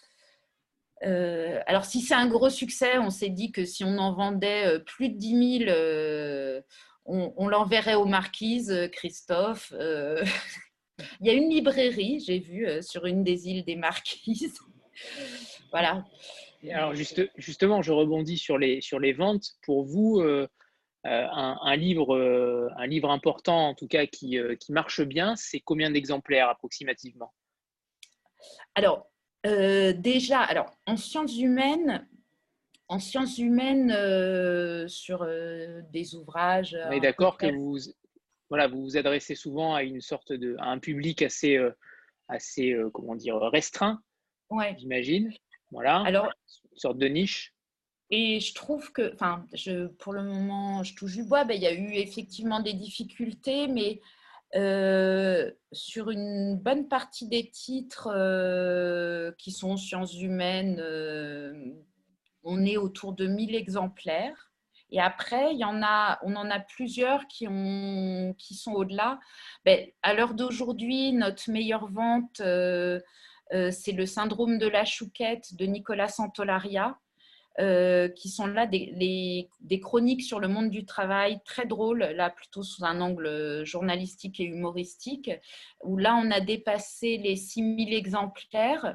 euh, alors, si c'est un gros succès, on s'est dit que si on en vendait plus de dix mille, euh, on, on l'enverrait aux Marquises, Christophe. Euh, Il y a une librairie, j'ai vu, euh, sur une des îles des Marquises. Voilà. Et alors juste, justement, je rebondis sur les, sur les ventes. Pour vous, euh, euh, un, un livre, euh, un livre important, en tout cas, qui, euh, qui marche bien, c'est combien d'exemplaires approximativement? Alors, euh, déjà, alors, en sciences humaines, en sciences humaines euh, sur euh, des ouvrages On est un peu d'accord que tels. vous, voilà, vous vous adressez souvent à une sorte de, à un public assez, euh, assez euh, comment dire, restreint, Ouais. j'imagine. Voilà, Alors, une sorte de niche. et je trouve que, enfin, je, pour le moment, je touche du bois, ben, il y a eu effectivement des difficultés, mais euh, sur une bonne partie des titres euh, qui sont sciences humaines, euh, on est autour de mille exemplaires. Et après, il y en a, on en a plusieurs qui, ont, qui sont au-delà. Ben, à l'heure d'aujourd'hui, notre meilleure vente, euh, euh, c'est le syndrome de la chouquette de Nicolas Santolaria. Euh, qui sont là des, les, des chroniques sur le monde du travail très drôles, là plutôt sous un angle journalistique et humoristique, où là on a dépassé les six mille exemplaires.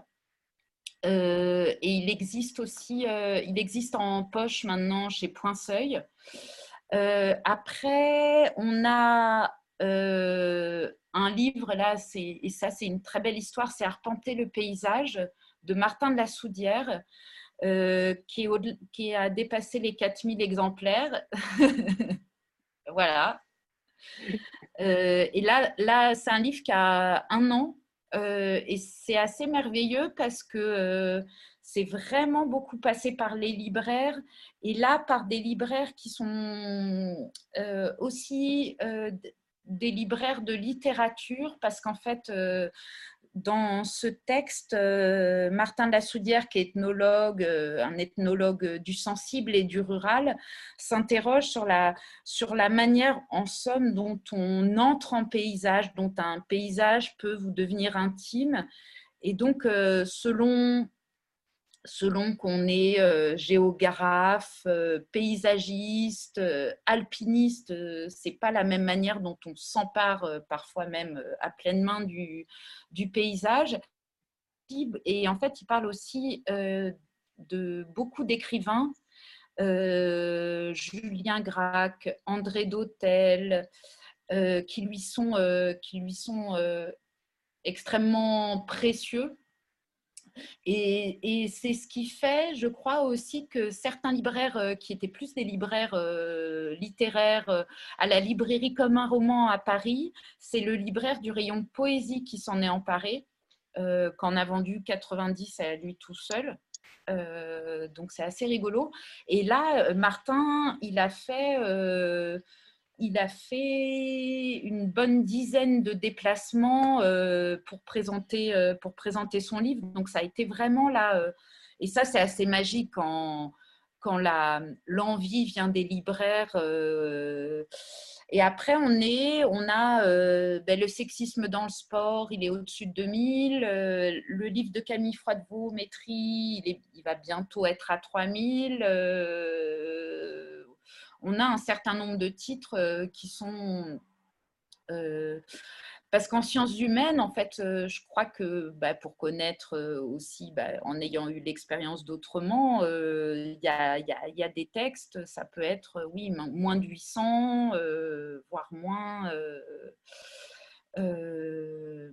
Euh, et il existe aussi, euh, il existe en poche maintenant chez Point Seuil. Euh, après, on a euh, un livre là, et ça c'est une très belle histoire, c'est Arpenter le paysage de Martin de la Soudière. Euh, qui, est au, qui a dépassé les quatre mille exemplaires. Voilà. Euh, et là, là c'est un livre qui a un an euh, et c'est assez merveilleux parce que euh, c'est vraiment beaucoup passé par les libraires et là par des libraires qui sont euh, aussi euh, des libraires de littérature parce qu'en fait euh, dans ce texte, euh, Martin de la Soudière, qui est ethnologue, euh, un ethnologue du sensible et du rural, s'interroge sur la, sur la manière, en somme, dont on entre en paysage, dont un paysage peut vous devenir intime. Et donc, euh, selon selon qu'on est euh, géographe, euh, paysagiste, euh, alpiniste, euh, c'est pas la même manière dont on s'empare euh, parfois même euh, à pleine main du, du paysage. Et en fait, il parle aussi euh, de beaucoup d'écrivains, euh, Julien Gracq, André Dautel, euh, qui lui sont, euh, qui lui sont euh, extrêmement précieux. Et, et c'est ce qui fait, je crois aussi, que certains libraires euh, qui étaient plus des libraires euh, littéraires euh, à la librairie Comme un roman à Paris, c'est le libraire du rayon de poésie qui s'en est emparé, euh, qu'en a vendu quatre-vingt-dix à lui tout seul. Euh, donc c'est assez rigolo. Et là, Martin, il a fait... Euh, il a fait une bonne dizaine de déplacements euh, pour, présenter, euh, pour présenter son livre. Donc, ça a été vraiment là. Euh, et ça, c'est assez magique quand, quand la, l'envie vient des libraires. Euh, et après, on, est, on a euh, ben, le sexisme dans le sport, il est au-dessus de deux mille. Euh, le livre de Camille Froidevaux, Maîtrise, il, est, il va bientôt être à trois mille. Euh, on a un certain nombre de titres euh, qui sont... Euh, parce qu'en sciences humaines, en fait, euh, je crois que bah, pour connaître euh, aussi, bah, en ayant eu l'expérience d'autrement, il euh, y, a, y, a, y a des textes, ça peut être, oui, moins de huit cents, euh, voire moins... Euh, euh,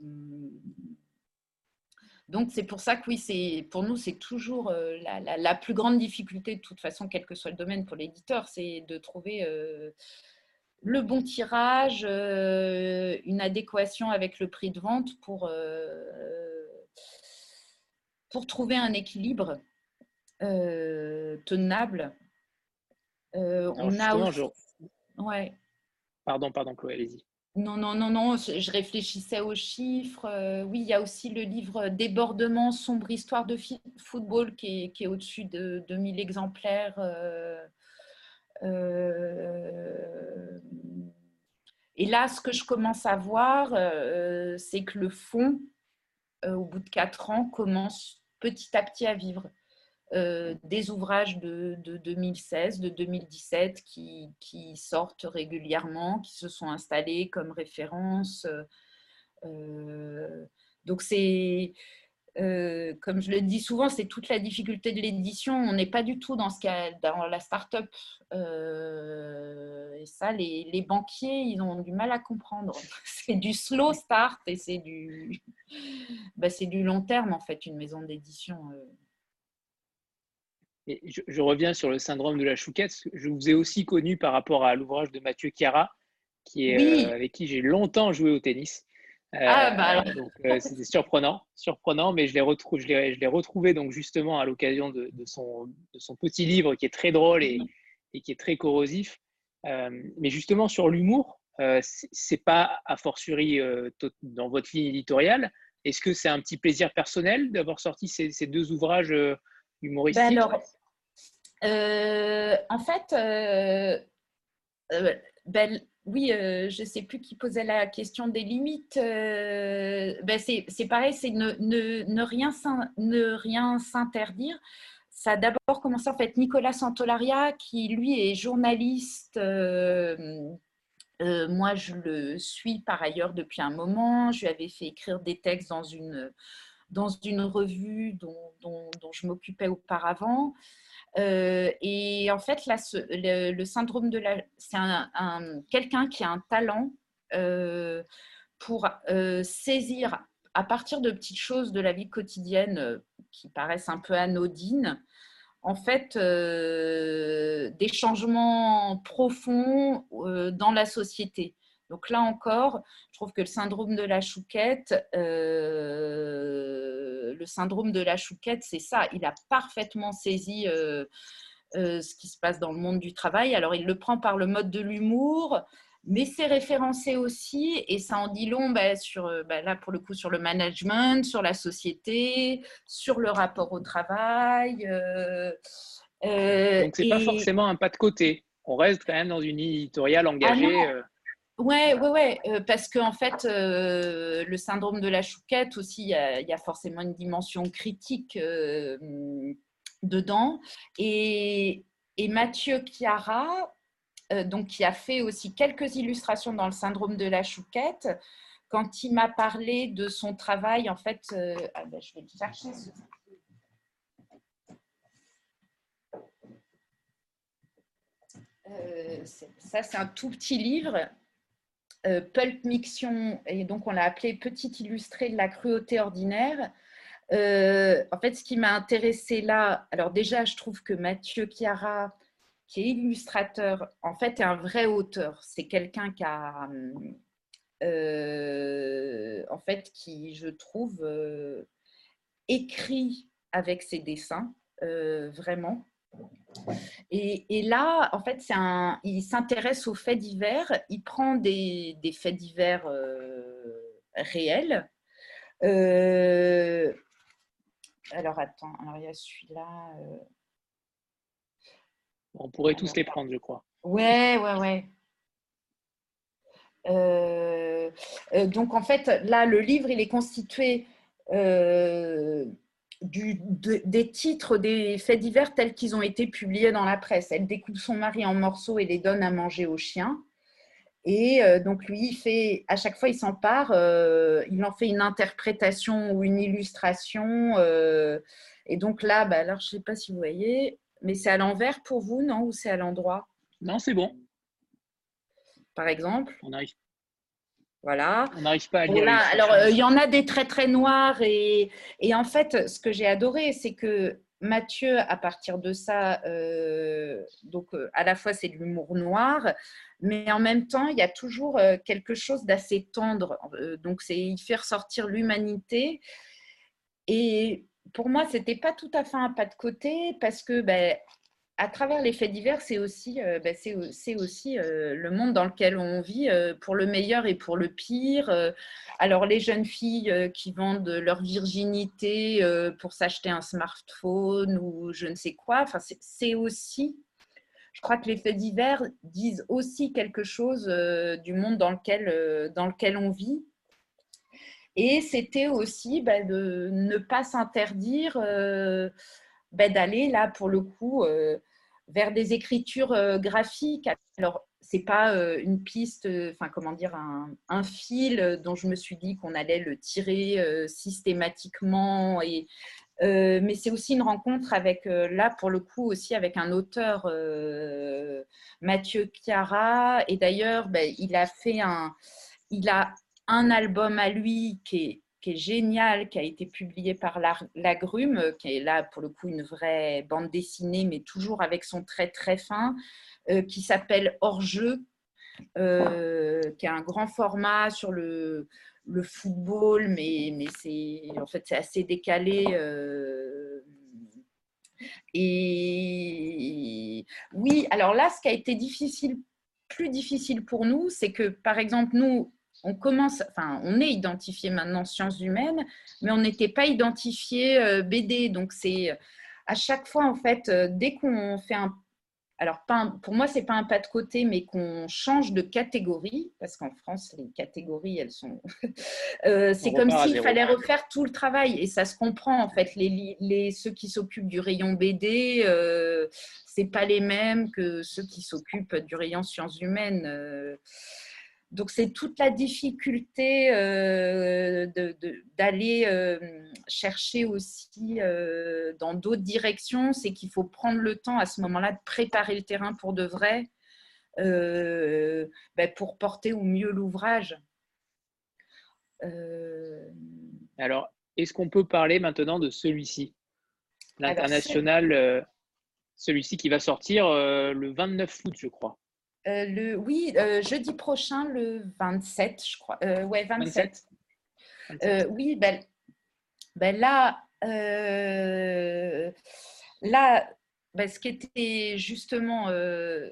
Donc, c'est pour ça que oui, c'est, pour nous, c'est toujours euh, la, la, la plus grande difficulté, de toute façon, quel que soit le domaine pour l'éditeur, c'est de trouver euh, le bon tirage, euh, une adéquation avec le prix de vente pour, euh, pour trouver un équilibre euh, tenable. Euh, Alors on a justement, aussi... je... Ouais. Pardon, pardon, Chloé, allez-y. Non, non, non, non, je réfléchissais aux chiffres. Euh, oui, il y a aussi le livre Débordement, sombre histoire de football qui est, qui est au-dessus de deux mille exemplaires. Euh, euh, et là, ce que je commence à voir, euh, c'est que le fond, euh, au bout de quatre ans, commence petit à petit à vivre. Euh, des ouvrages de, de deux mille seize, de deux mille dix-sept qui, qui sortent régulièrement, qui se sont installés comme référence. Euh, donc c'est Euh, comme je le dis souvent, c'est toute la difficulté de l'édition. On n'est pas du tout dans, ce qu'il y a dans la start-up. Euh, et ça, les, les banquiers, ils ont du mal à comprendre. C'est du slow start et c'est du, bah, c'est du long terme, en fait, une maison d'édition. Et je, je reviens sur le syndrome de la chouquette. Je vous ai aussi connu par rapport à l'ouvrage de Mathieu Chiara, qui est, Oui. euh, avec qui j'ai longtemps joué au tennis. Euh, Ah, bah alors. donc euh, c'était surprenant, surprenant, mais je l'ai retrou je l'ai, je l'ai retrouvé donc justement à l'occasion de, de, son, de son petit livre qui est très drôle et, et qui est très corrosif. Euh, mais justement sur l'humour, euh, c'est pas a fortiori euh, dans votre ligne éditoriale. Est-ce que c'est un petit plaisir personnel d'avoir sorti ces, ces deux ouvrages euh, humoristiques? Ben alors, euh, en fait, euh, euh, ben, oui, euh, je ne sais plus qui posait la question des limites. Euh, ben c'est pareil, c'est ne, ne, ne rien, ne rien s'interdire. Ça a d'abord commencé, en fait, Nicolas Santolaria, qui, lui, est journaliste. Euh, euh, moi, je le suis par ailleurs depuis un moment. Je lui avais fait écrire des textes dans une, dans une revue dont, dont, dont je m'occupais auparavant. Euh, et en fait, là, ce, le, le syndrome de la... C'est un, un, quelqu'un qui a un talent euh, pour euh, saisir, à partir de petites choses de la vie quotidienne euh, qui paraissent un peu anodines, en fait, euh, des changements profonds euh, dans la société. Donc là encore, je trouve que le syndrome de la chouquette, euh, le syndrome de la chouquette, c'est ça. Il a parfaitement saisi euh, euh, ce qui se passe dans le monde du travail. Alors, il le prend par le mode de l'humour, mais c'est référencé aussi, et ça en dit long bah, sur, bah, là, pour le coup, sur le management, sur la société, sur le rapport au travail. Euh, euh, Donc, ce n'est et... pas forcément un pas de côté. On reste quand même dans une ligne éditoriale engagée. Ah Ouais, ouais, ouais, euh, parce qu'en en fait, euh, le syndrome de la chouquette aussi, il y a, y a forcément une dimension critique euh, dedans. Et, et Mathieu Chiara, euh, donc, qui a fait aussi quelques illustrations dans le syndrome de la chouquette, quand il m'a parlé de son travail, en fait, euh, ah ben, je vais le chercher. Ce... Euh, ça, c'est un tout petit livre. Euh, Pulp Miction, et donc on l'a appelé Petit illustré de la cruauté ordinaire. Euh, en fait, ce qui m'a intéressée là, alors déjà, je trouve que Mathieu Chiara, qui est illustrateur, en fait, est un vrai auteur. C'est quelqu'un qui a, euh, en fait, qui, je trouve, euh, écrit avec ses dessins, euh, vraiment. Et, et là, en fait, un, il s'intéresse aux faits divers. Il prend des, des faits divers euh, réels. Euh, alors, attends. Alors, il y a celui-là. Euh... On pourrait alors, tous les prendre, je crois. Ouais, ouais, ouais. Euh, euh, donc, en fait, là, le livre, il est constitué... Euh, Du, de, des titres des faits divers tels qu'ils ont été publiés dans la presse. Elle découpe son mari en morceaux et les donne à manger aux chiens. Et euh, donc, lui, il fait, à chaque fois, il s'empare, euh, il en fait une interprétation ou une illustration. Euh, et donc là, bah, alors, je ne sais pas si vous voyez, mais c'est à l'envers pour vous, non? Ou c'est à l'endroit? Non, c'est bon. Par exemple. On arrive. Voilà. On n'arrive pas à lire. Voilà. Alors, il euh, y en a des très, très noirs. Et, et en fait, ce que j'ai adoré, c'est que Mathieu, à partir de ça, euh, donc euh, à la fois, c'est de l'humour noir, mais en même temps, il y a toujours euh, quelque chose d'assez tendre. Euh, donc, c'est, il fait ressortir l'humanité. Et pour moi, ce n'était pas tout à fait un pas de côté parce que... Ben, à travers les faits divers, c'est aussi, euh, ben c'est, c'est aussi euh, le monde dans lequel on vit, euh, pour le meilleur et pour le pire. Euh, alors, les jeunes filles euh, qui vendent leur virginité euh, pour s'acheter un smartphone ou je ne sais quoi, enfin, c'est, c'est aussi, je crois que les faits divers disent aussi quelque chose euh, du monde dans lequel, euh, dans lequel on vit. Et c'était aussi ben, de ne pas s'interdire euh, ben, d'aller là, pour le coup... Euh, vers des écritures euh, graphiques. Alors, c'est pas euh, une piste, enfin, euh, comment dire, un, un fil dont je me suis dit qu'on allait le tirer euh, systématiquement. Et, euh, mais c'est aussi une rencontre avec, euh, là, pour le coup, aussi avec un auteur, euh, Mathieu Chiara. Et d'ailleurs, ben, il a fait un, il a un album à lui qui est qui est génial, qui a été publié par Lagrume, qui est là pour le coup une vraie bande dessinée, mais toujours avec son trait très fin, euh, qui s'appelle Hors-jeu, euh, qui a un grand format sur le, le football, mais, mais c'est en fait c'est assez décalé. Euh, et oui, alors là, ce qui a été difficile, plus difficile pour nous, c'est que par exemple nous on commence, enfin, on est identifié maintenant sciences humaines, mais on n'était pas identifié euh, B D. Donc, c'est à chaque fois, en fait, euh, dès qu'on fait un. Alors, pas un, pour moi, ce n'est pas un pas de côté, mais qu'on change de catégorie, parce qu'en France, les catégories, elles sont. euh, c'est comme s'il fallait refaire tout le travail, et ça se comprend, en fait. Les, les, ceux qui s'occupent du rayon B D, euh, ce n'est pas les mêmes que ceux qui s'occupent du rayon sciences humaines. Euh, Donc, c'est toute la difficulté euh, de, de, d'aller euh, chercher aussi euh, dans d'autres directions. C'est qu'il faut prendre le temps à ce moment-là de préparer le terrain pour de vrai, euh, ben pour porter au mieux l'ouvrage. Euh... Alors, est-ce qu'on peut parler maintenant de celui-ci, l'international, Alors, euh, celui-ci qui va sortir euh, le vingt-neuf août, je crois. Euh, le, oui, euh, jeudi prochain, le vingt-sept, je crois. Euh, ouais, vingt-sept. vingt-sept. Euh, oui, ben, ben là, euh, là ben, ce qui était justement. Euh,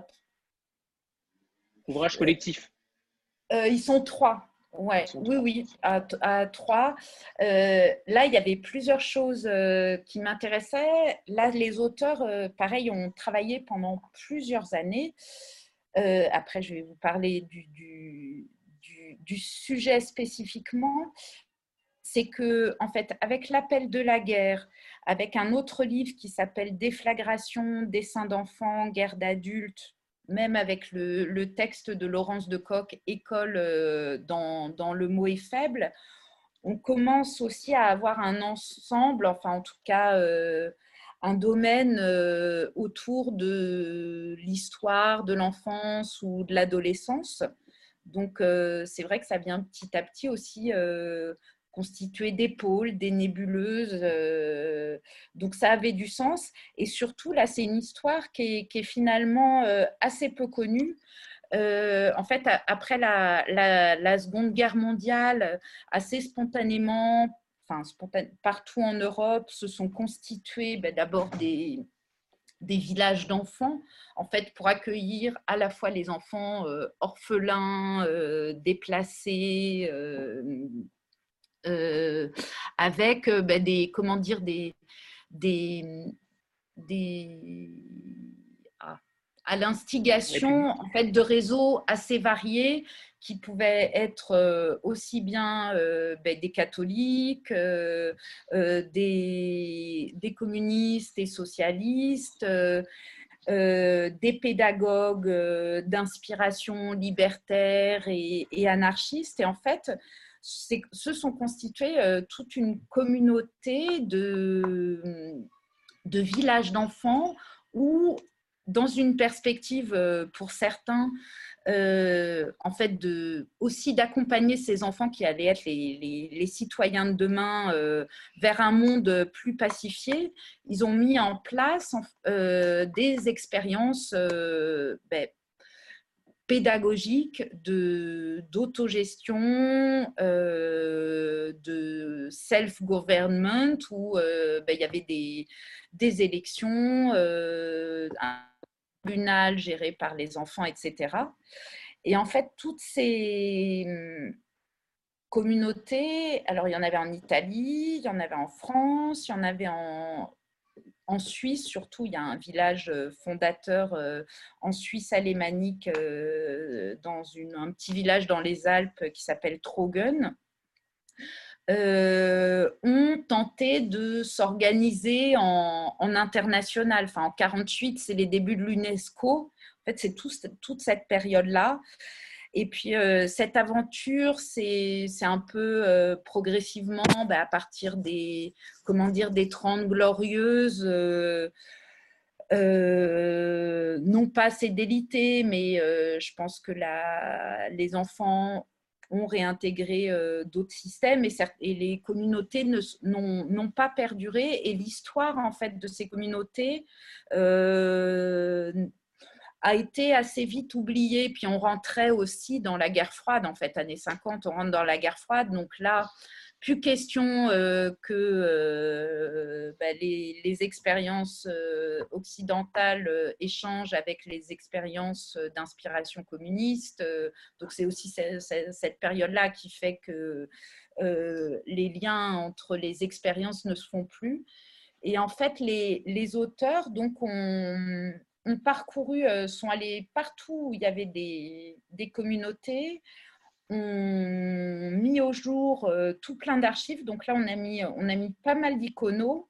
Ouvrage collectif. Euh, ils sont trois. Ouais, sont oui, trois. oui, à, à trois. Euh, là, il y avait plusieurs choses euh, qui m'intéressaient. Là, les auteurs, euh, pareil, ont travaillé pendant plusieurs années. Euh, après, je vais vous parler du, du, du, du sujet spécifiquement. C'est que, en fait, avec l'appel de la guerre, avec un autre livre qui s'appelle Déflagration, dessins d'enfants, guerre d'adultes, même avec le, le texte de Laurence de Coq, École euh, dans, dans le mot est faible, on commence aussi à avoir un ensemble, enfin en tout cas euh, un domaine euh, autour de l'histoire de l'enfance ou de l'adolescence. Donc euh, c'est vrai que ça vient petit à petit aussi euh, constituer des pôles, des nébuleuses. Euh, donc ça avait du sens. Et surtout, là, c'est une histoire qui est, qui est finalement euh, assez peu connue. Euh, en fait, après la, la, la Seconde Guerre mondiale, assez spontanément, enfin, spontan... partout en Europe, se sont constitués ben, d'abord des, des villages d'enfants, en fait, pour accueillir à la fois les enfants euh, orphelins, euh, déplacés, euh, euh, avec euh, ben, des, comment dire, des, des, des ah, à l'instigation en fait de réseaux assez variés qui pouvaient être euh, aussi bien euh, ben, des catholiques, euh, euh, des, des communistes et socialistes, euh, euh, des pédagogues euh, d'inspiration libertaire et, et anarchiste. Et en fait, c'est, se sont constitués euh, toute une communauté de, de villages d'enfants où, dans une perspective euh, pour certains, euh, en fait, de, aussi d'accompagner ces enfants qui allaient être les, les, les citoyens de demain euh, vers un monde plus pacifié, ils ont mis en place euh, des expériences euh, ben, pédagogiques de, d'autogestion, euh, de self-government, où euh, ben, il y avait des, des élections, euh, un tribunal géré par les enfants, et cetera. Et en fait, toutes ces communautés, alors il y en avait en Italie, il y en avait en France, il y en avait en, en Suisse, surtout, il y a un village fondateur euh, en Suisse alémanique, euh, dans une, un petit village dans les Alpes qui s'appelle Trogen. euh, ont tenté de s'organiser en, en international. Enfin, en quarante-huit, c'est les débuts de l'UNESCO. En fait, c'est tout, toute cette période-là. Et puis, euh, cette aventure, c'est un peu euh, progressivement, bah, à partir des, comment dire, des Trente Glorieuses, euh, euh, non pas cédélité, mais euh, je pense que la, les enfants ont réintégré euh, d'autres systèmes et, certes, et les communautés n'ont pas perduré. Et l'histoire, en fait, de ces communautés euh, a été assez vite oubliée. Puis on rentrait aussi dans la guerre froide, en fait, années cinquante, on rentre dans la guerre froide. Donc là, plus question euh, que euh, bah, les, les expériences euh, occidentales euh, échangent avec les expériences d'inspiration communiste. Euh, donc c'est aussi cette, cette période-là qui fait que euh, les liens entre les expériences ne se font plus. Et en fait, les, les auteurs donc, ont, ont parcouru, euh, sont allés partout où il y avait des, des communautés, ont mis au jour euh, tout plein d'archives. Donc là, on a mis, on a mis pas mal d'iconos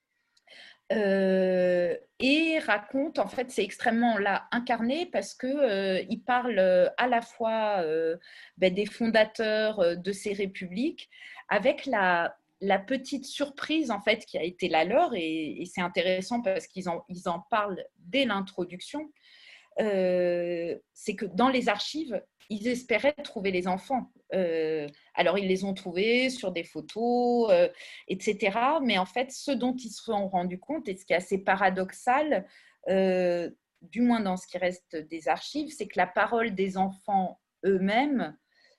euh, et raconte, en fait, c'est extrêmement là incarné parce qu'ils euh, parlent à la fois euh, ben, des fondateurs de ces républiques avec la, la petite surprise, en fait, qui a été la leur. Et, et c'est intéressant parce qu'ils en, ils en parlent dès l'introduction. Euh, c'est que dans les archives, ils espéraient trouver les enfants. Euh, alors, ils les ont trouvés sur des photos, euh, et cetera. Mais en fait, ce dont ils se sont rendus compte, et ce qui est assez paradoxal, euh, du moins dans ce qui reste des archives, c'est que la parole des enfants eux-mêmes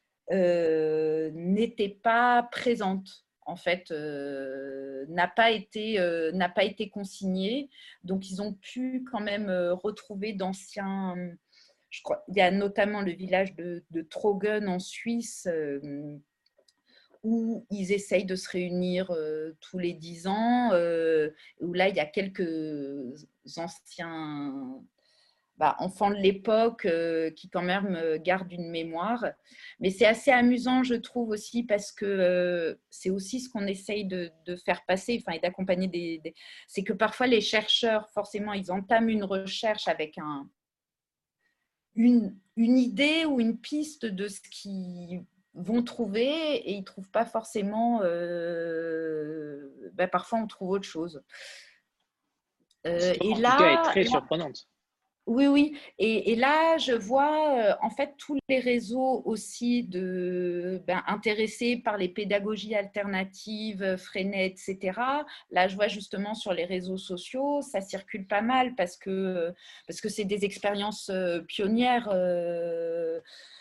euh, n'était pas présente. En fait, euh, n'a pas été, euh, n'a pas été consignée. Donc, ils ont pu quand même euh, retrouver d'anciens... Je crois, il y a notamment le village de, de Trogen en Suisse, euh, où ils essayent de se réunir euh, tous les dix ans, euh, où là, il y a quelques anciens... Bah, enfants de l'époque euh, qui quand même euh, gardent une mémoire. Mais c'est assez amusant, je trouve aussi, parce que euh, c'est aussi ce qu'on essaye de, de faire passer, enfin, et d'accompagner des... des... C'est que parfois, les chercheurs, forcément, ils entament une recherche avec un, une, une idée ou une piste de ce qu'ils vont trouver et ils ne trouvent pas forcément... Euh... Bah, parfois, on trouve autre chose. Euh, et en là, tout cas, est très là... surprenante. Oui, oui. Et, et là, je vois euh, en fait tous les réseaux aussi de, ben, intéressés par les pédagogies alternatives, Freinet, et cetera. Là, je vois justement sur les réseaux sociaux, ça circule pas mal parce que parce que c'est des expériences euh, pionnières. Euh,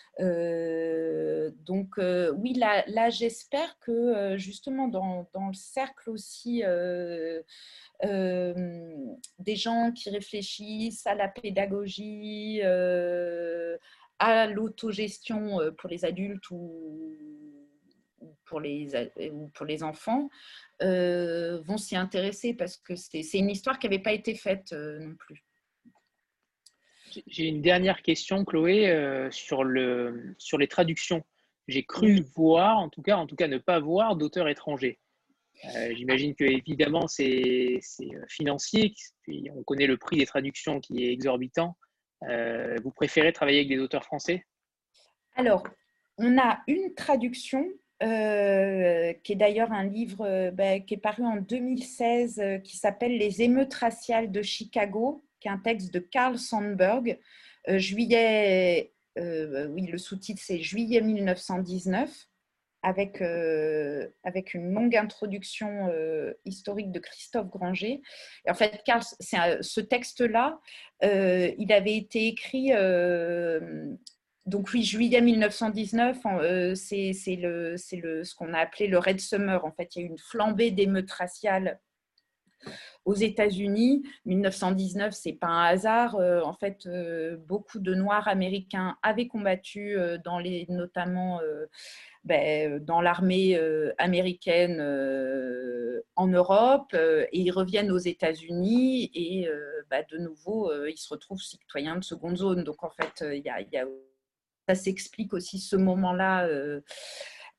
euh, donc euh, oui, là, là j'espère que euh, justement dans, dans le cercle aussi euh, euh, des gens qui réfléchissent à la pédagogie, euh, à l'autogestion pour les adultes ou, ou, pour, les, ou pour les enfants, euh, vont s'y intéresser parce que c'est une histoire qui n'avait pas été faite euh, non plus. J'ai une dernière question, Chloé, euh, sur, le, sur les traductions. J'ai cru oui. voir, en tout cas, en tout cas ne pas voir d'auteurs étrangers. Euh, J'imagine que évidemment c'est financier, puis on connaît le prix des traductions qui est exorbitant. Euh, vous préférez travailler avec des auteurs français? Alors, on a une traduction euh, qui est d'ailleurs un livre euh, bah, qui est paru en deux mille seize, euh, qui s'appelle Les émeutes raciales de Chicago, qui est un texte de Carl Sandburg, euh, juillet, euh, oui, le sous-titre c'est Juillet mille neuf cent dix-neuf. Avec, euh, avec une longue introduction euh, historique de Christophe Granger. Et en fait, Carl, un, ce texte-là, euh, il avait été écrit, euh, donc oui, juillet mille neuf cent dix-neuf, euh, c'est le, le, ce qu'on a appelé le Red Summer. En fait, il y a eu une flambée d'émeutes raciales aux États-Unis. mille neuf cent dix-neuf, c'est pas un hasard. Euh, en fait, euh, beaucoup de Noirs américains avaient combattu, euh, dans les, notamment euh, ben, dans l'armée euh, américaine euh, en Europe, euh, et ils reviennent aux États-Unis et euh, ben, de nouveau, euh, ils se retrouvent citoyens de seconde zone. Donc en fait, il y a, y a, ça s'explique aussi ce moment-là. Euh,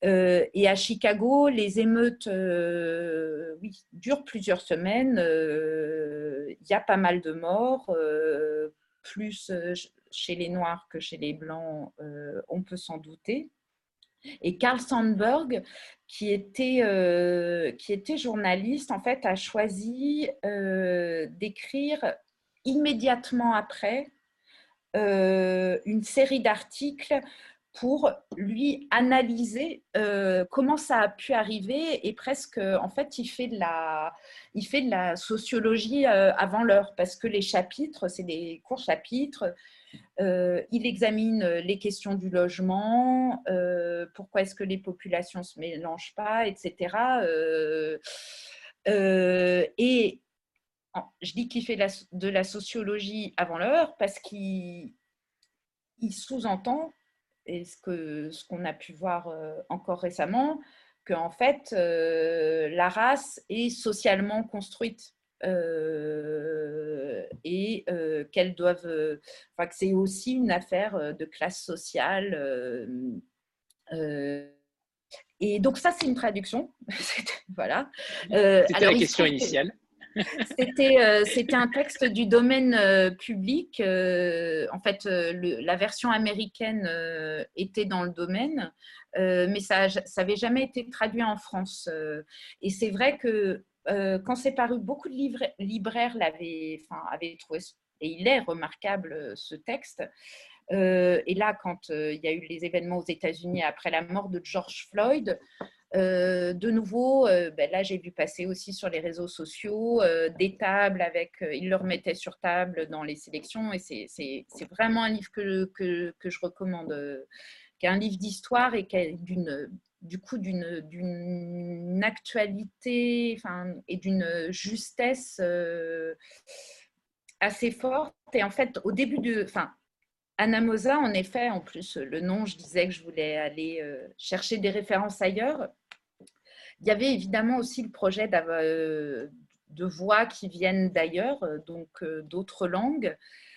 Euh, et à Chicago, les émeutes euh, oui, durent plusieurs semaines. Euh, il y a pas mal de morts, euh, plus chez les Noirs que chez les Blancs, euh, on peut s'en douter. Et Carl Sandburg, qui était, euh, qui était journaliste, en fait, a choisi euh, d'écrire immédiatement après euh, une série d'articles pour lui analyser euh, comment ça a pu arriver, et presque, en fait, il fait de la, il fait de la sociologie euh, avant l'heure, parce que les chapitres, c'est des courts chapitres. Euh, il examine les questions du logement, euh, pourquoi est-ce que les populations ne se mélangent pas, et cetera. Euh, euh, et je dis qu'il fait la, de la sociologie avant l'heure parce qu'il il sous-entend, et ce que, ce qu'on a pu voir euh, encore récemment, qu'en fait, euh, la race est socialement construite. Euh, et euh, qu'elles doivent, euh, enfin, que c'est aussi une affaire de classe sociale. Euh, euh, et donc ça, c'est une traduction. Voilà. Euh, C'était la question initiale. C'était, euh, c'était un texte du domaine euh, public. Euh, en fait, euh, le, la version américaine euh, était dans le domaine, euh, mais ça n'avait jamais été traduit en France. Euh, et c'est vrai que euh, quand c'est paru, beaucoup de livra libraires l'avaient, enfin, avaient trouvé, et il est remarquable ce texte. Euh, et là, quand euh, il y a eu les événements aux États-Unis après la mort de George Floyd, Euh, de nouveau, euh, ben là, j'ai vu passer aussi sur les réseaux sociaux euh, des tables avec, euh, ils le remettaient sur table dans les sélections, et c'est vraiment un livre que, que, que je recommande, euh, qui est un livre d'histoire et qui est d'une, du coup d'une actualité, enfin, et d'une justesse euh, assez forte. Et en fait, au début de, enfin, Anamosa, en effet, en plus, le nom, je disais que je voulais aller euh, chercher des références ailleurs. Il y avait évidemment aussi le projet euh, de voix qui viennent d'ailleurs, donc euh, d'autres langues.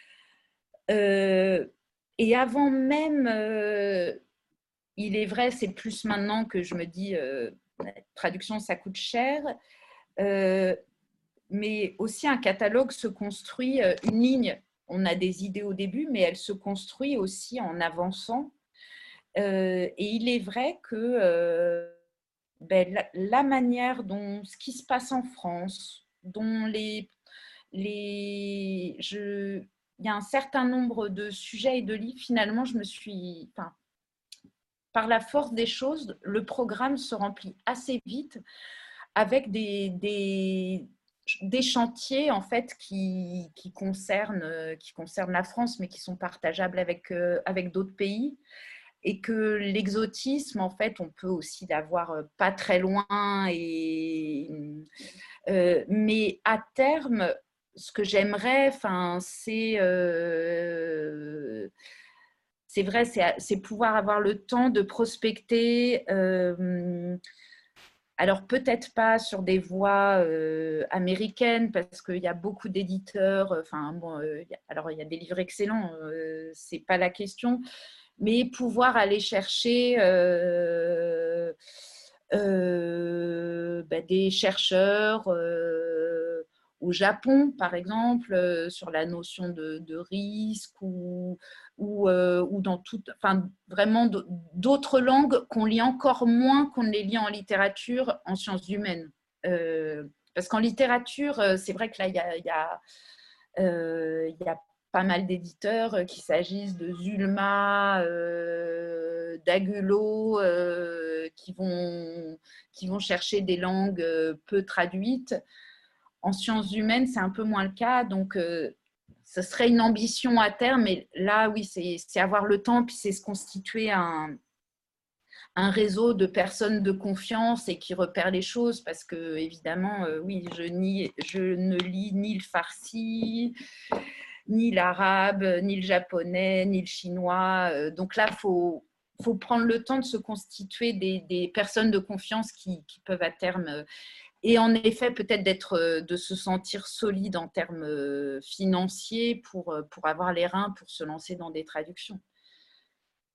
Euh, et avant même, euh, il est vrai, c'est plus maintenant que je me dis, euh, traduction, ça coûte cher. Euh, mais aussi un catalogue se construit, une ligne, on a des idées au début, mais elle se construit aussi en avançant. Euh, et il est vrai que euh, ben, la, la manière dont ce qui se passe en France, dont les, les, je, il y a un certain nombre de sujets et de livres, finalement, je me suis, enfin, par la force des choses, le programme se remplit assez vite avec des, des, des chantiers en fait qui, qui, concernent, qui concernent la France, mais qui sont partageables avec, euh, avec d'autres pays. Et que l'exotisme, en fait, on peut aussi l'avoir pas très loin. Et, euh, mais à terme, ce que j'aimerais, c'est euh, c'est vrai, c'est pouvoir avoir le temps de prospecter. Euh, alors, peut-être pas sur des voies euh, américaines, parce qu'il y a beaucoup d'éditeurs. Enfin, bon, euh, alors, il y a des livres excellents, euh, c'est pas la question. Mais pouvoir aller chercher euh, euh, bah, des chercheurs euh, au Japon, par exemple, euh, sur la notion de, de risque, ou, ou, euh, ou dans toute, enfin, vraiment d'autres langues qu'on lit encore moins qu'on ne les lit en littérature, en sciences humaines. Euh, parce qu'en littérature, c'est vrai que là, il y a, y a, euh, y a pas mal d'éditeurs, qu'il s'agisse de Zulma, euh, d'Agulo, euh, qui, vont, qui vont chercher des langues peu traduites. En sciences humaines, c'est un peu moins le cas. Donc, euh, ce serait une ambition à terme. Mais là, oui, c'est avoir le temps, puis c'est se constituer un, un réseau de personnes de confiance et qui repèrent les choses. Parce que, évidemment, euh, oui, je, nie, je ne lis ni le farsi, ni l'arabe, ni le japonais, ni le chinois. Donc là, il faut, faut prendre le temps de se constituer des, des personnes de confiance qui, qui peuvent à terme, et en effet, peut-être d'être, de se sentir solide en termes financiers pour, pour avoir les reins pour se lancer dans des traductions.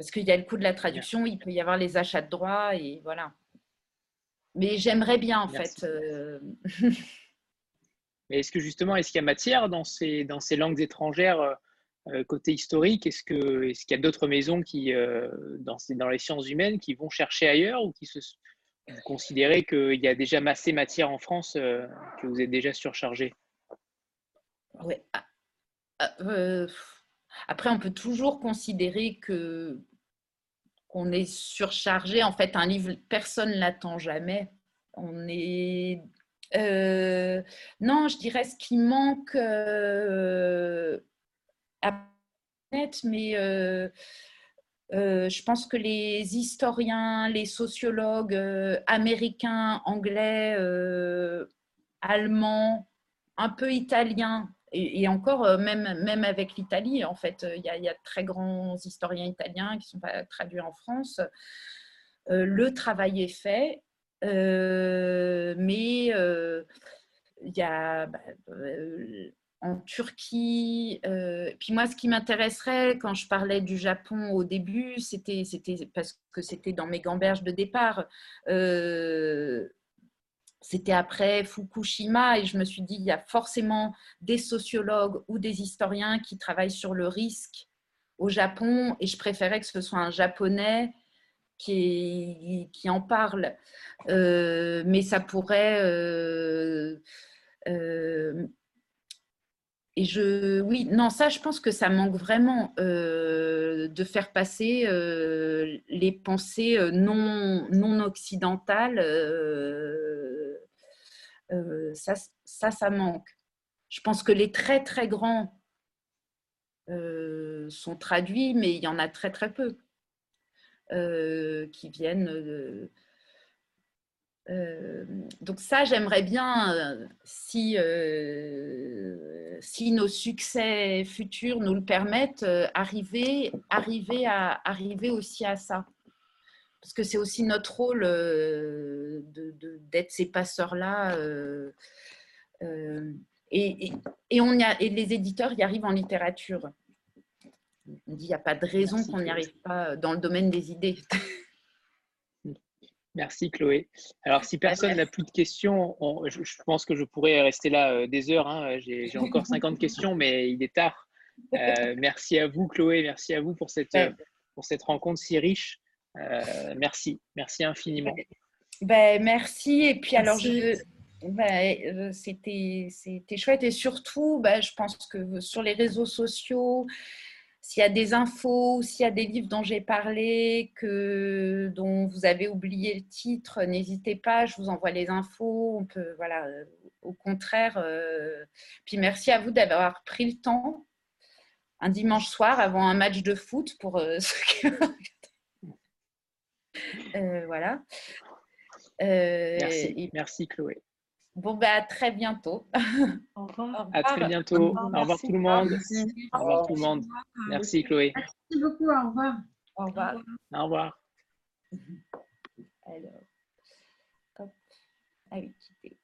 Parce qu'il y a le coût de la traduction, il peut y avoir les achats de droits et voilà. Mais j'aimerais bien en Merci. fait. Euh... Mais est-ce que justement, est-ce qu'il y a matière dans ces, dans ces langues étrangères euh, côté historique? Est-ce que, est-ce qu'il y a d'autres maisons qui, euh, dans, ces, dans les sciences humaines qui vont chercher ailleurs ou qui se, vous considérez qu'il y a déjà assez matière en France, euh, que vous êtes déjà surchargé? Ouais. Euh, après, on peut toujours considérer que qu'on est surchargé. En fait, un livre, personne ne l'attend jamais. On est euh, non, je dirais ce qui manque euh, à net, mais euh, euh, je pense que les historiens, les sociologues euh, américains, anglais, euh, allemands, un peu italiens, et, et encore euh, même, même avec l'Italie, en fait, il y, a, il y a de très grands historiens italiens qui ne sont pas traduits en France. Euh, le travail est fait. Euh, mais euh, il y a bah, euh, en Turquie. Euh, puis moi, ce qui m'intéresserait quand je parlais du Japon au début, c'était, c'était parce que c'était dans mes gamberges de départ. Euh, c'était après Fukushima et je me suis dit, il y a forcément des sociologues ou des historiens qui travaillent sur le risque au Japon et je préférais que ce soit un Japonais qui, qui en parle. Euh, mais ça pourrait... Euh, euh, et je, oui, non, ça, je pense que ça manque vraiment euh, de faire passer euh, les pensées non, non occidentales. Euh, euh, ça, ça, ça manque. Je pense que les très, très grands euh, sont traduits, mais il y en a très, très peu euh, qui viennent de... Euh, donc ça, j'aimerais bien, euh, si, euh, si nos succès futurs nous le permettent, euh, arriver, arriver, à, arriver aussi à ça. Parce que c'est aussi notre rôle euh, de, de, d'être ces passeurs-là. Euh, euh, et, et, et, on y a, et les éditeurs y arrivent en littérature. On dit qu'il n'y a pas de raison Merci, qu'on n'y Chloé. arrive pas dans le domaine des idées. Merci Chloé. Alors si personne n'a plus de questions, on, je, je pense que je pourrais rester là euh, des heures. Hein. J'ai, j'ai encore cinquante questions, mais il est tard. Euh, merci à vous Chloé, merci à vous pour cette, Ben, pour cette rencontre si riche. Euh, merci, merci infiniment. Ben, merci. Et puis alors, Merci. je, ben, c'était, c'était chouette. Et surtout, ben, je pense que sur les réseaux sociaux, s'il y a des infos, s'il y a des livres dont j'ai parlé, que, dont vous avez oublié le titre, n'hésitez pas, je vous envoie les infos. On peut, voilà, euh, au contraire. Euh, puis merci à vous d'avoir pris le temps un dimanche soir avant un match de foot pour euh, ceux qui... euh, voilà. Euh, Merci, et... merci Chloé. Bon, bah, à très bientôt. Au revoir. À très bientôt. Au revoir tout le monde. Merci. Au revoir tout le monde. Merci Chloé. Merci beaucoup. Au revoir. Au revoir. Au revoir. Alors, hop. Ah oui, quitter.